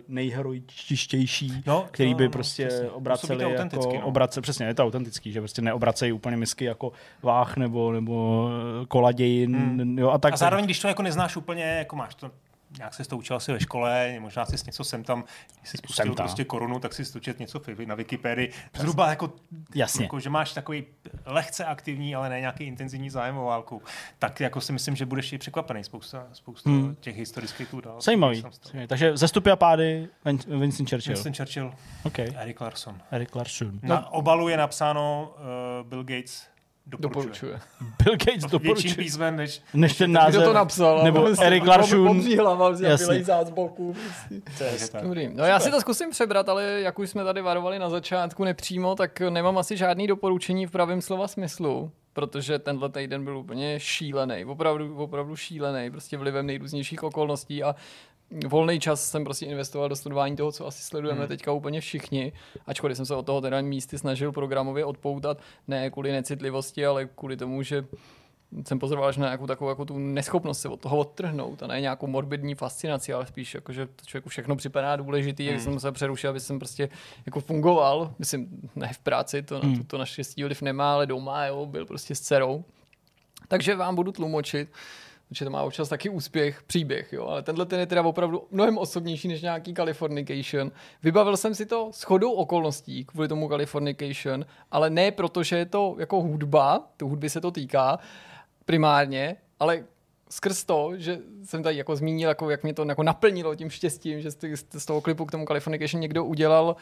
nejheroičtější, který by prostě obraceli jako přesně, je to autentický, že prostě neobracejí úplně misky jako váh nebo kola dějin, jo, a tak. A zároveň, když to jako neznáš úplně, jako máš to nějak se to učil asi ve škole, možná si něco sem tam, když jsi spustil prostě korunu, tak si stočet něco na Wikipedii. Zhruba jako, jasně. Jako, že máš takový lehce aktivní, ale ne nějaký intenzivní zájem o válku. Tak jako si myslím, že budeš i překvapený spousta těch historických událostí. Zajímavý. Takže Zestupy a pády Winston Churchill. Okay. Eric Larson. Na obalu je napsáno Bill Gates doporučuje. Bill Gates doporučuje. Větším písmem, než ten název. Kdo to napsal? Nebo Eric Larson. Obří hlava, vylejzá z boku. Dobrý. No já si to zkusím přebrat, ale jak už jsme tady varovali na začátku nepřímo, tak nemám asi žádný doporučení v pravém slova smyslu, protože tenhle týden byl úplně šílený, opravdu šílený, prostě vlivem nejrůznějších okolností a volný čas jsem prostě investoval do sledování toho, co asi sledujeme teďka úplně všichni, ačkoliv jsem se od toho teda místy snažil programově odpoutat, ne kvůli necitlivosti, ale kvůli tomu, že jsem pozoroval až na nějakou takovou jako tu neschopnost se od toho odtrhnout a ne nějakou morbidní fascinaci, ale spíš jako, že to člověku všechno připadá důležitý, jak jsem musel přerušit, aby jsem prostě jako fungoval, myslím, ne v práci, to naštěstí vliv nemá, ale doma, jo, byl prostě s dcerou. Takže vám budu tlumočit, protože to má občas taky příběh, jo, ale tenhle ten je teda opravdu mnohem osobnější než nějaký Californication. Vybavil jsem si to shodou okolností kvůli tomu Californication, ale ne proto, že je to jako hudba, tu hudby se to týká primárně, ale skrz to, že jsem tady jako zmínil, jako jak mě to jako naplnilo tím štěstím, že z toho klipu k tomu Californication někdo udělal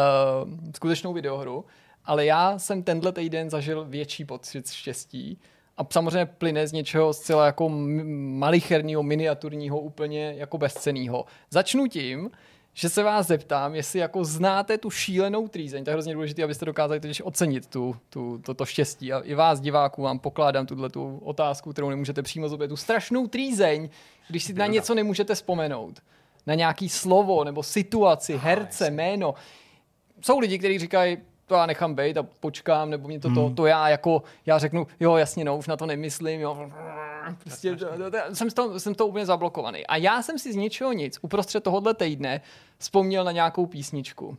skutečnou videohru, ale já jsem tenhle týden zažil větší pocit štěstí. A samozřejmě plyne z něčeho zcela jako malicherního, miniaturního, úplně jako bezcennýho. Začnu tím, že se vás zeptám, jestli jako znáte tu šílenou trýzeň. To je hrozně důležité, abyste dokázali totiž ocenit toto štěstí. A i vás, diváků, vám pokládám tu otázku, kterou nemůžete přímo zobrat. Tu strašnou trýzeň, když si na něco nemůžete vzpomenout. Na nějaký slovo nebo situaci, herce, jméno. Jsou lidi, kteří říkají, to já nechám bejt a počkám, nebo mě to já řeknu, jo, jasně, no, už na to nemyslím, jo. Prostě jsem to úplně zablokovaný. A já jsem si z ničeho nic uprostřed tohohle týdne vzpomněl na nějakou písničku.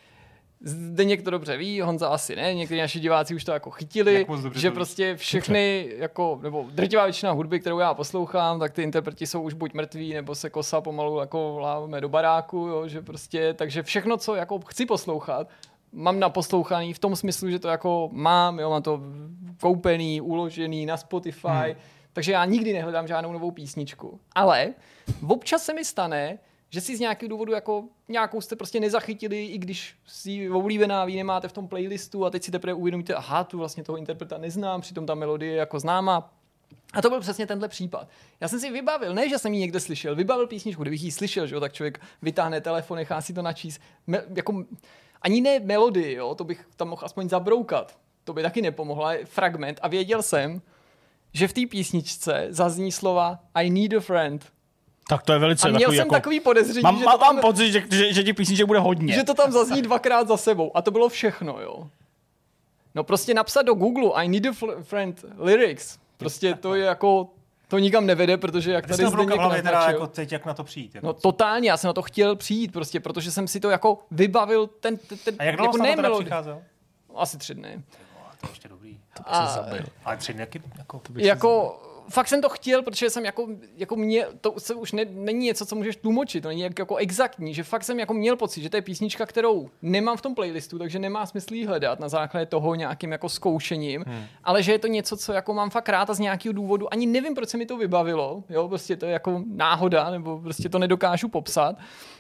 Zdeněk to dobře ví, Honza asi ne, někteří naši diváci už to jako chytili, že prostě všechny, jako, nebo drtivá většina hudby, kterou já poslouchám, tak ty interpreti jsou už buď mrtví, nebo se kosa pomalu jako láme do baráku, jo, že prostě, takže všechno, co jako chci poslouchat, mám naposlouchaný v tom smyslu, že to jako mám to koupený, uložený na Spotify, takže já nikdy nehledám žádnou novou písničku. Ale občas se mi stane, že si z nějakého důvodu jako nějakou jste prostě nezachytili, i když si oblíbená vy nemáte v tom playlistu a teď si teprve uvědomíte, aha, tu vlastně toho interpreta neznám, přitom ta melodie je jako známá. A to byl přesně tenhle případ. Já jsem si vybavil, ne, že jsem ji někde slyšel, vybavil písničku, kdybych ji slyšel, že jo, tak člověk vytáhne telefon, nechá si to načíst. Jako ani ne melodii, jo, to bych tam mohl aspoň zabroukat. To by taky nepomohlo, ale fragment. A věděl jsem, že v té písničce zazní slova I need a friend. Tak to je velice a měl jsem jako, takový podezření, mám pocit, že těch písniček bude hodně. Že to tam zazní dvakrát za sebou. A to bylo všechno, jo. No prostě napsat do Google I need a friend lyrics. Prostě to je jako... To nikam nevede, protože jak tady Zdeněk naznačil... Jako teď jak na to přijít? Jako no totálně, já jsem na to chtěl přijít, prostě, protože jsem si to jako vybavil ten a jak dlouho jako to přicházel? Asi 3 dny. To je ještě dobrý. Ale 3 dny jako fakt jsem to chtěl, protože jsem jako mě, to se už není něco, co můžeš tlumočit, to není jako exaktní, že fakt jsem jako měl pocit, že to je písnička, kterou nemám v tom playlistu, takže nemá smysl jí hledat na základě toho nějakým jako zkoušením, ale že je to něco, co jako mám fakt rád a z nějakého důvodu, ani nevím, proč se mi to vybavilo, jo, prostě to je jako náhoda, nebo prostě to nedokážu popsat.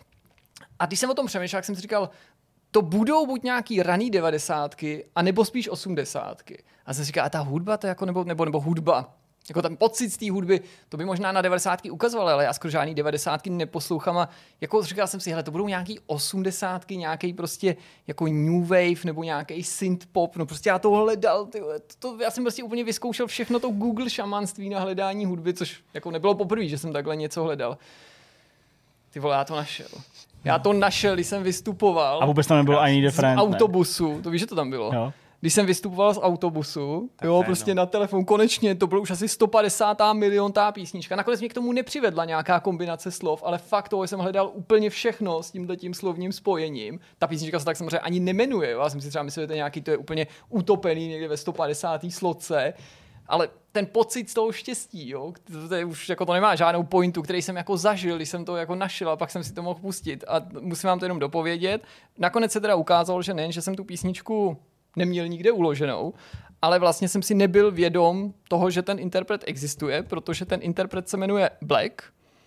A když jsem o tom přemýšlel, tak jsem si říkal, to budou buď nějaký raný 90, anebo spíš 80. A jsem si říkal, a ta hudba, to je jako, nebo hudba. Jako ten pocit z té hudby, to by možná na 90. ukazoval, ale já skoro žádný 90. neposlouchám a jako říkal jsem si, hele, to budou nějaký 80. nějaký prostě jako new wave nebo nějaký synth pop, no prostě já to hledal, já jsem prostě úplně vyzkoušel všechno to Google šamanství na hledání hudby, což jako nebylo poprvé, že jsem takhle něco hledal. Ty vole, já to našel, když jsem vystupoval. A vůbec tam nebylo ani different. Z autobusu, to víš, že to tam bylo. Jo. Když jsem vystupoval z autobusu, prostě na telefon, konečně, to bylo už asi 150. miliontá písnička. Nakonec mě k tomu nepřivedla nějaká kombinace slov, ale fakt toho jsem hledal úplně všechno s tímhletím slovním spojením. Ta písnička se tak samozřejmě ani nemenuje, jo? Já jsem si třeba myslel, že to je nějaký, to je úplně utopený někde ve 150. sloce, ale ten pocit z toho štěstí, jo, to je už jako to nemá žádnou pointu, který jsem jako zažil, když jsem to jako našel a pak jsem si to mohl pustit a musím vám to jenom dopovědět. Nakonec se teda ukázalo, že nejen, že jsem tu písničku neměl nikde uloženou, ale vlastně jsem si nebyl vědom toho, že ten interpret existuje, protože ten interpret se jmenuje Black.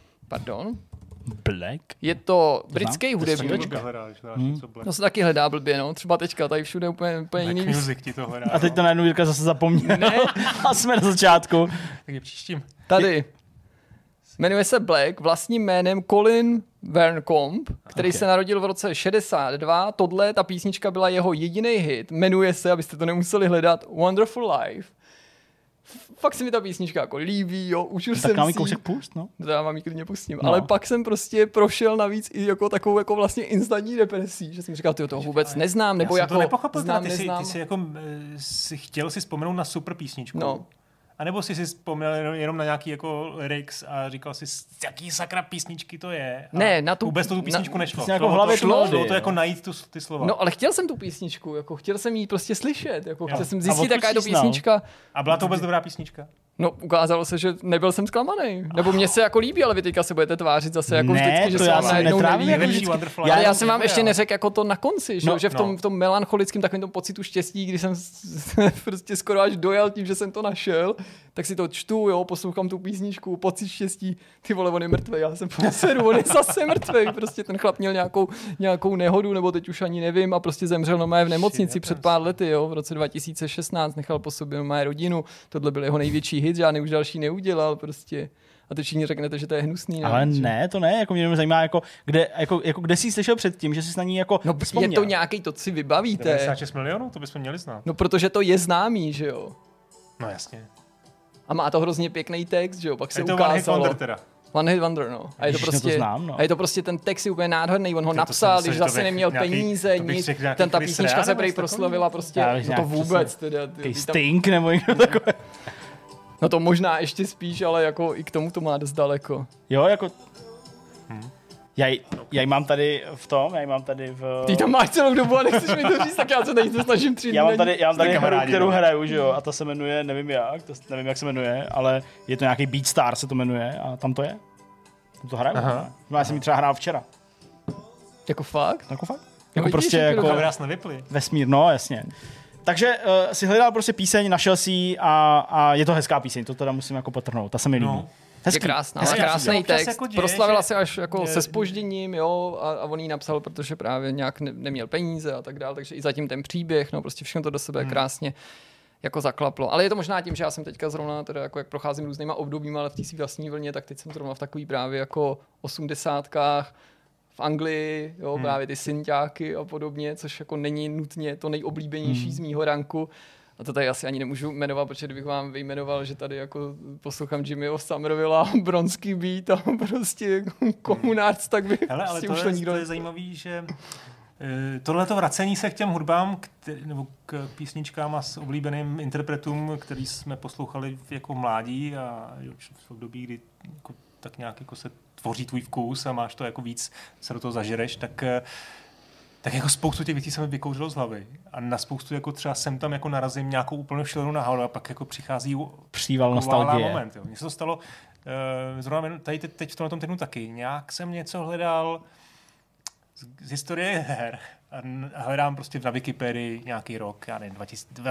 Je to britský hudebník. To se taky hledá blbě, no. Třeba teďka, tady všude úplně jiný. Music ti to hledá. A teď to najednou Jirka zase zapomněl. Ne. A jsme na začátku. Tak je příštím. Tady. Jmenuje se Black vlastním jménem Colin Verncombe, který se narodil v roce 62. Ta písnička byla jeho jediný hit. Jmenuje se, abyste to nemuseli hledat, Wonderful Life. Fakt se mi ta písnička jako líbí, jo, už jsem tak nám ji kousek pust, no. To já vám ji klidně pustím. No. Ale pak jsem prostě prošel navíc i jako takovou jako vlastně instantní depresí, že jsem říkal, ty toho vůbec neznám, nebo já jako to nepochopil, znám, ty jsi jako si chtěl si vzpomenout na super písničku. No. A nebo jsi vzpomněl jenom na nějaký jako lyrics a říkal si, jaký sakra písničky to je. A ne, na tu vůbec to tu písničku nešlo. Jako v hlavě šlo to jako najít ty slova. No, ale chtěl jsem tu písničku, jako chtěl jsem ji prostě slyšet, jako chtěl jsem zjistit, jaká je to písnička. A byla to vůbec dobrá písnička? No, ukázalo se, že nebyl jsem zklamaný. Nebo mně se jako líbí, ale vy teďka se budete tvářit zase jako vždycky, že se vám najednou nelíbí. Ale já jsem vám ještě neřekl jako to na konci, že v tom melancholickém takovém tom pocitu štěstí, když jsem prostě skoro až dojel tím, že jsem to našel, tak si to čtu, jo, poslouchám tu písničku, pocit štěstí, ty vole, on je mrtvej, já jsem poseru, on je zase mrtvej, prostě ten chlap měl nějakou nehodu, nebo teď už ani nevím a prostě zemřel normálně v nemocnici před pár lety, jo, v roce 2016 nechal po sobě normálně rodinu, tohle byl jeho největší hit, žádný už další neudělal prostě. A teď všichni řeknete, že to je hnusný. Ale ne, to ne, jako mě jenom zajímá, kde jsi slyšel předtím, že jsi na ní jako vzpomněl. Je to nějaký, to si vybavíte. 96 milionů, to bychom měli znát. No, protože to je známý, že jo. No jasně. A má to hrozně pěkný text, že jo, pak se to ukázalo. One Hit Wonder teda. One Hit Wonder, no. A je to prostě, a je to prostě ten text je úplně nádherný, on ho napsal, když zase neměl peníze, nic, ta písnička se prej proslavila prostě, no to vůbec teda. Sting nebo někdo takové. No to možná ještě spíš, ale jako i k tomu to má dost daleko. Jo, jako... Já ji mám tady v... Ty tam máš celou dobu a nechceš mi to říct, tak já se tady to snažím 3 dny. Já mám tady hru, kterou hraju, že jo, a ta se jmenuje, nevím jak se jmenuje, ale je to nějaký Beatstar se to jmenuje a tam to je. Tam to hraju. No, já jsem ji třeba hrál včera. Jako fakt? Jako fakt. Jako vidíš, prostě jako... Kamerás nevypli. Vesmír, no jasně. Takže si hledal prostě píseň, našel si ji a je to hezká píseň, to teda musím jako potrhnout, ta se mi líbí. No. Je krásná, krásný text, jako proslavila se až jako se zpožděním, jo, a on jí napsal, protože právě nějak neměl peníze a tak dále, takže i zatím ten příběh, no prostě všechno to do sebe krásně jako zaklaplo. Ale je to možná tím, že já jsem teďka zrovna teda jako jak procházím různýma obdobíma, ale v té svý vlastní vlně, tak teď jsem zrovna v takový právě jako 80kách, v Anglii, jo, právě ty synťáky a podobně, což jako není nutně to nejoblíbenější z mýho ranku. A to tady asi ani nemůžu jmenovat, protože kdybych vám vyjmenoval, že tady jako poslouchám Jimmyho Somervilla, Bronský beat a prostě komunárc, tak by ale to už to nikdo... To je zajímavý, že tohleto vracení se k těm hudbám, nebo k písničkám a s oblíbeným interpretům, který jsme poslouchali jako mládí a v období, kdy jako, tak nějak jako se tvoří tvůj vkus a máš to jako víc, se do toho zažereš, tak jako spoustu těch věcí se mi vykouřilo z hlavy. A na spoustu jako třeba sem tam jako narazím nějakou úplnou šílenou náhodu a pak jako přichází příval nostalgie. Moment. Mně se to stalo zrovna tady teď v tomhle týdnu taky. Nějak jsem něco hledal z historie her a hledám prostě na Wikipedii nějaký rok, já nevím,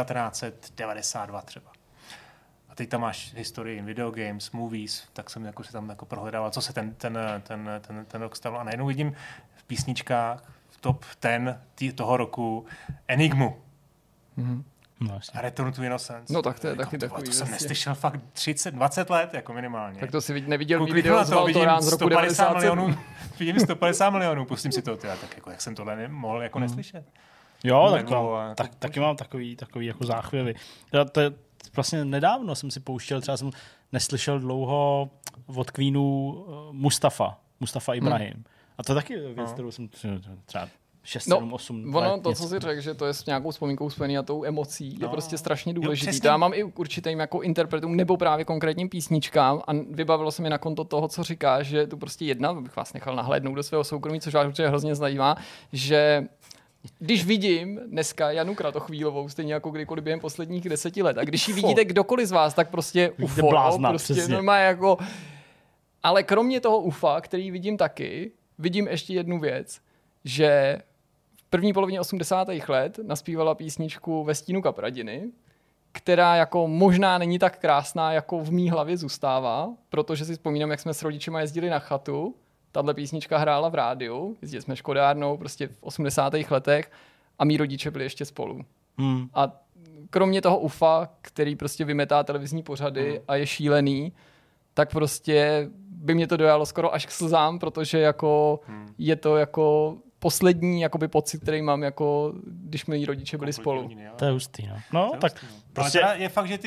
1992 třeba. A teď tam máš historii video games, movies, tak jsem jako si tam jako prohledával, co se ten rok stalo. A najednou vidím v písničkách top 10 toho roku Enigmu. No, a Return to Innocence. No tak to je taky takový. To jsem neslyšel fakt 20 let, jako minimálně. Tak to si neviděl mý video z Valtorán z roku 97. Vidím 150 milionů, pustím si to, tak jako, jak jsem tohle nemohl jako neslyšet. Jo, taky mám takový jako záchvěvy. To je vlastně nedávno jsem si pouštěl, třeba jsem neslyšel dlouho od Queenu Mustafa Ibrahim. A to taky věc, kterou jsem třeba 6, 7, 8 ono, let. To, co jsi řekl, že to je s nějakou vzpomínkou spojený a tou emocí, je prostě strašně důležitý. To já mám i určitým jako interpretům nebo právě konkrétním písničkám a vybavilo se mi na konto toho, co říkáš, že tu prostě jedna, bych vás nechal nahlédnout do svého soukromí, což vás určitě hrozně zajímá, že když vidím dneska Janu Kratochvílovou, stejně jako kdykoliv během posledních 10 let, a když ji vidíte kdokoliv z vás, tak prostě UFO, blázna, prostě normálně jako... Ale kromě toho UFA, který vidím taky, vidím ještě jednu věc, že v první polovině 80. let naspívala písničku Ve stínu kapradiny, která jako možná není tak krásná, jako v mý hlavě zůstává, protože si vzpomínám, jak jsme s rodičema jezdili na chatu. Tahle písnička hrála v rádiu, jezdili jsme škodárnou prostě v 80. letech a mý rodiče byli ještě spolu. A kromě toho UFA, který prostě vymetá televizní pořady a je šílený, tak prostě by mě to dojalo skoro až k slzám, protože jako je to jako poslední jakoby pocit, který mám, jako když mý rodiče byli spolu. To je hustý, no. No, tak prostě... Ale je fakt, že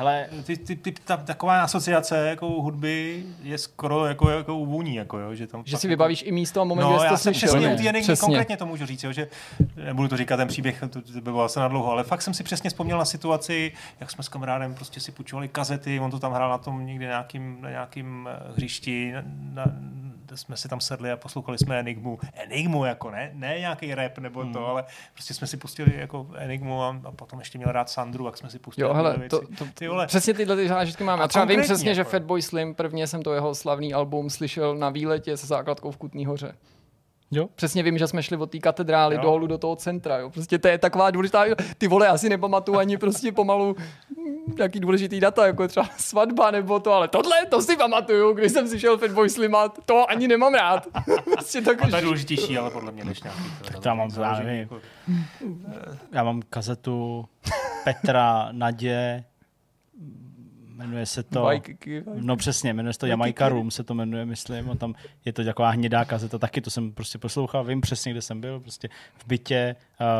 taková asociace jako hudby je skoro jako u vůní, jako jo, že tam že si vybavíš i místo a moment, kde jsi to slyšel. Přesně u té Enigmy konkrétně to můžu říct, jo, že nebudu to říkat ten příběh, to by bylo asi na dlouho, ale fakt jsem si přesně vzpomněl na situaci, jak jsme s kamarádem prostě si půjčovali kazety, on to tam hrál na tom někde na nějakým hřišti, jsme si tam sedli a poslouchali jsme Enigmu jako ne nějaký rap nebo to, ale prostě jsme si pustili jako Enigmu a potom ještě měl rád Sandru, jak jsme si pustili. Jo, hele, přesně tyhle ty zážitky máme. A třeba vím přesně, že Fatboy Slim, prvně jsem to jeho slavný album slyšel na výletě se základkou v Kutný Hoře. Jo. Přesně vím, že jsme šli od té katedrály dolů do toho centra. Jo. Prostě to je taková důležitá... Ty vole, asi nepamatuju ani prostě pomalu nějaký důležitý data, jako třeba svatba nebo to, ale tohle, to si pamatuju, když jsem si šel Fatboy Slima, to ani nemám rád. Prostě to je důležitější, ale podle mě než nějaký. Já mám kazetu Petra, Nadě, jmenuje se to... No přesně, jmenuje se to Jamaica Room, se to jmenuje, myslím. A tam je to taková hnědá kazeta, taky to jsem prostě poslouchal, vím přesně, kde jsem byl, prostě v bytě,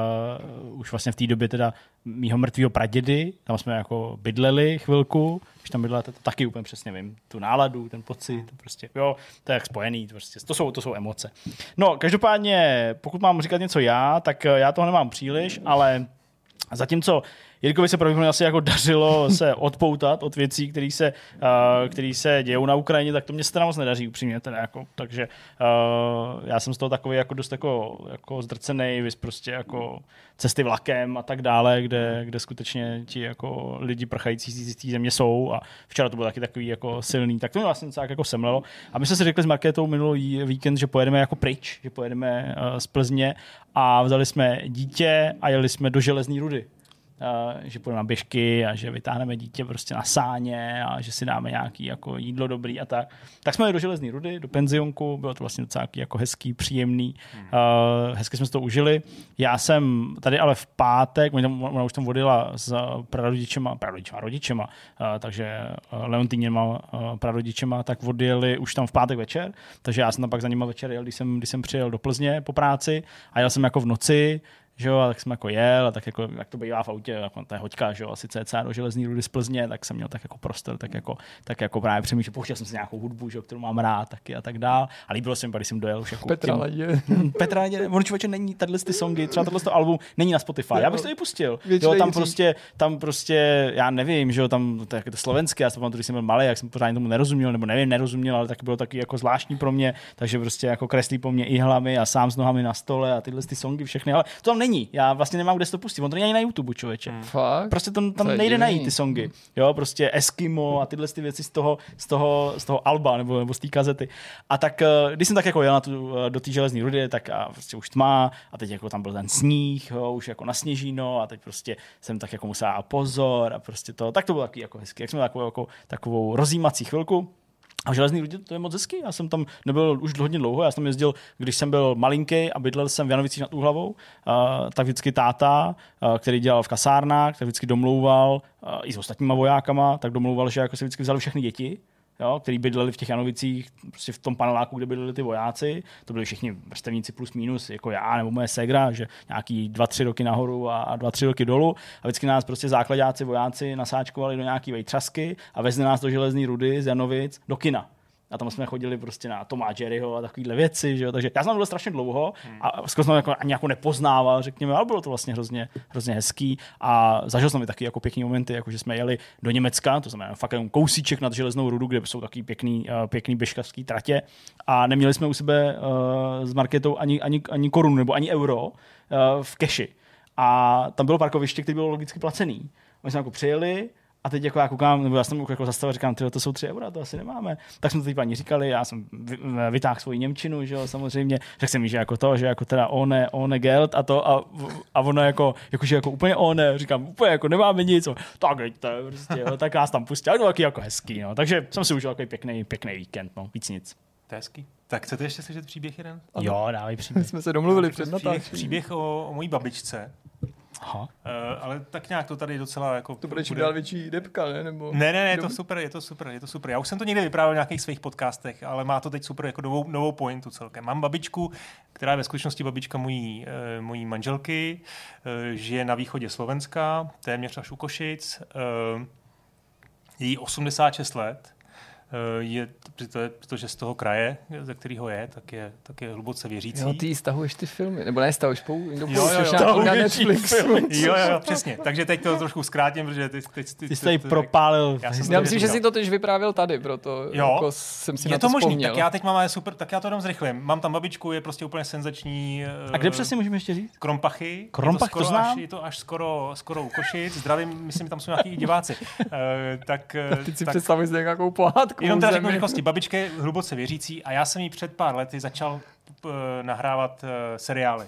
už vlastně v té době teda mýho mrtvýho pradědy, tam jsme jako bydleli chvilku, když tam bydlela, to taky úplně přesně vím, tu náladu, ten pocit, to prostě, jo, to je jak spojený, prostě, to jsou emoce. No, každopádně, pokud mám říkat něco já, tak já toho nemám příliš, ale zatímco Jirkovi se pravděpodobně asi jako dařilo se odpoutat od věcí, které se dějou na Ukrajině, tak to mě se teda moc nedaří upřímně. Teda jako, takže já jsem z toho takový jako dost jako zdrcenej, vys prostě jako cesty vlakem a tak dále, kde skutečně ti jako lidi prchající z té země jsou a včera to bylo taky takový jako silný, tak to mě vlastně tak jako semlelo. A my jsme si řekli s Markétou minulý víkend, že pojedeme jako pryč, že pojedeme z Plzně a vzali jsme dítě a jeli jsme do Železné Rudy. Že půjdeme na běžky a že vytáhneme dítě prostě na sáně a že si dáme nějaký jako jídlo dobrý a tak. Tak jsme jeli do Železné Rudy, do penzionku, bylo to vlastně docela jako hezký, příjemný. Hezky jsme si to užili. Já jsem tady ale v pátek, ona už tam odjela s rodičema, takže Leontýněma prarodičema, tak odjeli už tam v pátek večer, takže já jsem tam pak za nima večer jel, když jsem přijel do Plzně po práci a jel jsem jako v noci, že jo, a tak jsem jako jel a tak jako, jak to bývá v autě, jako to je hoďka, že jo, asi cca do Železné Rudy z Plzně, tak jsem měl tak jako prostor, tak jako právě přemýšlel, pouštěl jsem si nějakou hudbu, že jo, kterou mám rád, taky a tak dál. A líbilo se mi, když jsem dojel už jako Petra Ladě, on člověče není tadyhle ty songy, třeba tohle album není na Spotify. Já bych to i pustil. Jo, tam prostě já nevím, že jo, tam to je to slovenské, já si pamatuju, když jsem byl malý, jak jsem pořádně tomu nerozuměl, nebo nevím, nerozuměl, ale taky bylo taky jako zvláštní pro mě, takže prostě jako kreslí po mně ihlami a sám s nohami na stole a tyhle ty songy všechny, ale to tam není. Já vlastně nemám kde to pustit. On to není ani na YouTube, člověče. Fakt? Prostě tam nejde najít ty songy. Jo, prostě Eskimo a tyhle ty věci z toho alba nebo z té kazety. A tak když jsem tak jako jel do té Železné Rudy, tak a prostě už tma a teď jako tam byl ten sníh, jo, už jako nasněžíno a teď prostě jsem tak jako musel pozor a prostě to, tak to bylo taky jako hezky. Jak jsme takovou rozjímací chvilku. A v Železný rudě to je moc hezký. Já jsem tam nebyl už hodně dlouho, já jsem jezdil, když jsem byl malinký a bydlel jsem v Janovicích nad Úhlavou, tak vždycky táta, který dělal v kasárnách, tak vždycky domlouval i s ostatníma vojákama, tak domlouval, že jako se vždycky vzali všechny děti, jo, který bydleli v těch Janovicích, prostě v tom paneláku, kde bydleli ty vojáci. To byli všichni vrstevníci plus minus, jako já nebo moje ségra, že nějaký 2-3 roky nahoru a 2-3 roky dolů. A vždycky nás prostě základáci, vojáci nasáčkovali do nějaký vejtřasky a vezli nás do Železné Rudy z Janovic do kina. A tam jsme chodili prostě na Toma a Jerryho a takovýhle věci, že jo? Takže já jsem byl strašně dlouho a skoro jsem jako ani jako nepoznával, řekněme, ale bylo to vlastně hrozně hezký a zažil jsem i taky jako pěkný momenty, jako že jsme jeli do Německa, to znamená fakt jenom kousíček nad Železnou Rudu, kde jsou taky pěkný běžkařský tratě a neměli jsme u sebe s Markétou ani korunu nebo ani euro v keši. A tam bylo parkoviště, které bylo logicky placený. My jsme jako přijeli. A teď jako já koukám, nebo já jsem jako zastavil, říkám, to jsou 3 eura, to asi nemáme. Tak jsme to teď paní říkali, já jsem vytáhl svoji němčinu, že jo, samozřejmě. Řekl jsem jí, že jako to, že jako teda ohne Geld a to a ona jakože jako úplně ohne, říkám, úplně jako nemáme nic. Tak jeďte, prostě, jo, tak nás tam pustí, ale to taky jako hezký, no. Takže jsem si užil takový pěkný víkend, no, víc nic. To je hezký. Tak chcete ještě slyšet příběh jeden? Jo, dávej příběh. Jsme se domluvili před natáčením. Příběh o mojí babičce. Aha. Ale tak nějak to tady docela jako... To bude čím dál větší depka, ne? Nebo... Ne, je to super. Já už jsem to někde vyprávěl v nějakých svých podcastech, ale má to teď super jako novou pointu celkem. Mám babičku, která je ve skutečnosti babička mojí manželky, žije na východě Slovenska, téměř až u Košic, jí 86 let. Protože z toho kraje, ze kterého je, tak je hluboce věřící. Jo, ty stahuješ ty filmy, nebo ne stahuješ na Netflixu. Jo, přesně. Takže teď to trošku zkrátím, protože ty jsi tady propálil. Já myslím, že jsi to teď vyprávěl tady, proto jako jsem si je na to možný, vzpomněl. Tak já teď mám super, tak já to jenom zrychlím. Mám tam babičku, je prostě úplně senzační. A kde přesně můžeme ještě říct? Krompachy. Krompach, to znám? Je to až skoro u Košic. Zdravím, myslím, tam jsou nějaký diváci. Tak teď si představuji zde nějakou pohádku. Jenom teda řeknu rychlosti. Babička je hluboce věřící a já jsem jí před pár lety začal nahrávat seriály.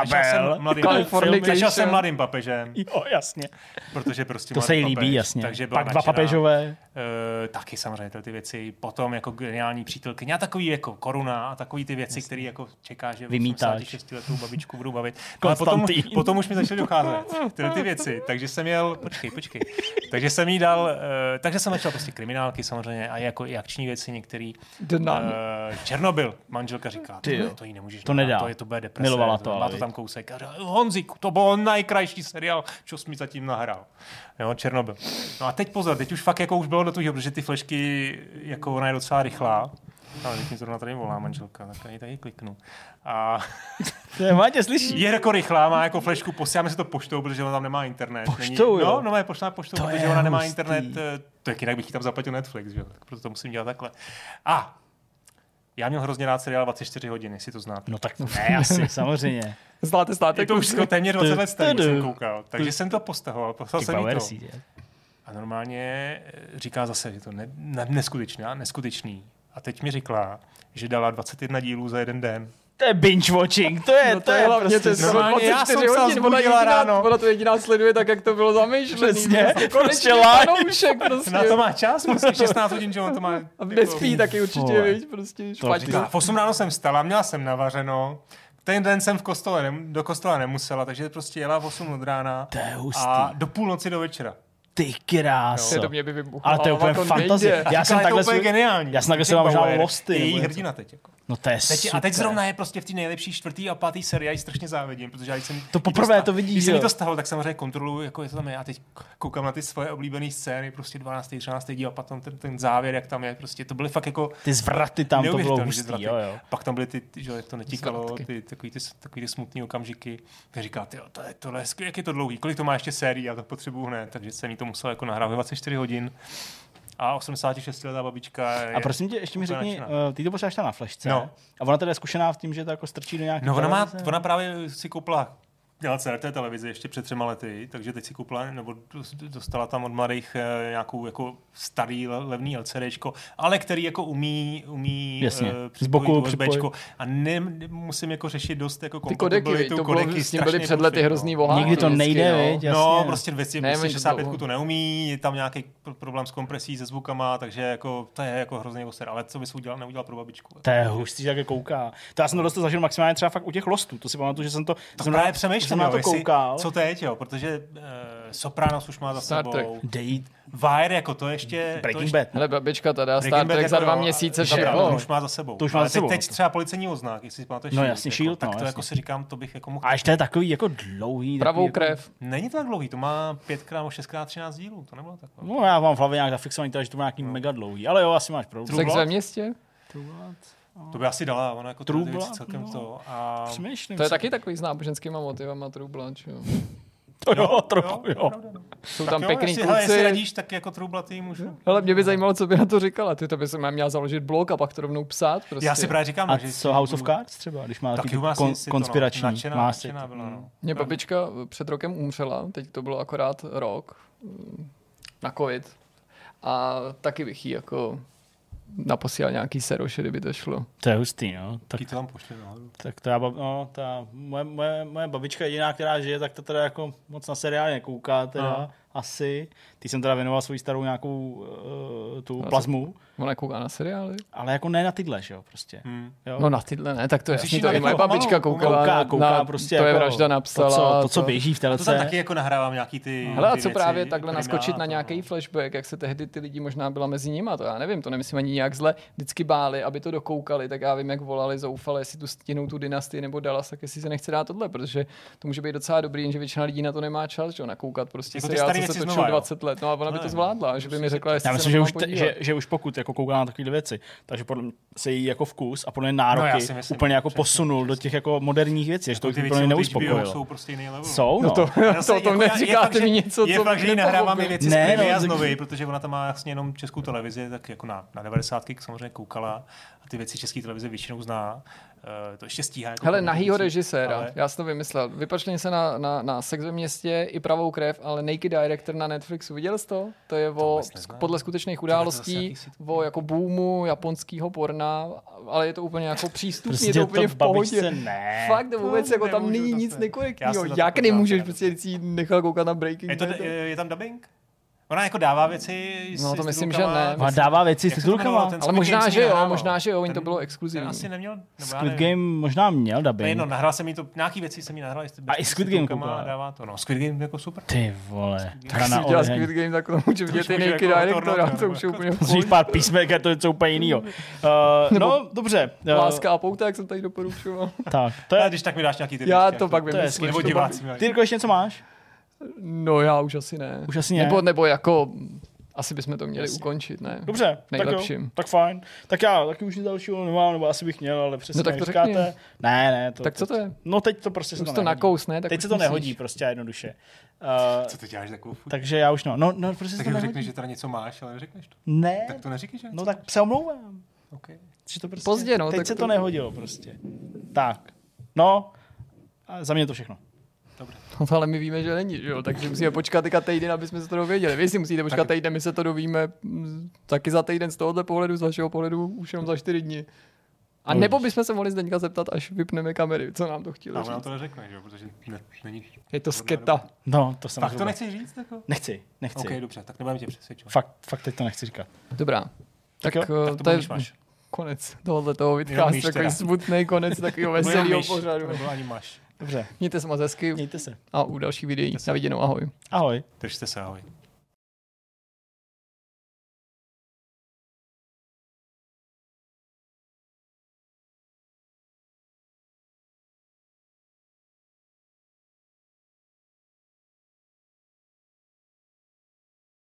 Začal jsem Mladým papežem. Jo, jasně. Protože prostě to se jí líbí, jasně. Takže pak 2 papežové. Taky samozřejmě ty věci. Potom jako geniální přítelkyně a takový jako Koruna a takový ty věci, které jako čeká, že 86letou babičku budou bavit. No a potom už mi začaly docházet ty věci. Takže jsem jel, počkej. Takže jsem jí dal, takže jsem začal prostě kriminálky samozřejmě a jako i akční věci některý. Černobyl, manželka říká, to jí nemůžeš. To nedá. To bude deprese. Milovala to. Má to tam kousek. Honzik, to byl nejkrajší seriál, co jsi mi zatím nahrál. Jo, Černobyl. No a teď pozor, teď už fakt jako už bylo do toho, protože ty flešky, jako ona je docela rychlá. Ale teď mi zrovna tady volá manželka, tak tady kliknu. A Máte slyší. Je jako rychlá, má jako flešku, posíláme si to poštou, protože ona tam nemá internet. Poštou, jo? No, je poštou, protože ona nemá internet. To jak jinak bych jí tam zaplatil Netflix, že jo? Tak proto to musím dělat takhle. A já měl hrozně rád seriál 24 hodin, jestli to znáte. No tak ne, asi, samozřejmě. Znáte. Je to už téměř 20 let starý, jsem koukal. Takže jsem to poslal jsem jí to. A normálně říká zase, že to neskutečný. A teď mi řekla, že dala 21 dílů za jeden den. To je binge watching, to je hlavně prostě normálně, já jsem hodin, ona to jediná sleduje tak, jak to bylo zamýšlený. Přesně, prostě lanoušek prostě. Na to má čas, prostě 16 hodin, že on to má. A nespí taky určitě, víš, prostě špatně. V 8 ráno jsem vstala, měla jsem navařeno. Ten den jsem do kostela nemusela, takže prostě jela v 8 od rána a do půlnoci do večera. Ty kráso. To mě by vybuchlo. Ale to je úplně fantazie. Já jsem takhle geniální. Já jsem takhle se vám možná Losty. Je jí hrdina teď. Jako. No to je super. A teď zrovna je prostě v té nejlepší 4. a 5. sérii, já ji strašně závidím, protože já jsem to poprvé to vidíš. Když jsem mi to stahol, tak samozřejmě kontroluji, jako je to tam je. A teď koukám na ty svoje oblíbené scény, prostě 12. 13. díl a potom ten závěr, jak tam je, prostě to byly fakt jako ty zvraty tam to bylo hustý, jo. Pak tam byly ty, že jak to netíkalo, takový ty smutný okamžiky. Tak říká, tohle jak je to dlouhý, kolik to má ještě sérií, já to potřebuju hned, takže jsem jí to musel jako nahrát 24 hodin. A 86letá babička a prosím tě, ještě mi řekni, ty to posíláš tam na flešce. No. A ona teda je zkušená v tím, že to jako strčí do nějakého. No ona právě si koupila dělat CRT televizi ještě před 3 lety, takže teď si koupila, nebo dostala tam od mladých nějakou jako starý levný LCDčko, ale který jako umí z boku USBčko a musím jako řešit dost jako kompatibilitu. To bylo, s tím byly před lety hrozný vohánky. Nikdy to nejde, viď? No, prostě 265 to neumí, je tam nějaký problém s kompresí se zvukama, takže jako to je jako hrozný oser, ale co bys neudělal pro babičku? To je hustý, jak kouká. To já jsem to dost zažil maximálně třeba fakt u těch Lostů. To si pamatuju, že jsem to právě přemýšlím, na to koukal. Co teď, jo, protože Sopranos už má za sebou. Wire, jako to ještě... Breaking Bad. Hele, babička, teda Star Trek za 2 měsíce všechno. To už má za sebou. To už má za sebou. Teď třeba policejní odznak, jestli si pamatuješ. No jasně, Shield, tak to jako si říkám, to bych jako mohl... A ještě je takový jako dlouhý. Pravou krev. Není to tak dlouhý, to má 5x nebo 6x13 dílů, to nebylo tak. No já mám v hlavě nějak zafixovaný, že to má nějaký mega dlouhý, ale jo, asi máš pravdu. Sex ve městě? To by asi dala, ona jako True Blood, celkem to. A... To je taky takový s náboženskýma motivama True Blood, jo. Jo, trochu, jo. Jsou tam tak pěkný kluci. Jestli radíš, tak jako True Blood můžu. Hele, mě by zajímalo, co by na to říkala. Ty to by se měla založit blog a pak to rovnou psát. Prostě. Já si právě říkám, a co House of Cards třeba, když má taky konspirační. Mě babička před rokem umřela, teď to bylo akorát rok na covid. A taky bych jí jako naposílal nějaký seroše, kdyby to šlo. To je hustý, no. Tak to tam pošli nahoru. Tak to moje babička jediná, která žije, tak to teda jako moc na seriály nekouká teda. Asi. Ty jsem teda věnoval svou starou nějakou tu plazmu. Ona kouká na seriály? Ale jako ne na tyhle, že jo, prostě. Jo? No na tyhle ne, tak to je jasný, to i moje babička koukala. Kouká prostě to je jako Vražda napsala. To, co běží v telce. To tam taky jako nahrávám nějaký ty hele, a co věci, právě takhle naskočit na nějaký flashback, jak se tehdy ty lidi možná byla mezi nimi, to já nevím, to nemyslím ani nějak zle, vždycky báli, aby to dokoukali, tak já vím, jak volali zoufale, jestli tu stihnou tu dynastii nebo Dallas, tak jestli se nechce dát tohle, protože to může být docela dobrý, jenže většina lidí na to nemá čas, že nakoukat prostě jako seriál, co se točil 20 let. No a ona by to zvládla, že by mi řekla, jestli já myslím, že už pokud jako kouká na takové věci, takže podle se jí jako vkus a podle mě nároky úplně jako posunul do těch jako moderních věcí, že to úplně neuspokojilo. Jsou prostě jiný level. Jsou, no. To o tom neříkáte mi něco, je fakt, že jí nahráváme věci z Previous novej, protože ona tam má jasně jenom českou televizi, tak jako na 90ky samozřejmě koukala a ty věci české televize většinou zná. To ještě stíhá. Jako hele, nahýho režiséra, ale... já si to vymyslel. Vypačlení se na Sex ve městě i Pravou krev, ale Naked Director na Netflixu. Viděl jsi to? To je podle skutečných událostí, o jako boomu japonského porna, ale je to úplně jako přístupný, prostě je to úplně v pohodě. Fakt, to vůbec jako tam není nic nekorektního. Jak nemůžeš prostě si nechal koukat na Breaking Bad? Je tam dubbing? Ona jako dává věci no to myslím, že ne. Ona dává věci s titulkama. Ale možná, že jo, to bylo exkluzivní. Asi neměl. Squid Game možná měl dubbing. No, nahrál jsem jí to, nějaký věci jsem jí nahrál. A i Squid Game koukala. Dává to, no. Squid Game jako super. Ty vole. Když si dělá Squid Game, tak to může vidět i Naked Director, to už je úplně v pohodě. Pár písmek, to je co úplně jinýho. No, dobře. Láska a pouta, jak jsem tady doporučoval. Tak, to je... Když tak mi dáš nějaký ty. Já to pak vymyslím. Nebo diváci. Ty, Jirko, ještě něco máš? No já už asi ne. Už asi ne. Nebo jako asi bychom to měli ukončit, ne? Dobře, nejlepším. Tak fajn. Tak já taky už nic dalšího nemám, nebo asi bych měl, ale přesně no tak to říkáte. Řekni. Ne. Tak co to je? No teď to prostě se to nehodí. Nakous, ne? Tak teď se to nehodí prostě jednoduše. Co ty děláš takovou furt? Takže já už no prostě tak se to nehodí. řekneš, že teda něco máš, ale neřekneš to. Ne. Tak to neříkeš, že? No tak se omlouvám. Okay. To prostě, pozdě, no. Teď se to nehodilo prostě. Tak. No. A za mě to všechno. Dobře. No, ale my víme, že není, že jo? Takže musíme počkat teďka týden, aby jsme se to dověděli. Vy si musíte počkat týden, my se to dovíme taky za týden z tohohle pohledu, z vašeho pohledu už jenom za 4 dny. A nebo bychom se mohli Zdeňka zeptat, až vypneme kamery, co nám to chtěli říct. Ale nám to neřekne, že jo? Protože není... Je to sketa. No, to jsem fakt to nechci říct? Jako? Nechci. Ok, dobře, tak nebudeme tě přesvědčovat. Fakt teď to nechci říkat. Dobrá. Tak to je konec tohoto vidcastu, takový smutný konec takového veselého pořadu. Nebo ani máš. Dobře. Mějte se moc hezky. Mějte se. A u dalších videí. Na viděnou, ahoj. Ahoj. Držte se, ahoj.